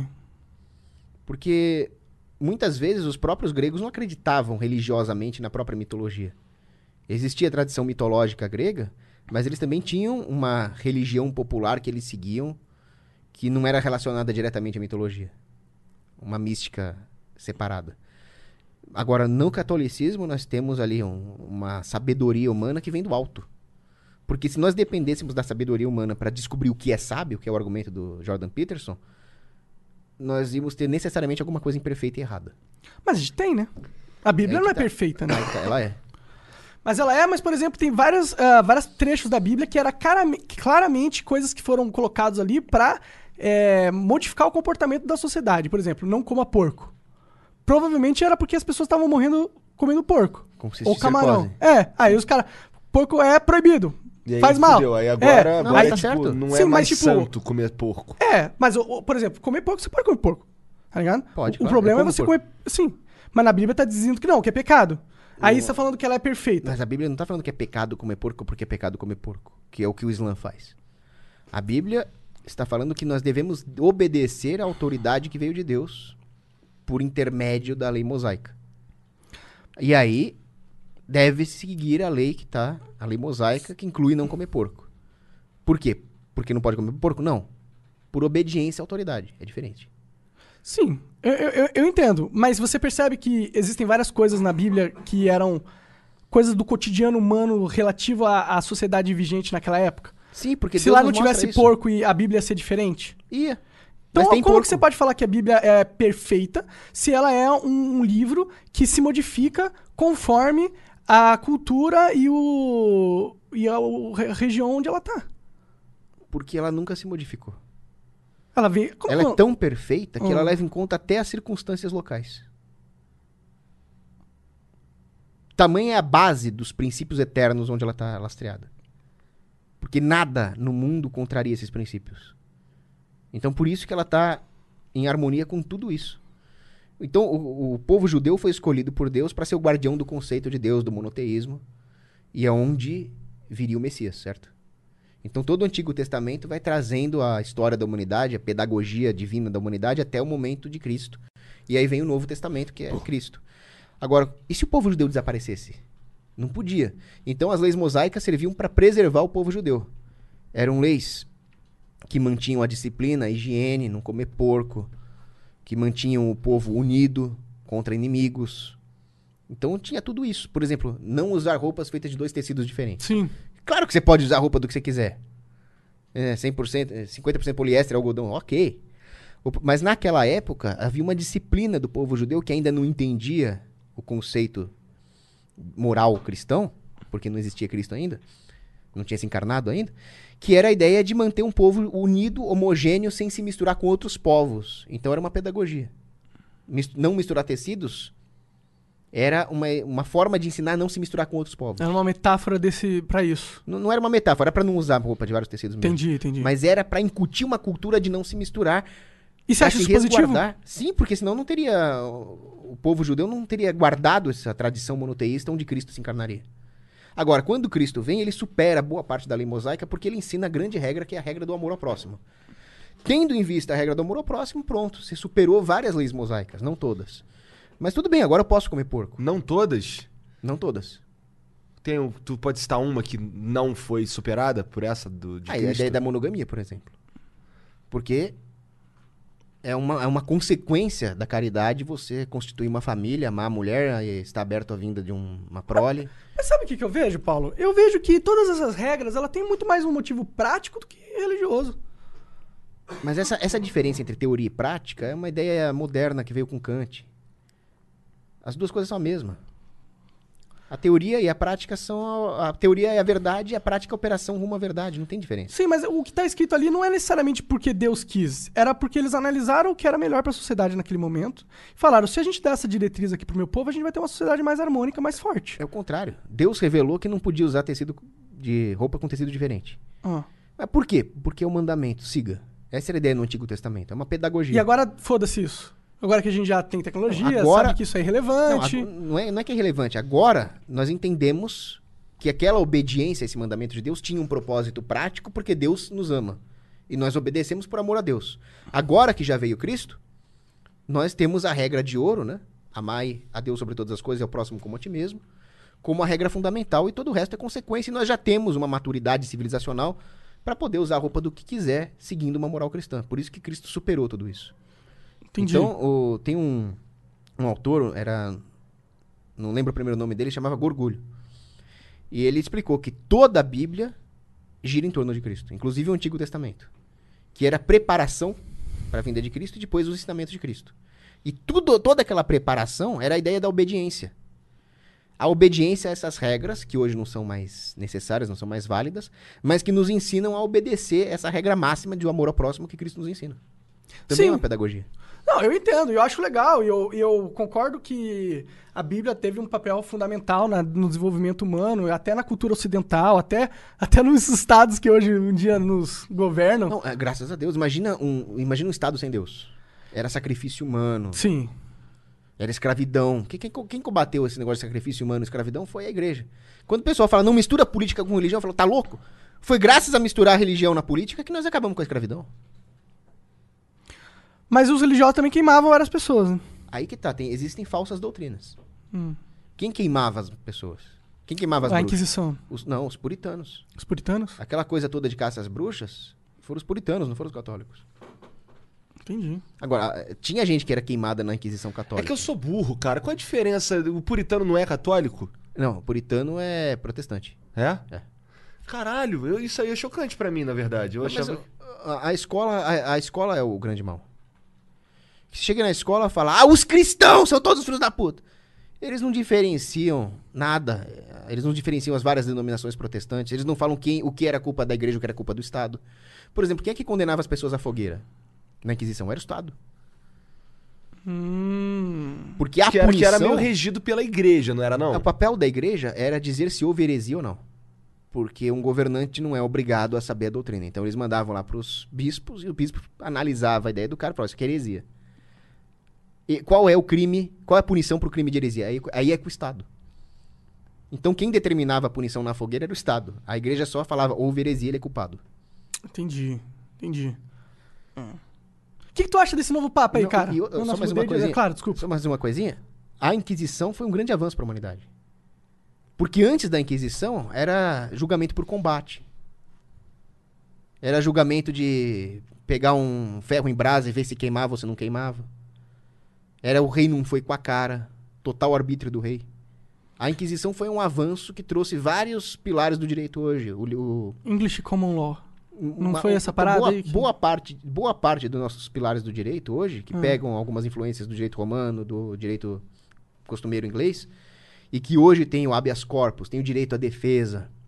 [SPEAKER 3] Porque muitas vezes os próprios gregos não acreditavam religiosamente na própria mitologia. Existia a tradição mitológica grega, mas eles também tinham uma religião popular que eles seguiam, que não era relacionada diretamente à mitologia. Uma mística separada. Agora, no catolicismo, nós temos ali um- uma sabedoria humana que vem do alto. Porque se nós dependêssemos da sabedoria humana para descobrir o que é sábio, que é o argumento do Jordan Peterson, nós íamos ter necessariamente alguma coisa imperfeita e errada.
[SPEAKER 2] Mas a gente tem, né? A Bíblia
[SPEAKER 3] É
[SPEAKER 2] não
[SPEAKER 3] que
[SPEAKER 2] é
[SPEAKER 3] tá.
[SPEAKER 2] perfeita, né?
[SPEAKER 3] Aí tá, ela é.
[SPEAKER 2] Mas ela é, mas, por exemplo, tem vários, ah, vários trechos da Bíblia que era carame- claramente coisas que foram colocados ali pra é, modificar o comportamento da sociedade. Por exemplo, não coma porco. Provavelmente era porque as pessoas estavam morrendo comendo porco.
[SPEAKER 3] Como se
[SPEAKER 2] Ou
[SPEAKER 3] se
[SPEAKER 2] camarão.
[SPEAKER 3] circose.
[SPEAKER 2] É, aí os caras... Porco é proibido.
[SPEAKER 4] E aí,
[SPEAKER 2] Faz mal.
[SPEAKER 4] fudeu. Aí agora,
[SPEAKER 2] É,
[SPEAKER 4] agora
[SPEAKER 3] aí
[SPEAKER 4] é,
[SPEAKER 3] tá
[SPEAKER 4] tipo,
[SPEAKER 3] certo.
[SPEAKER 4] não
[SPEAKER 2] Sim,
[SPEAKER 4] é
[SPEAKER 2] mas,
[SPEAKER 4] mais
[SPEAKER 2] tipo,
[SPEAKER 4] santo comer porco.
[SPEAKER 2] É, mas, o- o- por exemplo, comer porco, você pode comer porco. Tá ligado?
[SPEAKER 3] Pode,
[SPEAKER 2] O, o
[SPEAKER 3] claro,
[SPEAKER 2] problema
[SPEAKER 3] eu
[SPEAKER 2] é
[SPEAKER 3] como
[SPEAKER 2] você
[SPEAKER 3] porco.
[SPEAKER 2] comer... Sim. Mas na Bíblia tá dizendo que não, que é pecado. Aí você tá falando que ela é perfeita.
[SPEAKER 3] Mas a Bíblia não tá falando que é pecado comer porco porque é pecado comer porco, que é o que o Islã faz. A Bíblia está falando que nós devemos obedecer à autoridade que veio de Deus por intermédio da lei mosaica. E aí deve seguir a lei que tá, a lei mosaica, que inclui não comer porco. Por quê? Porque não pode comer porco? Não. Por obediência à autoridade. É diferente.
[SPEAKER 2] Sim, eu, eu, eu- eu entendo. Mas você percebe que existem várias coisas na Bíblia que eram coisas do cotidiano humano relativo à, à sociedade vigente naquela época?
[SPEAKER 3] Sim, porque
[SPEAKER 2] Se
[SPEAKER 3] Deus
[SPEAKER 2] lá não
[SPEAKER 3] nos mostra
[SPEAKER 2] tivesse
[SPEAKER 3] isso.
[SPEAKER 2] porco e a Bíblia ia ser diferente?
[SPEAKER 3] Ia.
[SPEAKER 2] Então,
[SPEAKER 3] Mas tem
[SPEAKER 2] como
[SPEAKER 3] porco.
[SPEAKER 2] que você pode falar que a Bíblia é perfeita se ela é um, um livro que se modifica conforme a cultura e, o, e a, o- a região onde ela tá?
[SPEAKER 3] Porque ela nunca se modificou.
[SPEAKER 2] Ela vem... como-
[SPEAKER 3] Ela é tão perfeita que
[SPEAKER 2] Hum.
[SPEAKER 3] ela leva em conta até as circunstâncias locais. Tamanha é a base dos princípios eternos onde ela está lastreada. Porque nada no mundo contraria esses princípios. Então, por isso que ela está em harmonia com tudo isso. Então, o, o povo judeu foi escolhido por Deus para ser o guardião do conceito de Deus, do monoteísmo, e é onde viria o Messias, certo? Então, todo o Antigo Testamento vai trazendo a história da humanidade, a pedagogia divina da humanidade até o momento de Cristo. E aí vem o Novo Testamento, que é Cristo. Agora, e se o povo judeu desaparecesse? Não podia. Então, as leis mosaicas serviam para preservar o povo judeu. Eram leis que mantinham a disciplina, a higiene, não comer porco, que mantinham o povo unido contra inimigos. Então, tinha tudo isso. Por exemplo, não usar roupas feitas de dois tecidos diferentes.
[SPEAKER 2] Sim.
[SPEAKER 3] Claro que você pode usar a roupa do que você quiser. É, cem por cento, é, cinquenta por cento poliéster, algodão, ok. O- Mas naquela época, havia uma disciplina do povo judeu que ainda não entendia o conceito moral cristão, porque não existia Cristo ainda, não tinha se encarnado ainda, que era a ideia de manter um povo unido, homogêneo, sem se misturar com outros povos. Então era uma pedagogia. Mis- não misturar tecidos era uma, uma forma de ensinar a não se misturar com outros povos.
[SPEAKER 2] Era uma metáfora desse pra isso.
[SPEAKER 3] Não, não era uma metáfora, era pra não usar roupa de vários tecidos mesmo.
[SPEAKER 2] Entendi, entendi.
[SPEAKER 3] Mas era pra incutir uma cultura de não se misturar.
[SPEAKER 2] E você
[SPEAKER 3] pra
[SPEAKER 2] acha
[SPEAKER 3] se
[SPEAKER 2] isso positivo?
[SPEAKER 3] resguardar. Sim, porque senão não teria... O o povo judeu não teria guardado essa tradição monoteísta onde Cristo se encarnaria. Agora, quando Cristo vem, ele supera boa parte da lei mosaica porque ele ensina a grande regra, que é a regra do amor ao próximo. Tendo em vista a regra do amor ao próximo, pronto. Você superou várias leis mosaicas, não todas. Mas tudo bem, agora eu posso comer porco.
[SPEAKER 4] Não todas?
[SPEAKER 3] Não todas.
[SPEAKER 4] Tem, um- tu pode citar uma que não foi superada por essa do, de
[SPEAKER 3] Ah, a
[SPEAKER 4] Cristo?
[SPEAKER 3] ideia da monogamia, por exemplo. Porque é uma, é uma consequência da caridade você constituir uma família, amar a mulher, e estar aberto à vinda de um- uma prole.
[SPEAKER 2] Mas sabe o que, que eu vejo, Paulo? Eu vejo que todas essas regras, ela tem muito mais um motivo prático do que religioso.
[SPEAKER 3] Mas essa, essa diferença entre teoria e prática é uma ideia moderna que veio com Kant. As duas coisas são a mesma. A teoria e a prática são... A, a teoria é a verdade e a prática é a operação rumo à verdade. Não tem diferença.
[SPEAKER 2] Sim, mas o que tá escrito ali não é necessariamente porque Deus quis. Era porque eles analisaram o que era melhor pra sociedade naquele momento. E falaram, se a gente der essa diretriz aqui pro meu povo, a gente vai ter uma sociedade mais harmônica, mais forte.
[SPEAKER 3] É o contrário. Deus revelou que não podia usar tecido de roupa com tecido diferente.
[SPEAKER 2] Ah.
[SPEAKER 3] Mas por quê? Porque é o mandamento. Siga. Essa era a ideia no Antigo Testamento. É uma pedagogia.
[SPEAKER 2] E agora, foda-se isso. Agora que a gente já tem tecnologia,
[SPEAKER 3] Não, agora-
[SPEAKER 2] sabe que isso é
[SPEAKER 3] Não,
[SPEAKER 2] irrelevante.
[SPEAKER 3] ag- não, é, não é que é relevante. Agora, nós entendemos que aquela obediência a esse mandamento de Deus tinha um propósito prático porque Deus nos ama. E nós obedecemos por amor a Deus. Agora que já veio Cristo, nós temos a regra de ouro, né? Amai a Deus sobre todas as coisas e ao próximo como a ti mesmo, como a regra fundamental, e todo o resto é consequência. E nós já temos uma maturidade civilizacional para poder usar a roupa do que quiser, seguindo uma moral cristã. Por isso que Cristo superou tudo isso.
[SPEAKER 2] Entendi.
[SPEAKER 3] Então, o- tem um, um autor, era. Não lembro o primeiro nome dele, chamava Gorgulho. E ele explicou que toda a Bíblia gira em torno de Cristo, inclusive o Antigo Testamento, que era preparação para a vinda de Cristo e depois os ensinamentos de Cristo. E tudo, toda aquela preparação era a ideia da obediência. A obediência a essas regras, que hoje não são mais necessárias, não são mais válidas, mas que nos ensinam a obedecer essa regra máxima de amor ao próximo que Cristo nos ensina. Também
[SPEAKER 2] Sim.
[SPEAKER 3] é uma pedagogia.
[SPEAKER 2] Não, eu entendo, eu acho legal, e eu, e eu concordo que a Bíblia teve um papel fundamental na- no desenvolvimento humano, até na cultura ocidental, até, até nos estados que hoje um dia nos governam.
[SPEAKER 3] Não, é, graças a Deus. Imagina um, imagina um Estado sem Deus. Era sacrifício humano,
[SPEAKER 2] Sim.
[SPEAKER 3] era escravidão. Quem, quem, quem combateu esse negócio de sacrifício humano e escravidão foi a igreja. Quando o pessoal fala, não mistura política com religião, eu falo, tá louco? Foi graças a misturar a religião na política que nós acabamos com a escravidão.
[SPEAKER 2] Mas os religiosos também queimavam várias pessoas, né?
[SPEAKER 3] Aí que tá, tem, existem falsas doutrinas.
[SPEAKER 2] Hum.
[SPEAKER 3] Quem queimava as pessoas? Quem queimava as
[SPEAKER 2] A
[SPEAKER 3] bruxas?
[SPEAKER 2] Inquisição.
[SPEAKER 3] Os- não, os puritanos.
[SPEAKER 2] Os puritanos?
[SPEAKER 3] Aquela coisa toda de caça às bruxas, foram os puritanos, não foram os católicos.
[SPEAKER 2] Entendi.
[SPEAKER 3] Agora, eh, tinha gente que era queimada na Inquisição
[SPEAKER 4] É
[SPEAKER 3] Católica.
[SPEAKER 4] que eu sou burro, cara. Qual a diferença? O puritano não é católico?
[SPEAKER 3] Não, puritano é protestante.
[SPEAKER 4] É?
[SPEAKER 3] É.
[SPEAKER 4] Caralho, eu- isso aí é chocante pra mim, na verdade. Eu
[SPEAKER 3] Mas,
[SPEAKER 4] achava...
[SPEAKER 3] a, a escola, a, a escola é o grande mal. Você chega na escola e fala, ah, os cristãos são todos os filhos da puta. Eles não diferenciam nada. Eles não diferenciam as várias denominações protestantes. Eles não falam quem, o que era culpa da igreja, o que era culpa do Estado. Por exemplo, quem é que condenava as pessoas à fogueira? Na Inquisição era o Estado.
[SPEAKER 2] Hum.
[SPEAKER 3] Porque a
[SPEAKER 4] que, era, que
[SPEAKER 3] punição...
[SPEAKER 4] era meio regido pela igreja, não era não?
[SPEAKER 3] O papel da igreja era dizer se houve heresia ou não. Porque um governante não é obrigado a saber a doutrina. Então eles mandavam lá pros bispos e o bispo analisava a ideia do cara e falava, isso aqui é heresia. E qual é o crime, qual é a punição pro crime de heresia? Aí, aí é com o Estado. Então quem determinava a punição na fogueira era o Estado. A igreja só falava, houve heresia, ele é culpado.
[SPEAKER 2] Entendi. Entendi. O que, que tu acha desse novo Papa aí,
[SPEAKER 3] Não,
[SPEAKER 2] cara?
[SPEAKER 3] e eu-
[SPEAKER 2] Não,
[SPEAKER 3] só
[SPEAKER 2] nossa,
[SPEAKER 3] mais
[SPEAKER 2] mudei
[SPEAKER 3] uma
[SPEAKER 2] de-
[SPEAKER 3] coisinha.
[SPEAKER 2] é claro, desculpa.
[SPEAKER 3] Só mais uma coisinha. A Inquisição foi um grande avanço para a humanidade. Porque antes da Inquisição era julgamento por combate. Era julgamento de pegar um ferro em brasa e ver se queimava ou se não queimava. Era o rei não foi com a cara. Total arbítrio do rei. A Inquisição foi um avanço que trouxe vários pilares do direito hoje. O, o,
[SPEAKER 2] English Common Law. Não
[SPEAKER 3] uma-
[SPEAKER 2] foi essa parada
[SPEAKER 3] boa,
[SPEAKER 2] aí que-
[SPEAKER 3] boa parte boa parte dos nossos pilares do direito hoje, que
[SPEAKER 2] Hum.
[SPEAKER 3] pegam algumas influências do direito romano, do direito costumeiro inglês, e que hoje tem o habeas corpus, tem o direito à defesa,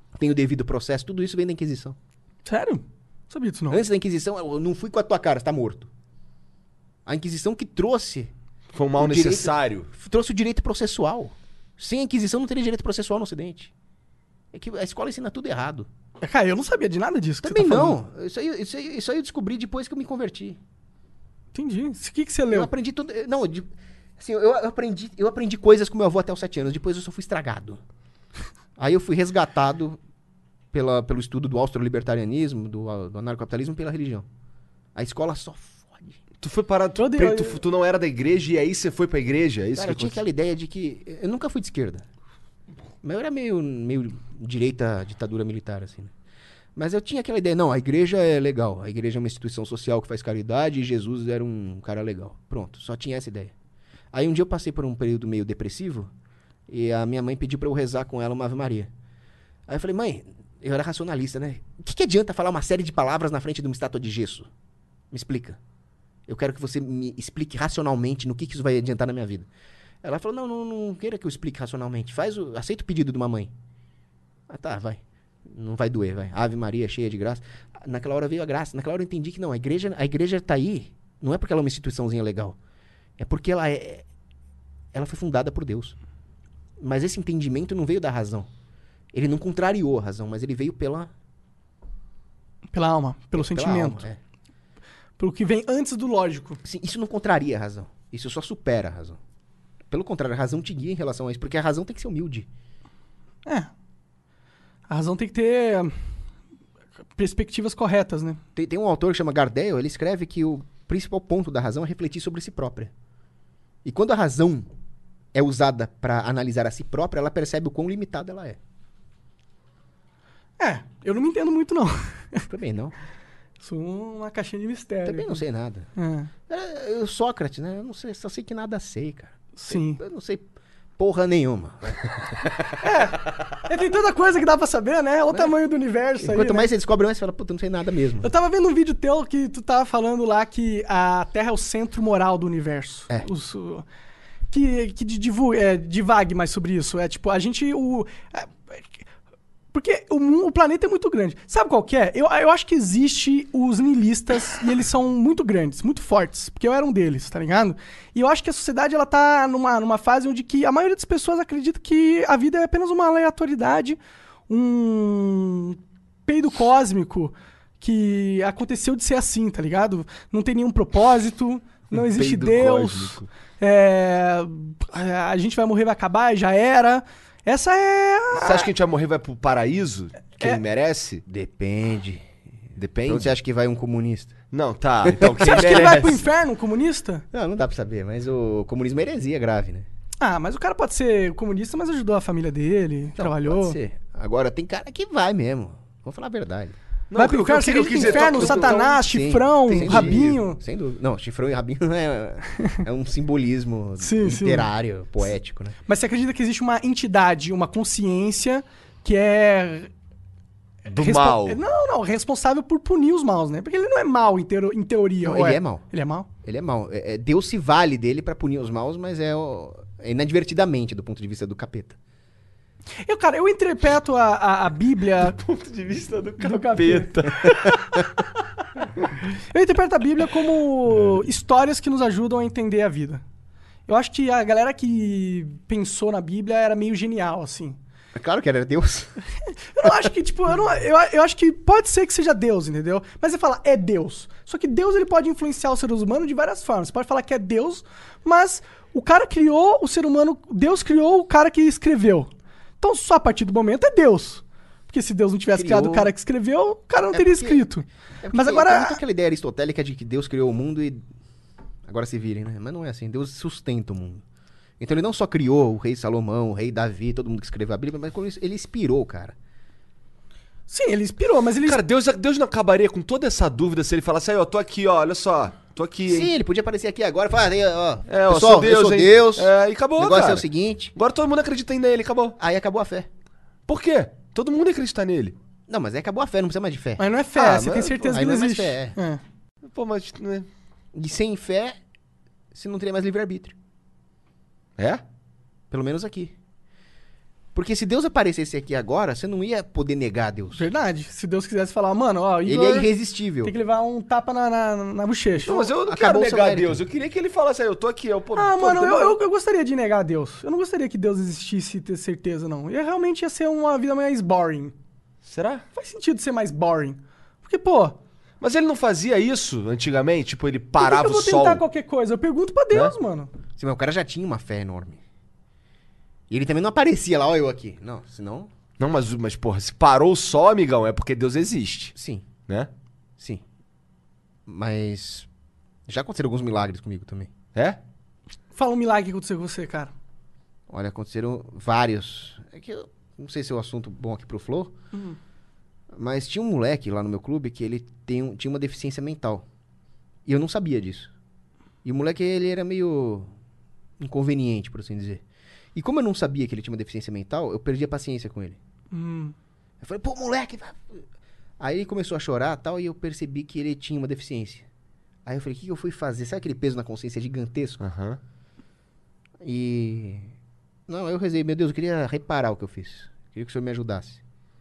[SPEAKER 3] tem o devido processo, tudo isso vem da Inquisição.
[SPEAKER 2] Sério? Não sabia disso, não.
[SPEAKER 3] Antes da Inquisição, eu não fui com a tua cara, você tá morto. A Inquisição que trouxe...
[SPEAKER 4] Foi um mal
[SPEAKER 3] o direito-
[SPEAKER 4] necessário.
[SPEAKER 3] trouxe o direito processual. Sem a Inquisição não teria direito processual no Ocidente. É que a escola ensina tudo errado.
[SPEAKER 2] Cara, eu não sabia de nada disso que
[SPEAKER 3] Também
[SPEAKER 2] você tá falando.
[SPEAKER 3] não. Isso aí, isso, aí, isso aí eu descobri depois que eu me converti.
[SPEAKER 2] Entendi. O que, que você
[SPEAKER 3] Eu
[SPEAKER 2] leu?
[SPEAKER 3] aprendi tudo... Não, de- assim, eu, eu aprendi, eu aprendi coisas com meu avô até os sete anos. Depois eu só fui estragado. Aí eu fui resgatado pela, pelo estudo do austro-libertarianismo, do, do anarcocapitalismo, pela religião. A escola só fode.
[SPEAKER 4] Tu foi parar... Tu,
[SPEAKER 2] Eu dei-
[SPEAKER 4] tu, tu não era da igreja e aí você foi pra igreja? É isso
[SPEAKER 3] Cara, eu
[SPEAKER 4] que
[SPEAKER 3] tinha
[SPEAKER 4] aconteceu?
[SPEAKER 3] aquela ideia de que... Eu nunca fui de esquerda. Mas eu era meio, meio direita ditadura militar, assim, né? Mas eu tinha aquela ideia, não, a igreja é legal. A igreja é uma instituição social que faz caridade e Jesus era um cara legal. Pronto, só tinha essa ideia. Aí um dia eu passei por um período meio depressivo e a minha mãe pediu pra eu rezar com ela uma Ave Maria. Aí eu falei, mãe, eu era racionalista, né? O que, que adianta falar uma série de palavras na frente de uma estátua de gesso? Me explica. Eu quero que você me explique racionalmente no que, que isso vai adiantar na minha vida. Ela falou, não, não, não queira que eu explique racionalmente. Faz o, aceita o pedido de uma mãe. Ah, tá, vai. Não vai doer, vai. Ave Maria, cheia de graça. Naquela hora veio a graça. Naquela hora eu entendi que não, a igreja, a igreja tá aí, não é porque ela é uma instituiçãozinha legal. É porque ela é... Ela foi fundada por Deus. Mas esse entendimento não veio da razão. Ele não contrariou a razão, mas ele veio pela...
[SPEAKER 2] Pela alma, pelo
[SPEAKER 3] pela
[SPEAKER 2] sentimento.
[SPEAKER 3] alma, é.
[SPEAKER 2] Pelo que vem antes do lógico.
[SPEAKER 3] Assim, isso não contraria a razão. Isso só supera a razão. Pelo contrário, a razão te guia em relação a isso, porque a razão tem que ser humilde.
[SPEAKER 2] É. A razão tem que ter hum, perspectivas corretas, né?
[SPEAKER 3] Tem, tem um autor que chama Gardel, ele escreve que o principal ponto da razão é refletir sobre si própria. E quando a razão é usada para analisar a si própria, ela percebe o quão limitada ela é.
[SPEAKER 2] É, eu não me entendo muito, não.
[SPEAKER 3] Também não.
[SPEAKER 2] Sou uma caixinha de mistério.
[SPEAKER 3] Também não sei nada.
[SPEAKER 2] É,
[SPEAKER 3] É, eu, Sócrates, né? Eu não sei, só sei que nada sei, cara.
[SPEAKER 2] sim.
[SPEAKER 3] Eu não sei porra nenhuma.
[SPEAKER 2] É, tem tanta coisa que dá pra saber, né? Olha o tamanho do universo aí,
[SPEAKER 3] Quanto
[SPEAKER 2] né?
[SPEAKER 3] mais você descobre, mais você fala, puta, eu não sei nada mesmo.
[SPEAKER 2] Eu tava vendo um vídeo teu que tu tava falando lá que a Terra é o centro moral do universo.
[SPEAKER 3] É.
[SPEAKER 2] Os, o- que que di- divu- é, divague mais sobre isso. É tipo, a gente... O, é, porque o, mu- o planeta é muito grande. Sabe qual que é? Eu, eu acho que existe os niilistas e eles são muito grandes, muito fortes. Porque eu era um deles, tá ligado? E eu acho que a sociedade, ela tá numa, numa fase onde que a maioria das pessoas acredita que a vida é apenas uma aleatoriedade, um peido cósmico que aconteceu de ser assim, tá ligado? Não tem nenhum propósito, não existe
[SPEAKER 4] Peido
[SPEAKER 2] Deus.
[SPEAKER 4] cósmico.
[SPEAKER 2] É, a gente vai morrer, vai acabar, já era. Essa é a...
[SPEAKER 4] Você acha que a gente vai morrer e vai pro paraíso? Quem
[SPEAKER 2] É.
[SPEAKER 4] merece?
[SPEAKER 3] Depende.
[SPEAKER 4] Depende.
[SPEAKER 3] Pra onde você acha que vai um comunista?
[SPEAKER 4] Não, tá. Então quem
[SPEAKER 2] Você acha que
[SPEAKER 4] merece?
[SPEAKER 2] ele vai pro inferno, um comunista?
[SPEAKER 3] Não, não dá pra saber, mas o comunismo é heresia grave, né?
[SPEAKER 2] Ah, mas o cara pode ser comunista, mas ajudou a família dele,
[SPEAKER 3] Não,
[SPEAKER 2] trabalhou.
[SPEAKER 3] Pode ser. Agora, tem cara que vai mesmo. Vamos falar a verdade.
[SPEAKER 4] Não,
[SPEAKER 2] Vai pro
[SPEAKER 4] eu-
[SPEAKER 2] inferno,
[SPEAKER 4] eu-
[SPEAKER 2] você
[SPEAKER 4] eu
[SPEAKER 2] acredita
[SPEAKER 4] quis
[SPEAKER 2] no
[SPEAKER 4] dizer,
[SPEAKER 2] inferno,
[SPEAKER 4] tô- tô-
[SPEAKER 2] satanás,
[SPEAKER 3] Sim,
[SPEAKER 2] chifrão,
[SPEAKER 3] sem
[SPEAKER 2] rabinho.
[SPEAKER 3] dúvida, Sem dúvida. Não, chifrão e rabinho é, é um simbolismo
[SPEAKER 2] Sim, sim.
[SPEAKER 3] literário, poético, né?
[SPEAKER 2] Mas você acredita que existe uma entidade, uma consciência que é...
[SPEAKER 4] Do
[SPEAKER 2] respo-
[SPEAKER 4] mal.
[SPEAKER 2] Não, não, responsável por punir os maus, né? Porque ele não é mal em, teo- em teoria.
[SPEAKER 3] Não,
[SPEAKER 2] ou
[SPEAKER 3] ele é mau.
[SPEAKER 2] Ele é mau?
[SPEAKER 3] Ele é mau. É, é- Deus se vale dele pra punir os maus, mas é, o- é inadvertidamente do ponto de vista do capeta.
[SPEAKER 2] Eu, cara, eu interpreto a, a, a Bíblia...
[SPEAKER 4] ponto de vista do
[SPEAKER 2] do capeta. Eu interpreto a Bíblia como histórias que nos ajudam a entender a vida. Eu acho que a galera que pensou na Bíblia era meio genial, assim.
[SPEAKER 3] É claro que era Deus.
[SPEAKER 2] Eu não acho que, tipo, eu, não, eu, eu acho que pode ser que seja Deus, entendeu? Mas você fala, é Deus. Só que Deus, ele pode influenciar os seres humanos de várias formas. Você pode falar que é Deus, mas o cara criou o ser humano, Deus criou o cara que escreveu. Então, só a partir do momento é Deus. Porque se Deus não tivesse
[SPEAKER 3] Criou.
[SPEAKER 2] criado o cara que escreveu, o cara não
[SPEAKER 3] É
[SPEAKER 2] teria
[SPEAKER 3] porque-
[SPEAKER 2] escrito.
[SPEAKER 3] É porque
[SPEAKER 2] Mas
[SPEAKER 3] tem-
[SPEAKER 2] agora...
[SPEAKER 3] tem muito aquela ideia aristotélica de que Deus criou o mundo e agora se virem, né? Mas não é assim. Deus sustenta o mundo. Então ele não só criou o rei Salomão, o rei Davi, todo mundo que escreveu a Bíblia, mas com isso ele inspirou, cara.
[SPEAKER 2] Sim, ele inspirou, mas ele...
[SPEAKER 4] Cara, Deus, Deus não acabaria com toda essa dúvida se ele falasse, aí, ó, tô aqui, ó, olha só, tô aqui, hein.
[SPEAKER 3] Sim, ele podia aparecer aqui agora e falar, "Aí, ó,
[SPEAKER 4] É, ó,
[SPEAKER 3] pessoal,
[SPEAKER 4] sou Deus,
[SPEAKER 3] eu sou
[SPEAKER 4] hein?"
[SPEAKER 3] Deus.
[SPEAKER 4] É, e acabou,
[SPEAKER 3] O negócio
[SPEAKER 4] cara.
[SPEAKER 3] é o seguinte.
[SPEAKER 4] Agora todo mundo acredita ainda nele, acabou.
[SPEAKER 3] Aí acabou a fé.
[SPEAKER 4] Por quê? Todo mundo acredita nele.
[SPEAKER 3] Não, mas aí acabou a fé, não precisa mais de fé.
[SPEAKER 2] Mas não é fé,
[SPEAKER 4] Ah,
[SPEAKER 2] você
[SPEAKER 4] mas-
[SPEAKER 2] tem certeza
[SPEAKER 3] aí
[SPEAKER 2] que ele
[SPEAKER 3] não é mais
[SPEAKER 2] existe.
[SPEAKER 3] fé,
[SPEAKER 2] É.
[SPEAKER 4] Pô, mas, né?
[SPEAKER 3] E sem fé, você não teria mais livre-arbítrio.
[SPEAKER 4] É?
[SPEAKER 3] Pelo menos aqui. Porque se Deus aparecesse aqui agora, você não ia poder negar Deus.
[SPEAKER 2] Verdade. Se Deus quisesse falar, mano, ó,
[SPEAKER 3] Ele
[SPEAKER 2] Igor
[SPEAKER 3] é irresistível.
[SPEAKER 2] tem que levar um tapa na, na, na bochecha.
[SPEAKER 4] Não, mas eu não
[SPEAKER 3] Acabou
[SPEAKER 4] quero
[SPEAKER 3] o
[SPEAKER 4] negar
[SPEAKER 3] seu
[SPEAKER 4] Deus. Eu queria que ele falasse aí, eu tô aqui. Eu, pô,
[SPEAKER 2] Ah,
[SPEAKER 4] pô,
[SPEAKER 2] mano,
[SPEAKER 4] tô-
[SPEAKER 2] eu, eu, eu gostaria de negar Deus. Eu não gostaria que Deus existisse e ter certeza, não. Ia realmente ia ser uma vida mais boring.
[SPEAKER 4] Será?
[SPEAKER 2] Faz sentido ser mais boring. Porque, pô,
[SPEAKER 4] Mas ele não fazia isso antigamente? Tipo, ele
[SPEAKER 2] por que
[SPEAKER 4] parava
[SPEAKER 2] que eu vou
[SPEAKER 4] o sol.
[SPEAKER 2] tentar qualquer coisa? Eu pergunto pra Deus, mano.
[SPEAKER 3] Sim, mas o cara já tinha uma fé enorme. E ele também não aparecia lá, ó, eu aqui. Não, senão...
[SPEAKER 4] Não, mas, mas, porra, se parou o sol, amigão, é porque Deus existe,
[SPEAKER 3] Sim,
[SPEAKER 4] né?
[SPEAKER 3] sim. Mas... Já aconteceram alguns milagres comigo também.
[SPEAKER 4] É?
[SPEAKER 2] Fala um milagre que aconteceu com você, cara.
[SPEAKER 3] Olha, aconteceram vários. É que eu não sei se é um assunto bom aqui pro Flow, mas tinha um moleque lá no meu clube que ele tem um- tinha uma deficiência mental. E eu não sabia disso. E o moleque, ele era meio inconveniente, por assim dizer. E como eu não sabia que ele tinha uma deficiência mental, eu perdi a paciência com ele.
[SPEAKER 2] Hum.
[SPEAKER 3] Eu falei, pô, moleque... vai- Aí ele começou a chorar e tal, e eu percebi que ele tinha uma deficiência. Aí eu falei, o que, que eu fui fazer? Sabe aquele peso na consciência gigantesco?
[SPEAKER 4] Aham.
[SPEAKER 3] E... Não, eu rezei, meu Deus, eu queria reparar o que eu fiz. Queria que o senhor me ajudasse.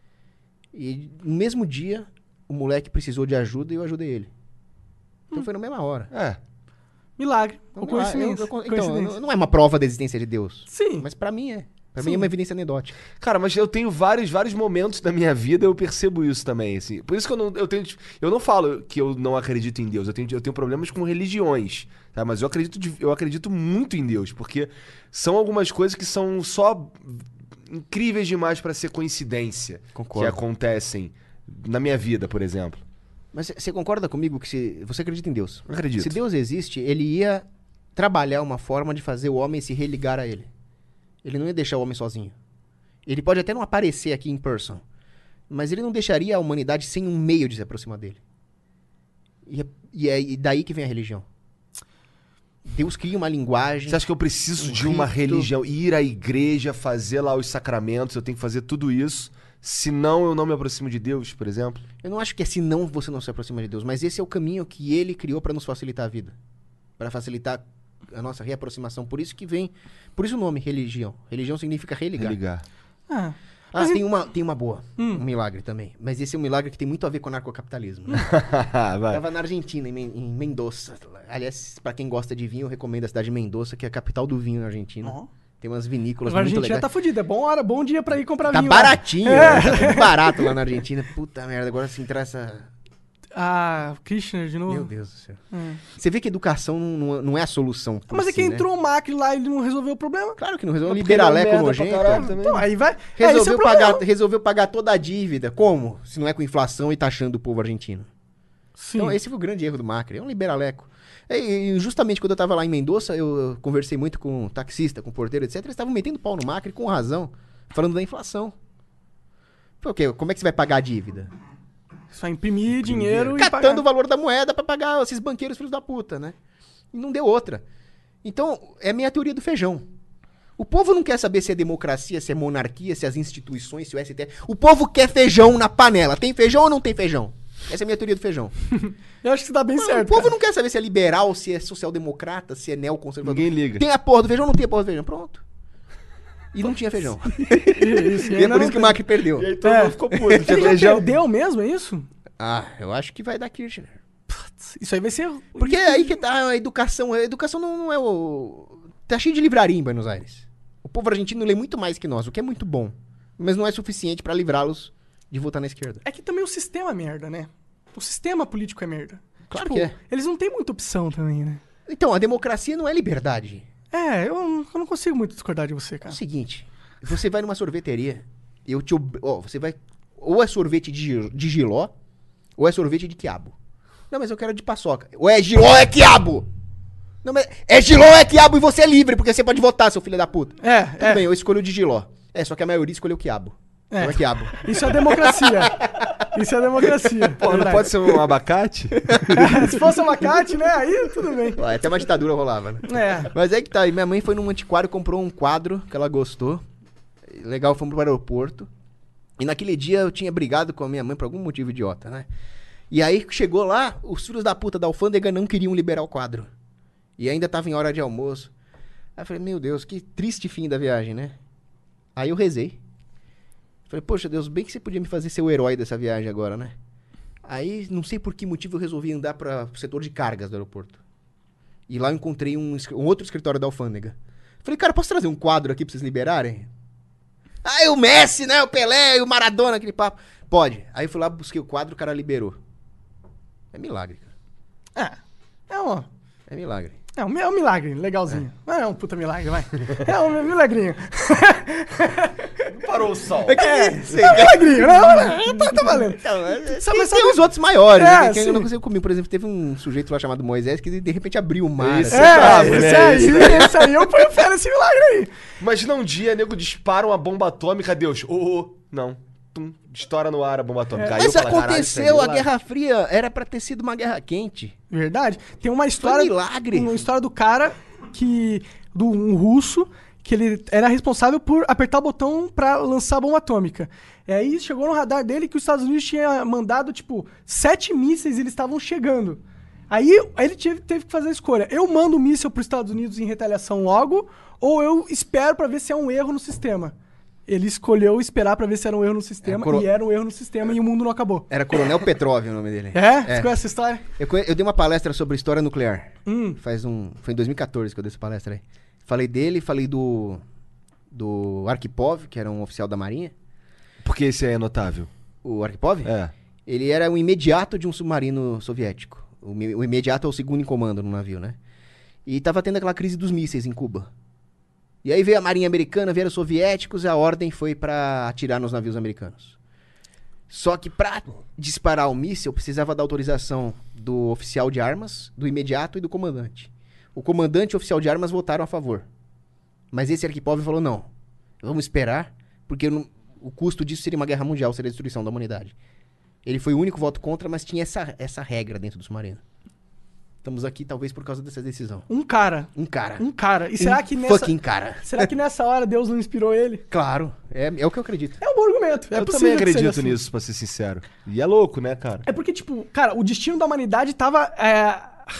[SPEAKER 3] E no mesmo dia, o moleque precisou de ajuda e eu ajudei ele. Então foi na mesma hora.
[SPEAKER 4] É.
[SPEAKER 2] Milagre.
[SPEAKER 3] Então,
[SPEAKER 2] Ou coincidência.
[SPEAKER 3] eu- eu- então,
[SPEAKER 2] Coincidência.
[SPEAKER 3] não é uma prova da existência de Deus.
[SPEAKER 2] Sim.
[SPEAKER 3] Mas pra mim é. Pra
[SPEAKER 2] Sim.
[SPEAKER 3] mim é uma evidência anedótica.
[SPEAKER 4] Cara, mas eu tenho vários, vários momentos da minha vida, eu percebo isso também, assim. Por isso que eu não, eu tenho, eu não falo que eu não acredito em Deus. Eu tenho, eu tenho problemas com religiões, tá? Mas eu acredito, de- eu acredito muito em Deus, porque são algumas coisas que são só incríveis demais pra ser coincidência.
[SPEAKER 3] Concordo.
[SPEAKER 4] Que acontecem na minha vida, por exemplo.
[SPEAKER 3] Mas você concorda comigo que se você acredita em Deus?
[SPEAKER 4] Eu acredito.
[SPEAKER 3] Se Deus existe, ele ia trabalhar uma forma de fazer o homem se religar a ele. Ele não ia deixar o homem sozinho. Ele pode até não aparecer aqui em person, mas ele não deixaria a humanidade sem um meio de se aproximar dele. E é, e é e daí que vem a religião. Deus cria uma linguagem.
[SPEAKER 4] Você acha que eu preciso
[SPEAKER 3] Um
[SPEAKER 4] de uma
[SPEAKER 3] rito.
[SPEAKER 4] religião, ir à igreja, fazer lá os sacramentos, eu tenho que fazer tudo isso, senão eu não me aproximo de Deus, por exemplo?
[SPEAKER 3] Eu não acho que é senão você não se aproxima de Deus, mas esse é o caminho que ele criou para nos facilitar a vida. Para facilitar a nossa reaproximação. Por isso que vem... Por isso o nome, religião. Religião significa religar.
[SPEAKER 4] Religar.
[SPEAKER 2] Ah,
[SPEAKER 3] Ah,
[SPEAKER 2] Mas
[SPEAKER 3] tem uma, tem uma boa.
[SPEAKER 2] Hum.
[SPEAKER 3] Um milagre também. Mas esse é um milagre que tem muito a ver com o narcocapitalismo. Né?
[SPEAKER 4] Vai.
[SPEAKER 3] Tava na Argentina, em, Men- em Mendoza. Aliás, pra quem gosta de vinho, eu recomendo a cidade de Mendoza, que é a capital do vinho na Argentina.
[SPEAKER 2] Ó.
[SPEAKER 3] Tem umas vinícolas
[SPEAKER 2] agora a
[SPEAKER 3] muito
[SPEAKER 2] gente já
[SPEAKER 3] legais.
[SPEAKER 2] tá fudido. É bom hora, bom dia pra ir comprar
[SPEAKER 3] Tá
[SPEAKER 2] vinho. lá.
[SPEAKER 3] baratinho,
[SPEAKER 2] É.
[SPEAKER 3] né? Tá tudo barato lá na Argentina. Puta merda, agora se entrar essa...
[SPEAKER 2] Ah, Kirchner de novo.
[SPEAKER 3] Meu Deus do céu.
[SPEAKER 2] É.
[SPEAKER 3] Você vê que educação não, não- não é a solução. por
[SPEAKER 2] Mas é
[SPEAKER 3] si,
[SPEAKER 2] que
[SPEAKER 3] né?
[SPEAKER 2] entrou o Macri lá e ele não resolveu o problema.
[SPEAKER 3] Claro que não resolveu. Um
[SPEAKER 4] Mas porque ele é um
[SPEAKER 3] liberaleco
[SPEAKER 4] merda pra
[SPEAKER 3] nojento.
[SPEAKER 4] caralho também.
[SPEAKER 2] Então, aí vai. é, esse é o
[SPEAKER 3] Resolveu,
[SPEAKER 2] problema.
[SPEAKER 3] pagar, resolveu pagar toda a dívida. Como? Se não é com inflação e taxando o povo argentino.
[SPEAKER 2] Sim.
[SPEAKER 3] Então, esse foi o grande erro do Macri. É um liberaleco. E, e justamente quando eu tava lá em Mendoza, eu, eu conversei muito com taxista, com porteiro, etcétera. Eles estavam metendo pau no Macri com razão, falando da inflação. Falei, o quê? Como é que você vai pagar a dívida?
[SPEAKER 2] Só imprimir dinheiro e
[SPEAKER 3] Catando
[SPEAKER 2] pagar.
[SPEAKER 3] o valor da moeda pra pagar esses banqueiros filhos da puta, né? E não deu outra. Então, é a minha teoria do feijão. O povo não quer saber se é democracia, se é monarquia, se é as instituições, se o S T F. O povo quer feijão na panela. Tem feijão ou não tem feijão? Essa é a minha teoria do feijão.
[SPEAKER 2] Eu acho que você tá bem
[SPEAKER 3] Mano,
[SPEAKER 2] certo.
[SPEAKER 3] o povo
[SPEAKER 2] cara.
[SPEAKER 3] não quer saber se é liberal, se é social-democrata, se é neoconservador.
[SPEAKER 4] Ninguém liga.
[SPEAKER 3] Tem a porra do feijão ou não tem a porra do feijão? Pronto. E não tinha feijão.
[SPEAKER 2] Isso,
[SPEAKER 3] E é
[SPEAKER 2] ainda
[SPEAKER 3] por
[SPEAKER 2] não
[SPEAKER 3] isso que o
[SPEAKER 2] tem.
[SPEAKER 3] Macri perdeu.
[SPEAKER 4] E aí todo
[SPEAKER 2] É.
[SPEAKER 4] mundo ficou puto. Tinha
[SPEAKER 2] Ele já
[SPEAKER 4] feijão.
[SPEAKER 2] perdeu mesmo, é isso?
[SPEAKER 3] Ah, eu acho que vai dar Kirchner.
[SPEAKER 2] Isso aí vai ser...
[SPEAKER 3] Porque é aí que tá a educação. A educação não, não é o... Tá cheio de livraria em Buenos Aires. O povo argentino lê muito mais que nós, o que é muito bom. Mas não é suficiente pra livrá-los de votar na esquerda.
[SPEAKER 2] É que também o sistema é merda, né? O sistema político é merda.
[SPEAKER 3] Claro
[SPEAKER 2] Tipo,
[SPEAKER 3] que é.
[SPEAKER 2] Eles não têm muita opção também, né?
[SPEAKER 3] Então, a democracia não é liberdade.
[SPEAKER 2] É, eu, não- eu não consigo muito discordar de você,
[SPEAKER 3] É
[SPEAKER 2] cara.
[SPEAKER 3] o seguinte, você vai numa sorveteria, eu te ob... ó, você vai... Ou é sorvete de, gi- de giló, ou é sorvete de quiabo. Não, mas eu quero de paçoca. Ou é giló ou é quiabo! Não, mas é giló ou é quiabo e você é livre, porque você pode votar, seu filho da puta.
[SPEAKER 2] É,
[SPEAKER 3] Tudo
[SPEAKER 2] é.
[SPEAKER 3] bem, eu escolho o de giló. É, só que a maioria escolheu o quiabo.
[SPEAKER 2] É.
[SPEAKER 3] Não é quiabo.
[SPEAKER 2] Isso é democracia. Isso é democracia.
[SPEAKER 4] Pô, não
[SPEAKER 2] Verdade.
[SPEAKER 4] pode ser um abacate?
[SPEAKER 2] Se fosse abacate, né? Aí tudo bem.
[SPEAKER 3] Ó, até uma ditadura rolava, né?
[SPEAKER 2] É.
[SPEAKER 3] Mas é que tá, e minha mãe foi num antiquário, comprou um quadro que ela gostou. Legal, fomos pro aeroporto. E naquele dia eu tinha brigado com a minha mãe por algum motivo idiota, né? E aí chegou lá, os filhos da puta da alfândega não queriam liberar o quadro. E ainda tava em hora de almoço. Aí eu falei, meu Deus, que triste fim da viagem, né? Aí eu rezei. Falei, poxa Deus, bem que você podia me fazer ser o herói dessa viagem agora, né? Aí, não sei por que motivo, eu resolvi andar para o setor de cargas do aeroporto. E lá eu encontrei um, um outro escritório da alfândega. Falei, cara, posso trazer um quadro aqui pra vocês liberarem? Ah, é o Messi, né? O Pelé, o Maradona, aquele papo. Pode. Aí eu fui lá, busquei o quadro, o cara liberou. É milagre, cara.
[SPEAKER 2] É, é um,
[SPEAKER 3] É milagre.
[SPEAKER 2] é um, é um milagre, legalzinho. Não é um puta milagre, vai. É um milagrinho.
[SPEAKER 4] Parou o sol.
[SPEAKER 3] É que,
[SPEAKER 2] É, é um milagrinho, né? Tá, tá valendo.
[SPEAKER 3] Então, é,
[SPEAKER 2] Só-
[SPEAKER 3] tem,
[SPEAKER 2] mas
[SPEAKER 3] tem
[SPEAKER 2] sabe-
[SPEAKER 3] uns outros maiores,
[SPEAKER 2] É,
[SPEAKER 3] né? Que eu
[SPEAKER 2] sim.
[SPEAKER 3] não consigo comer. Por exemplo, teve um sujeito lá chamado Moisés que de repente abriu o mar.
[SPEAKER 4] Esse
[SPEAKER 3] assim.
[SPEAKER 4] é brabo,
[SPEAKER 2] É,
[SPEAKER 4] né?
[SPEAKER 2] esse aí,
[SPEAKER 4] Esse daí.
[SPEAKER 2] esse aí eu ponho fé nesse milagre aí.
[SPEAKER 4] Imagina um dia, nego dispara uma bomba atômica, Deus. Oh, oh, não. Tum, estoura no ar a bomba atômica. Aí eu
[SPEAKER 3] Mas
[SPEAKER 4] falo, caralho,
[SPEAKER 3] aconteceu,
[SPEAKER 4] isso é
[SPEAKER 3] a
[SPEAKER 4] milagre.
[SPEAKER 3] Guerra Fria era pra ter sido uma guerra quente.
[SPEAKER 2] Verdade. Tem uma história.
[SPEAKER 3] milagre.
[SPEAKER 2] Uma história do cara que. Do um russo, que ele era responsável por apertar o botão pra lançar a bomba atômica. E aí chegou no radar dele que os Estados Unidos tinha mandado, tipo, sete mísseis e eles estavam chegando. Aí, aí ele teve, teve que fazer a escolha. Eu mando o míssil pros Estados Unidos em retaliação logo, ou eu espero pra ver se é um erro no sistema. Ele escolheu esperar pra ver se era um erro no sistema,
[SPEAKER 3] É, coro-
[SPEAKER 2] e era um erro no sistema e o mundo não acabou.
[SPEAKER 3] Era Coronel Petrov o nome dele.
[SPEAKER 2] É? Você conhece essa história?
[SPEAKER 3] Eu, conhe- eu dei uma palestra sobre história nuclear.
[SPEAKER 2] Hum.
[SPEAKER 3] Faz um, foi em dois mil e quatorze que eu dei essa palestra aí. Falei dele, falei do do Arkhipov, que era um oficial da Marinha.
[SPEAKER 4] Por que esse aí é notável?
[SPEAKER 3] O Arkhipov?
[SPEAKER 4] É.
[SPEAKER 3] Ele era o imediato de um submarino soviético. O, me- o imediato é o segundo em comando no navio, né? E tava tendo aquela crise dos mísseis em Cuba. E aí veio a Marinha Americana, vieram os soviéticos e a ordem foi pra atirar nos navios americanos. Só que pra disparar o míssil precisava da autorização do oficial de armas, do imediato e do comandante. O comandante e o oficial de armas votaram a favor. Mas esse Arkhipov falou, não, vamos esperar, porque não- o custo disso seria uma guerra mundial, seria a destruição da humanidade. Ele foi o único voto contra, mas tinha essa, essa regra dentro do submarino. Estamos aqui talvez por causa dessa decisão.
[SPEAKER 2] Um cara.
[SPEAKER 3] Um cara.
[SPEAKER 2] Um cara. E será
[SPEAKER 3] Um
[SPEAKER 2] que nessa.
[SPEAKER 3] fucking cara.
[SPEAKER 2] Será que nessa hora Deus não inspirou ele?
[SPEAKER 3] Claro, é, é o que eu acredito.
[SPEAKER 2] É um bom argumento. É
[SPEAKER 4] eu
[SPEAKER 2] possível
[SPEAKER 4] também
[SPEAKER 2] que seja
[SPEAKER 4] acredito
[SPEAKER 2] assim.
[SPEAKER 4] nisso, pra ser sincero. E é louco, né, cara?
[SPEAKER 2] É porque, tipo, cara, o destino da humanidade tava. É,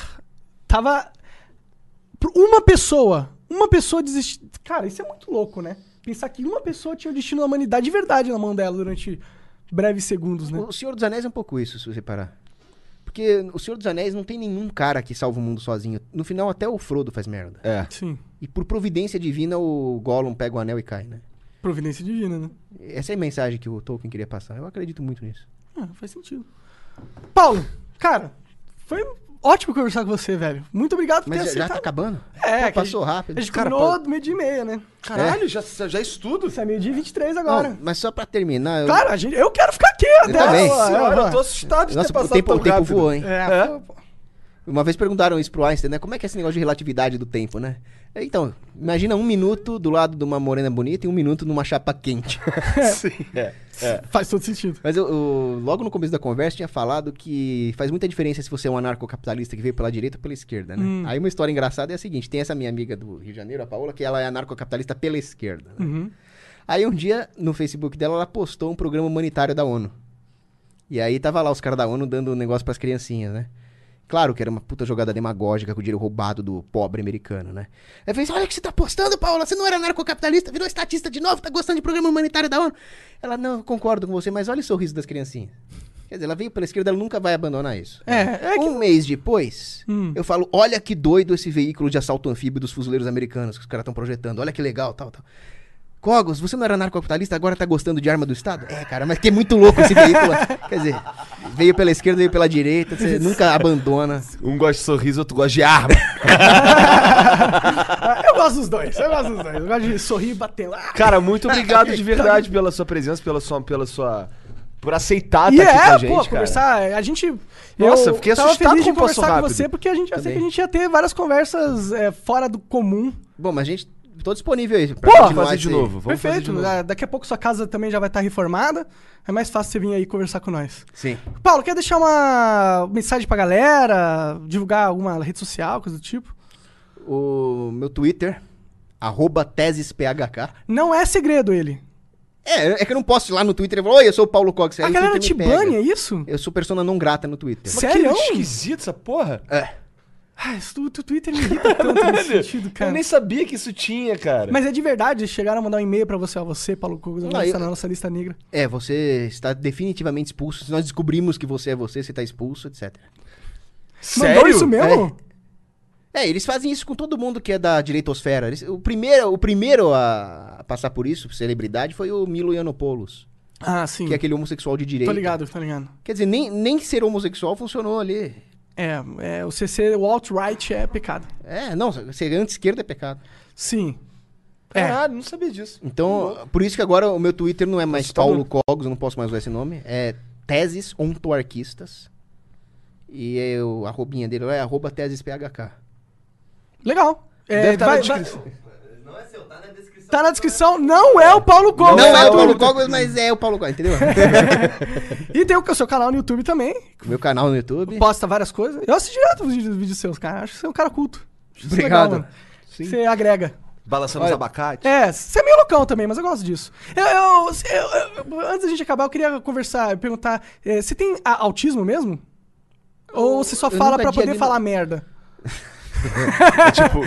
[SPEAKER 2] tava. Por uma pessoa. Uma pessoa desistir. Cara, isso é muito louco, né? Pensar que uma pessoa tinha o destino da humanidade de verdade na mão dela durante breves segundos, né?
[SPEAKER 3] O Senhor dos Anéis é um pouco isso, se você parar. Porque o Senhor dos Anéis não tem nenhum cara que salva o mundo sozinho. No final, até o Frodo faz merda.
[SPEAKER 4] É.
[SPEAKER 2] Sim.
[SPEAKER 3] E por providência divina, o Gollum pega o anel e cai, né?
[SPEAKER 2] Providência divina, né?
[SPEAKER 3] Essa é a mensagem que o Tolkien queria passar. Eu acredito muito nisso.
[SPEAKER 2] Ah, faz sentido. Paulo, cara, foi ótimo conversar com você, velho. Muito obrigado por ter
[SPEAKER 3] Mas já, já
[SPEAKER 2] aceitado.
[SPEAKER 3] tá acabando?
[SPEAKER 2] É,
[SPEAKER 3] Pô,
[SPEAKER 2] que a
[SPEAKER 3] passou
[SPEAKER 2] gente-
[SPEAKER 3] rápido.
[SPEAKER 2] A gente
[SPEAKER 4] Cara,
[SPEAKER 2] combinou
[SPEAKER 4] Paulo-
[SPEAKER 2] meio dia e meia, né?
[SPEAKER 4] Caralho, já, já é isso tudo?
[SPEAKER 2] Isso é meio dia e vinte e três agora.
[SPEAKER 3] Não, mas só pra terminar... Eu...
[SPEAKER 2] Claro, a gente, eu quero ficar aqui até
[SPEAKER 3] também.
[SPEAKER 2] a-
[SPEAKER 4] Senhora,
[SPEAKER 2] é,
[SPEAKER 4] eu tô assustado de
[SPEAKER 3] Nossa,
[SPEAKER 4] ter
[SPEAKER 3] o
[SPEAKER 4] passado
[SPEAKER 3] tempo,
[SPEAKER 4] tão
[SPEAKER 3] o tempo
[SPEAKER 4] rápido.
[SPEAKER 3] voou, hein?
[SPEAKER 2] É,
[SPEAKER 4] É?
[SPEAKER 2] pô, pô.
[SPEAKER 3] Uma vez perguntaram isso pro Einstein, né? Como é que é esse negócio de relatividade do tempo, né? Então, imagina um minuto do lado de uma morena bonita e um minuto numa chapa quente.
[SPEAKER 4] Sim, é. é.
[SPEAKER 2] Faz todo sentido.
[SPEAKER 3] Mas eu, eu- logo no começo da conversa, tinha falado que faz muita diferença se você é um anarcocapitalista que veio pela direita ou pela esquerda, né?
[SPEAKER 2] Hum.
[SPEAKER 3] Aí uma história engraçada é a seguinte, tem essa minha amiga do Rio de Janeiro, a Paola, que ela é anarcocapitalista pela esquerda, né?
[SPEAKER 2] Uhum.
[SPEAKER 3] Aí um dia, no Facebook dela, ela postou um programa humanitário da ONU. E aí tava lá os caras da ONU dando um negócio pras criancinhas, né? Claro que era uma puta jogada demagógica com o dinheiro roubado do pobre americano, né? Aí fez, olha o que você tá postando, Paula, você não era narcocapitalista, virou estatista de novo, tá gostando de programa humanitário da ONU. Ela, não, eu concordo com você, mas olha o sorriso das criancinhas. Quer dizer, ela veio pela esquerda, ela nunca vai abandonar isso.
[SPEAKER 2] É, é que...
[SPEAKER 3] Um mês depois,
[SPEAKER 2] Hum.
[SPEAKER 3] eu falo, olha que doido esse veículo de assalto anfíbio dos fuzileiros americanos que os caras estão projetando, olha que legal, tal, tal. Cogos, você não era narcocapitalista, agora tá gostando de arma do Estado? É, cara, mas que é muito louco esse veículo. Quer dizer, veio pela esquerda, veio pela direita, você nunca abandona.
[SPEAKER 4] Um gosta de sorriso, outro gosta de arma.
[SPEAKER 2] Eu gosto dos dois, eu gosto dos dois. Eu gosto de sorrir e bater lá.
[SPEAKER 4] Cara, muito obrigado de verdade pela sua presença, pela sua... Pela sua... Por aceitar
[SPEAKER 2] E
[SPEAKER 4] estar aqui
[SPEAKER 2] é,
[SPEAKER 4] com a
[SPEAKER 2] pô,
[SPEAKER 4] gente, cara.
[SPEAKER 2] conversar. A gente.
[SPEAKER 4] Nossa, eu fiquei
[SPEAKER 2] tava
[SPEAKER 4] assustado
[SPEAKER 2] feliz de
[SPEAKER 4] como passou
[SPEAKER 2] conversar com
[SPEAKER 4] rápido.
[SPEAKER 2] você, porque a gente já sei
[SPEAKER 3] Também.
[SPEAKER 2] que a gente ia ter várias conversas é, fora do comum.
[SPEAKER 3] Bom, mas a gente, tô disponível aí pra
[SPEAKER 2] Pô,
[SPEAKER 3] continuar
[SPEAKER 4] fazer de
[SPEAKER 3] esse-
[SPEAKER 4] novo. Vamos fazer
[SPEAKER 2] Perfeito.
[SPEAKER 4] de novo.
[SPEAKER 2] da- Daqui a pouco sua casa também já vai estar reformada. É mais fácil você vir aí conversar com nós.
[SPEAKER 3] Sim.
[SPEAKER 2] Paulo, quer deixar uma mensagem pra galera? Divulgar alguma rede social, coisa do tipo?
[SPEAKER 3] O meu Twitter, arroba tesesphk.
[SPEAKER 2] Não é segredo ele.
[SPEAKER 3] É, é que eu não posso ir lá no Twitter e falar, oi, eu sou o Paulo Cox. Aí
[SPEAKER 2] A
[SPEAKER 3] o
[SPEAKER 2] galera
[SPEAKER 3] Twitter
[SPEAKER 2] te
[SPEAKER 3] me pega.
[SPEAKER 2] bane, é isso?
[SPEAKER 3] Eu sou persona não grata no Twitter.
[SPEAKER 2] Sério?
[SPEAKER 4] Que esquisito essa porra.
[SPEAKER 3] É.
[SPEAKER 2] Ah, isso, o Twitter me irrita tanto nesse sentido, cara.
[SPEAKER 4] Eu nem sabia que isso tinha, cara.
[SPEAKER 2] Mas é de verdade, chegaram a mandar um e-mail pra você, ó, você, Paulo Cogos,
[SPEAKER 3] Não,
[SPEAKER 2] agora
[SPEAKER 3] eu-
[SPEAKER 2] está na nossa lista negra.
[SPEAKER 3] É, você está definitivamente expulso. Se nós descobrimos que você é você, você está expulso, etcétera.
[SPEAKER 2] Mandou isso mesmo?
[SPEAKER 3] É, eles fazem isso com todo mundo que é da direitosfera. Eles- o, primeiro, o primeiro a passar por isso, celebridade, foi o Milo Yiannopoulos,
[SPEAKER 2] Ah, sim.
[SPEAKER 3] que é aquele homossexual de direita.
[SPEAKER 2] Tô ligado, tô ligado.
[SPEAKER 3] Quer dizer, nem, nem ser homossexual funcionou ali.
[SPEAKER 2] É, é, o C C, o alt-right é pecado.
[SPEAKER 3] É, não, ser anti-esquerda é pecado.
[SPEAKER 2] Sim. É.
[SPEAKER 4] Caralho, não sabia disso.
[SPEAKER 3] Então, por isso que agora o meu Twitter não é mais
[SPEAKER 4] Assustador.
[SPEAKER 3] Paulo Cogos, eu não posso mais usar esse nome. É Teses Ontoarquistas. E é o arrobinha dele é arroba tesesphk.
[SPEAKER 2] Legal. É,
[SPEAKER 4] Deve estar
[SPEAKER 2] vai-
[SPEAKER 4] na
[SPEAKER 2] vai-
[SPEAKER 4] descrição.
[SPEAKER 6] Não é seu, tá na descrição.
[SPEAKER 2] Tá na descrição, não é o Paulo
[SPEAKER 3] Não,
[SPEAKER 2] Cogos.
[SPEAKER 3] é
[SPEAKER 2] tá
[SPEAKER 3] o Paulo
[SPEAKER 2] tudo.
[SPEAKER 3] Cogos, mas é o Paulo Cogos, entendeu?
[SPEAKER 2] E tem o seu canal no YouTube também.
[SPEAKER 3] Meu canal no YouTube.
[SPEAKER 2] Posta várias coisas. Eu assisto direto os vídeos, vídeos seus, cara. Acho que você é um cara culto. Acho isso
[SPEAKER 3] Obrigado.
[SPEAKER 2] legal, mano. Você agrega.
[SPEAKER 4] Balançando
[SPEAKER 3] Olha-
[SPEAKER 4] os abacates.
[SPEAKER 2] É, você é meio loucão também, mas eu gosto disso. Eu, eu- eu- eu- antes da gente acabar, eu queria conversar, perguntar: é, você tem a- autismo mesmo? Ou você só
[SPEAKER 3] eu
[SPEAKER 2] fala
[SPEAKER 3] nunca
[SPEAKER 2] pra poder
[SPEAKER 3] diagno-
[SPEAKER 2] falar merda?
[SPEAKER 4] É tipo,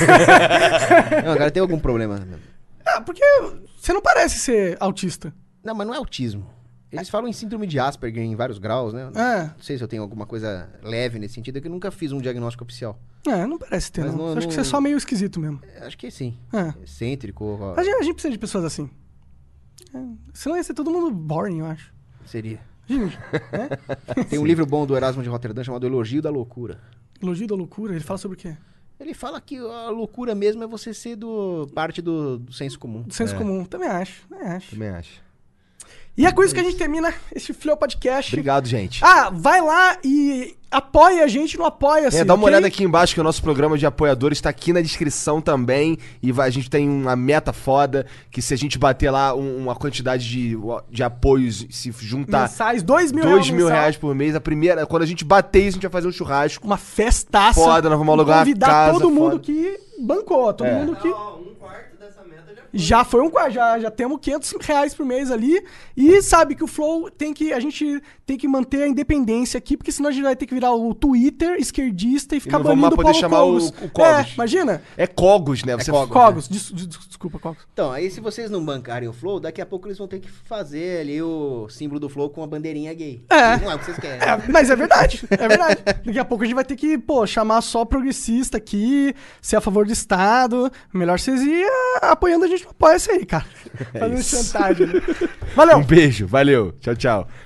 [SPEAKER 3] Não, agora tem algum problema.
[SPEAKER 2] Ah, porque você não parece ser autista.
[SPEAKER 3] Não, mas não é autismo. Eles falam em síndrome de Asperger em vários graus, né?
[SPEAKER 2] É.
[SPEAKER 3] Não sei se eu tenho alguma coisa leve nesse sentido, é que eu nunca fiz um diagnóstico oficial.
[SPEAKER 2] É, não parece ter,
[SPEAKER 3] Mas
[SPEAKER 2] não.
[SPEAKER 3] não-
[SPEAKER 2] Acho que você
[SPEAKER 3] não-
[SPEAKER 2] é só meio esquisito mesmo.
[SPEAKER 3] Acho que sim.
[SPEAKER 2] É.
[SPEAKER 3] Excêntrico, ó,
[SPEAKER 2] A gente, a gente precisa de pessoas assim. É, senão ia ser todo mundo boring, eu acho.
[SPEAKER 3] seria.
[SPEAKER 2] Gente,
[SPEAKER 3] Tem um livro bom do Erasmo de Roterdã chamado Elogio da Loucura.
[SPEAKER 2] elogio da loucura, ele fala sobre o quê?
[SPEAKER 3] Ele fala que a loucura mesmo é você ser do, parte do, do senso comum.
[SPEAKER 2] Do senso
[SPEAKER 4] É.
[SPEAKER 2] comum. Também acho, também acho.
[SPEAKER 4] também acho.
[SPEAKER 2] E é com isso que a gente termina esse Flow Podcast.
[SPEAKER 4] Obrigado, gente.
[SPEAKER 2] Ah, vai lá e apoia a gente no Apoia-se.
[SPEAKER 4] É, dá uma
[SPEAKER 2] ok?
[SPEAKER 4] olhada aqui embaixo que o nosso programa de apoiadores tá aqui na descrição também. E vai- a gente tem uma meta foda, que se a gente bater lá um- uma quantidade de, de apoios, se juntar
[SPEAKER 2] Mensais, dois mil
[SPEAKER 4] dois
[SPEAKER 2] reais
[SPEAKER 4] mil
[SPEAKER 2] mensal.
[SPEAKER 4] reais por mês, a primeira, quando a gente bater isso, a gente vai fazer um churrasco.
[SPEAKER 2] Uma festaça.
[SPEAKER 4] Foda, nós vamos alugar uma
[SPEAKER 2] convidar
[SPEAKER 4] casa
[SPEAKER 2] todo mundo
[SPEAKER 4] foda.
[SPEAKER 2] que bancou, todo
[SPEAKER 4] É.
[SPEAKER 2] mundo que...
[SPEAKER 6] Ó, um quarto dessa meta já foi.
[SPEAKER 2] Já foi um quarto, já, já temos quinhentos reais por mês ali. E sabe que o Flow tem que. A gente tem que manter a independência aqui, porque senão a gente vai ter que virar o Twitter esquerdista e ficar
[SPEAKER 4] não vamos
[SPEAKER 2] banindo o
[SPEAKER 4] mais
[SPEAKER 2] Paulo
[SPEAKER 4] poder chamar o-
[SPEAKER 2] Cogos.
[SPEAKER 4] o Cogos.
[SPEAKER 2] É, imagina.
[SPEAKER 4] É Cogos, né? Você
[SPEAKER 3] Cogos.
[SPEAKER 2] Cogos, des- des- desculpa, Cogos.
[SPEAKER 3] Então, aí se vocês não bancarem o Flow, daqui a pouco eles vão ter que fazer ali o símbolo do Flow com a bandeirinha gay.
[SPEAKER 2] É.
[SPEAKER 3] Não é o que vocês querem.
[SPEAKER 2] É, mas é verdade, é verdade. Daqui a pouco a gente vai ter que, pô, chamar só progressista aqui, ser a favor do Estado. Melhor vocês ir ah, apoiando a gente no Apoia-se aí, cara. Fazendo chantagem. Né? Valeu!
[SPEAKER 4] Um beijo, valeu. Tchau, tchau.